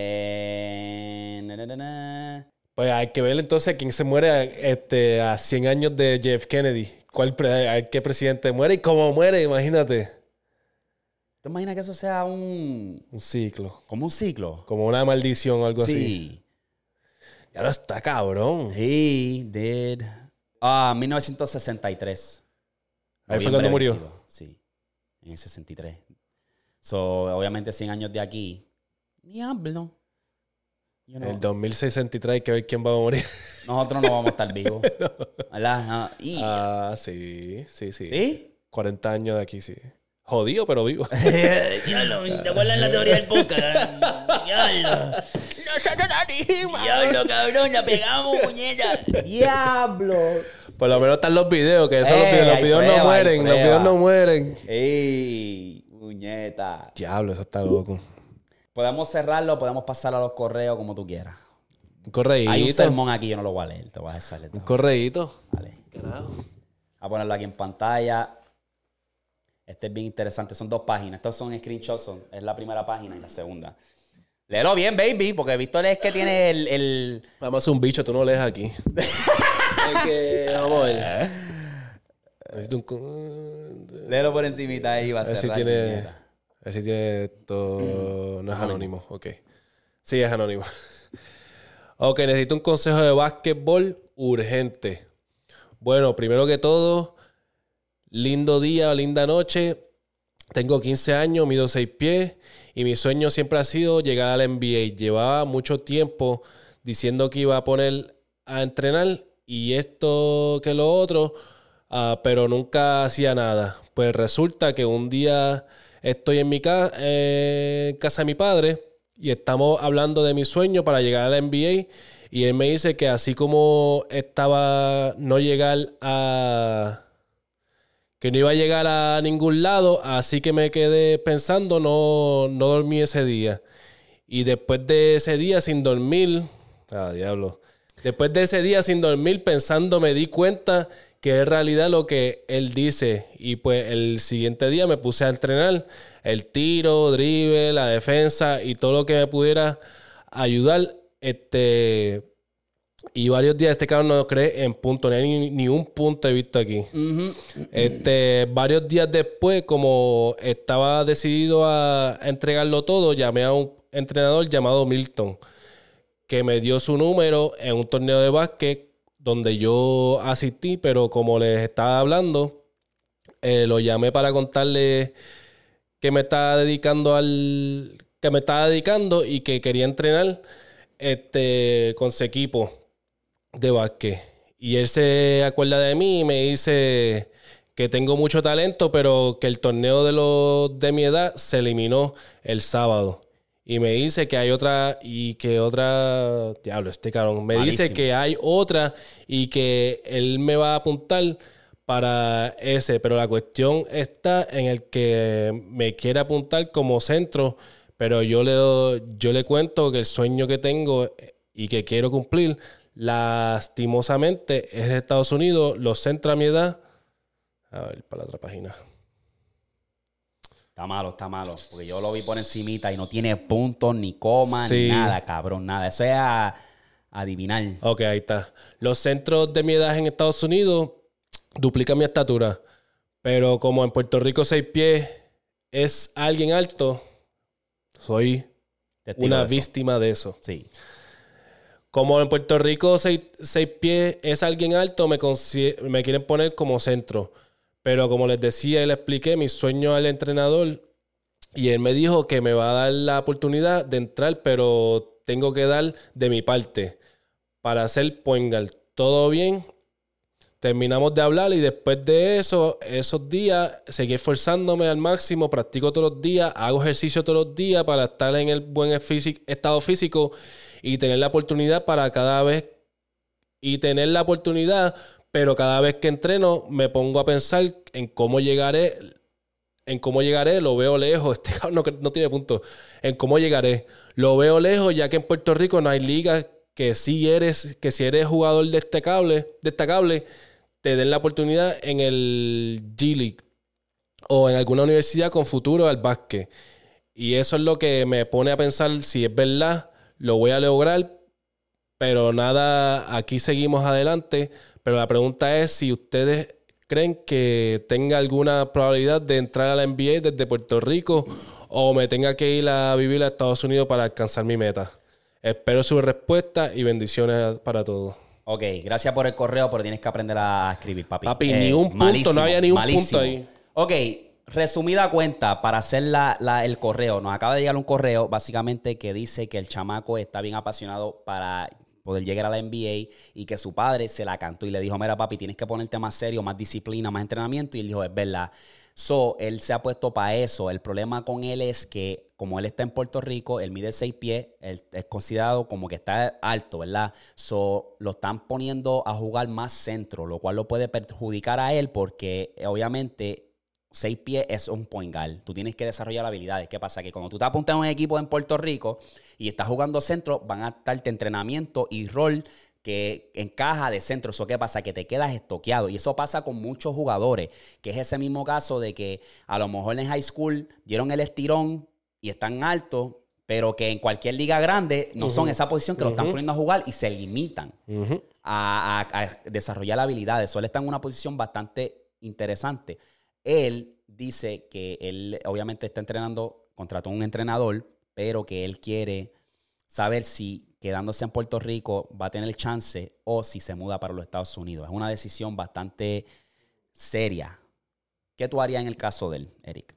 Pues hay que ver entonces quién se muere a 100 años de JF Kennedy. ¿Qué presidente muere y cómo muere? Imagínate. ¿Te imaginas que eso sea Un ciclo. como un ciclo? Como una maldición o algo así. Sí. Ya lo está, cabrón. He did. 1963. Ahí fue Noviembre cuando murió. 22. Sí. En el 63. So, obviamente 100 años de aquí. Diablo. You know, En el 2063 hay que ver quién va a morir. nosotros no vamos a estar vivos. ¿Verdad? No. Y- Sí. ¿Sí? 40 años de aquí, sí. Jodido, pero vivo. Diablo, ¿te acuerdas la teoría del podcast? Diablo. Nosotros la dijimos. Diablo, cabrón, la pegamos, puñeta. Diablo. Por lo menos están los videos, que esos Ey, los hay videos prueba, no mueren. hay Los prueba. videos no mueren. Ey, puñeta. Diablo, eso está loco. Podemos cerrarlo, podemos pasar a los correos como tú quieras. Un correíto. Hay un sermón aquí, yo no lo voy a leer, te voy a dejar. Un correíto. Vale. A ponerlo aquí en pantalla. Este es bien interesante. Son 2 páginas. Estos son screenshots. Es la primera página y la segunda. Léelo bien, baby, porque Víctor es que tiene el... Vamos a hacer un bicho, tú no lees aquí. Es que, vamos a ver. Necesito un... Léelo por encimita ahí, va a A ver ser si tiene... A ver si tiene esto... No es anónimo. Ok. Sí, es anónimo. Ok, necesito un consejo de básquetbol urgente. Bueno, primero que todo, lindo día, linda noche. Tengo 15 años, mido 6 pies y mi sueño siempre ha sido llegar a la NBA. Llevaba mucho tiempo diciendo que iba a poner a entrenar y esto que lo otro, pero nunca hacía nada. Pues resulta que un día estoy en mi casa de mi padre y estamos hablando de mi sueño para llegar a la NBA y él me dice que así como estaba no llegar a... que no iba a llegar a ningún lado, así que me quedé pensando, no dormí ese día. Y después de ese día sin dormir, diablo. Después de ese día sin dormir pensando me di cuenta que es realidad lo que él dice. Y pues el siguiente día me puse a entrenar el tiro, drible, la defensa y todo lo que me pudiera ayudar. Y varios días este cabrón no cree en punto, ni un punto he visto aquí. Varios días después, como estaba decidido a entregarlo todo, llamé a un entrenador llamado Milton, que me dio su número en un torneo de básquet donde yo asistí, pero como les estaba hablando, lo llamé para contarle que me estaba dedicando y que quería entrenar con su equipo de básquet. Y él se acuerda de mí y me dice que tengo mucho talento, pero que el torneo de los de mi edad se eliminó el sábado. Y me dice que hay otra diablo, este cabrón. Me Malísimo. dice que hay otra y que él me va a apuntar para ese. Pero la cuestión está en el que me quiere apuntar como centro, pero yo le cuento que el sueño que tengo y que quiero cumplir, lastimosamente, es de Estados Unidos. Los centros a mi edad... A ver, para la otra página. Está malo. Porque yo lo vi por encimita y no tiene puntos, ni coma, Sí. ni nada, cabrón, nada. Eso es a adivinar. Ok, ahí está. Los centros de mi edad en Estados Unidos duplican mi estatura. Pero como en Puerto Rico 6 pies es alguien alto, soy Testigo una de eso. víctima de eso. Sí. Como en Puerto Rico 6 pies es alguien alto, me quieren poner como centro. Pero como les decía y les expliqué mi sueño al entrenador, y él me dijo que me va a dar la oportunidad de entrar, pero tengo que dar de mi parte para hacer point guard. Todo bien. Terminamos de hablar y después de eso, esos días, seguí esforzándome al máximo, practico todos los días, hago ejercicio todos los días para estar en el buen estado físico y tener la oportunidad pero cada vez que entreno me pongo a pensar en cómo llegaré, lo veo lejos, este cabrón no tiene punto, en cómo llegaré, lo veo lejos, ya que en Puerto Rico no hay ligas que si eres jugador destacable, te den la oportunidad en el G League o en alguna universidad con futuro al básquet. Y eso es lo que me pone a pensar si es verdad, lo voy a lograr, pero nada, aquí seguimos adelante. Pero la pregunta es si ustedes creen que tenga alguna probabilidad de entrar a la NBA desde Puerto Rico o me tenga que ir a vivir a Estados Unidos para alcanzar mi meta. Espero su respuesta y bendiciones para todos. Ok, gracias por el correo, pero tienes que aprender a escribir, papi. Papi, ni un punto, no había ni un punto ahí. Ok, resumida cuenta, para hacer el correo, nos acaba de llegar un correo básicamente que dice que el chamaco está bien apasionado para poder llegar a la NBA y que su padre se la cantó y le dijo, mira papi, tienes que ponerte más serio, más disciplina, más entrenamiento. Y él dijo, es verdad. Él se ha puesto para eso. El problema con él es que como él está en Puerto Rico, él mide 6 pies, él es considerado como que está alto, ¿verdad? Lo están poniendo a jugar más centro, lo cual lo puede perjudicar a él porque obviamente 6 pies es un point guard. Tú tienes que desarrollar habilidades. ¿Qué pasa? Que cuando tú te apuntas a un equipo en Puerto Rico y estás jugando centro, van a darte entrenamiento y rol que encaja de centro. ¿Eso qué pasa? Que te quedas estoqueado. Y eso pasa con muchos jugadores, que es ese mismo caso de que a lo mejor en high school dieron el estirón y están altos, pero que en cualquier liga grande no son esa posición que lo están poniendo a jugar y se limitan a desarrollar habilidades. Él está en una posición bastante interesante. Él dice que él obviamente está entrenando, contrató a un entrenador, pero que él quiere saber si quedándose en Puerto Rico va a tener chance o si se muda para los Estados Unidos. Es una decisión bastante seria. ¿Qué tú harías en el caso de él, Eric?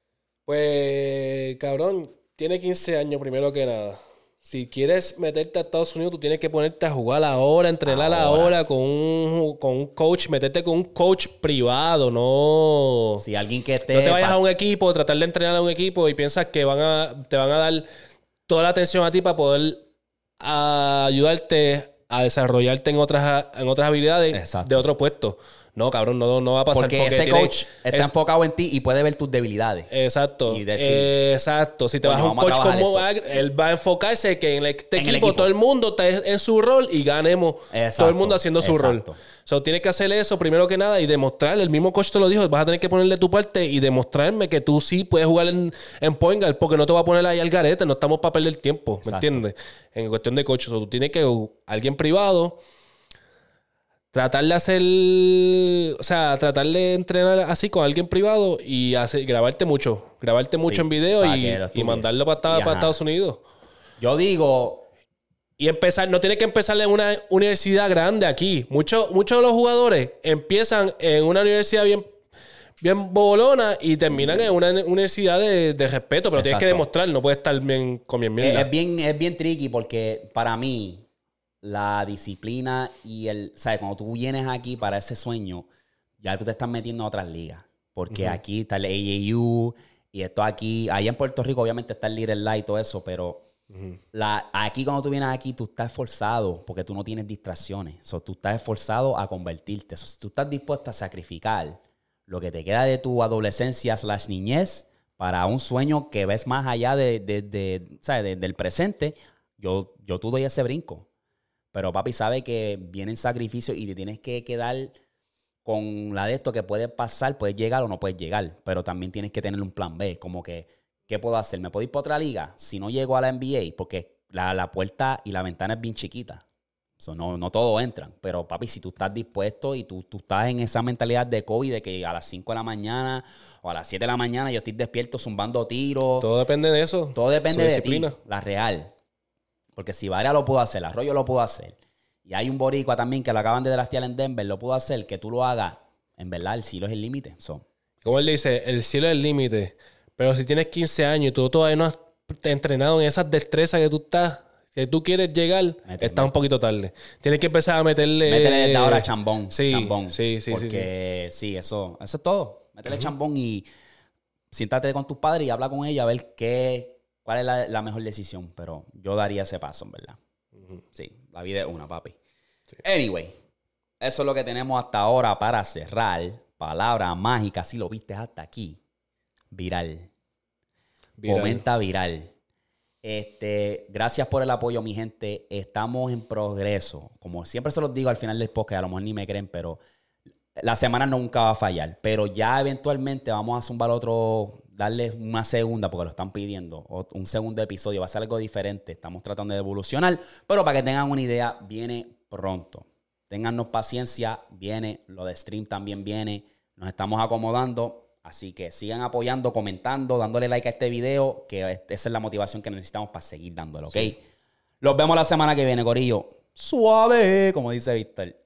Pues, cabrón, tiene 15 años primero que nada. Si quieres meterte a Estados Unidos, tú tienes que ponerte a jugar ahora, entrenar ahora con un coach, meterte con un coach privado, no... Si alguien que esté... No te vayas a un equipo, tratar de entrenar a un equipo y piensas que te van a dar toda la atención a ti para poder ayudarte a desarrollarte en otras habilidades. Exacto. De otro puesto. No, cabrón, no va a pasar. Porque ese tiene- coach está enfocado en ti y puede ver tus debilidades. Exacto. Y decir, Exacto. Si te vas a coño, un vamos a coach trabajar como esto. Agri, él va a enfocarse que en este En el equipo equipo. todo el mundo está en su rol y ganemos Exacto, todo el mundo haciendo su exacto. rol. So, tienes que hacer eso primero que nada y demostrar. El mismo coach te lo dijo. Vas a tener que ponerle tu parte y demostrarme que tú sí puedes jugar en point guard porque no te va a poner ahí al garete. No estamos para perder tiempo. ¿Me Exacto. entiendes? En cuestión de coach. So, tú tienes que alguien privado. Tratar de hacer, o sea, tratar de entrenar así con alguien privado y grabarte mucho Sí, en video para y, que lo y estudies. mandarlo para Y, ajá. Estados Unidos. Yo digo, Y empezar, no tienes que empezar en una universidad grande aquí. Muchos de los jugadores empiezan en una universidad bien bolona y terminan en una universidad de respeto, pero tienes que Exacto. demostrar, no puedes estar bien comiendo mierda. es bien tricky porque para mí la disciplina y ¿sabes? Cuando tú vienes aquí para ese sueño, ya tú te estás metiendo a otras ligas. Porque aquí está el AAU y esto aquí, allá en Puerto Rico obviamente está el Little Light y todo eso, pero aquí cuando tú vienes aquí tú estás esforzado porque tú no tienes distracciones. So, tú estás esforzado a convertirte. So, si tú estás dispuesto a sacrificar lo que te queda de tu adolescencia / niñez para un sueño que ves más allá ¿sabes? Del presente, yo tú doy ese brinco. Pero papi sabe que vienen sacrificios y te tienes que quedar con la de esto que puede pasar, puedes llegar o no puedes llegar. Pero también tienes que tener un plan B. Como que, ¿qué puedo hacer? ¿Me puedo ir para otra liga? Si no llego a la NBA, porque la puerta y la ventana es bien chiquita. So, no todos entran. Pero papi, si tú estás dispuesto y tú estás en esa mentalidad de COVID, de que a las 5 de la mañana o a las 7 de la mañana yo estoy despierto zumbando tiros. Todo depende de eso. Todo depende Su de disciplina. ti, la real. Porque si Varea lo pudo hacer, Arroyo lo pudo hacer, y hay un boricua también que lo acaban de draftear en Denver, lo pudo hacer, que tú lo hagas, en verdad, el cielo es el límite. So, Como él dice, el cielo es el límite. Pero si tienes 15 años y tú todavía no has entrenado en esas destrezas que tú quieres llegar, está un poquito tarde. Tienes que empezar a meterle... métele desde ahora chambón. Sí, chambón. sí. Porque sí, eso es todo. Métele chambón y siéntate con tus padres y habla con ella a ver cuál es la mejor decisión. Pero yo daría ese paso, en verdad. Sí, la vida es una, papi. Anyway, eso es lo que tenemos hasta ahora para cerrar. Palabra mágica, si lo viste hasta aquí. Viral. Comenta viral. Gracias por el apoyo, mi gente. Estamos en progreso. Como siempre se los digo al final del podcast, a lo mejor ni me creen, pero la semana nunca va a fallar. Pero ya eventualmente vamos a zumbar darles una segunda, porque lo están pidiendo, un segundo episodio. Va a ser algo diferente. Estamos tratando de evolucionar, pero para que tengan una idea, viene pronto. Téngannos paciencia, viene. Lo de stream también viene. Nos estamos acomodando. Así que sigan apoyando, comentando, dándole like a este video, que esa es la motivación que necesitamos para seguir dándole, ¿ok? Sí. Los vemos la semana que viene, corillo. Suave, como dice Víctor.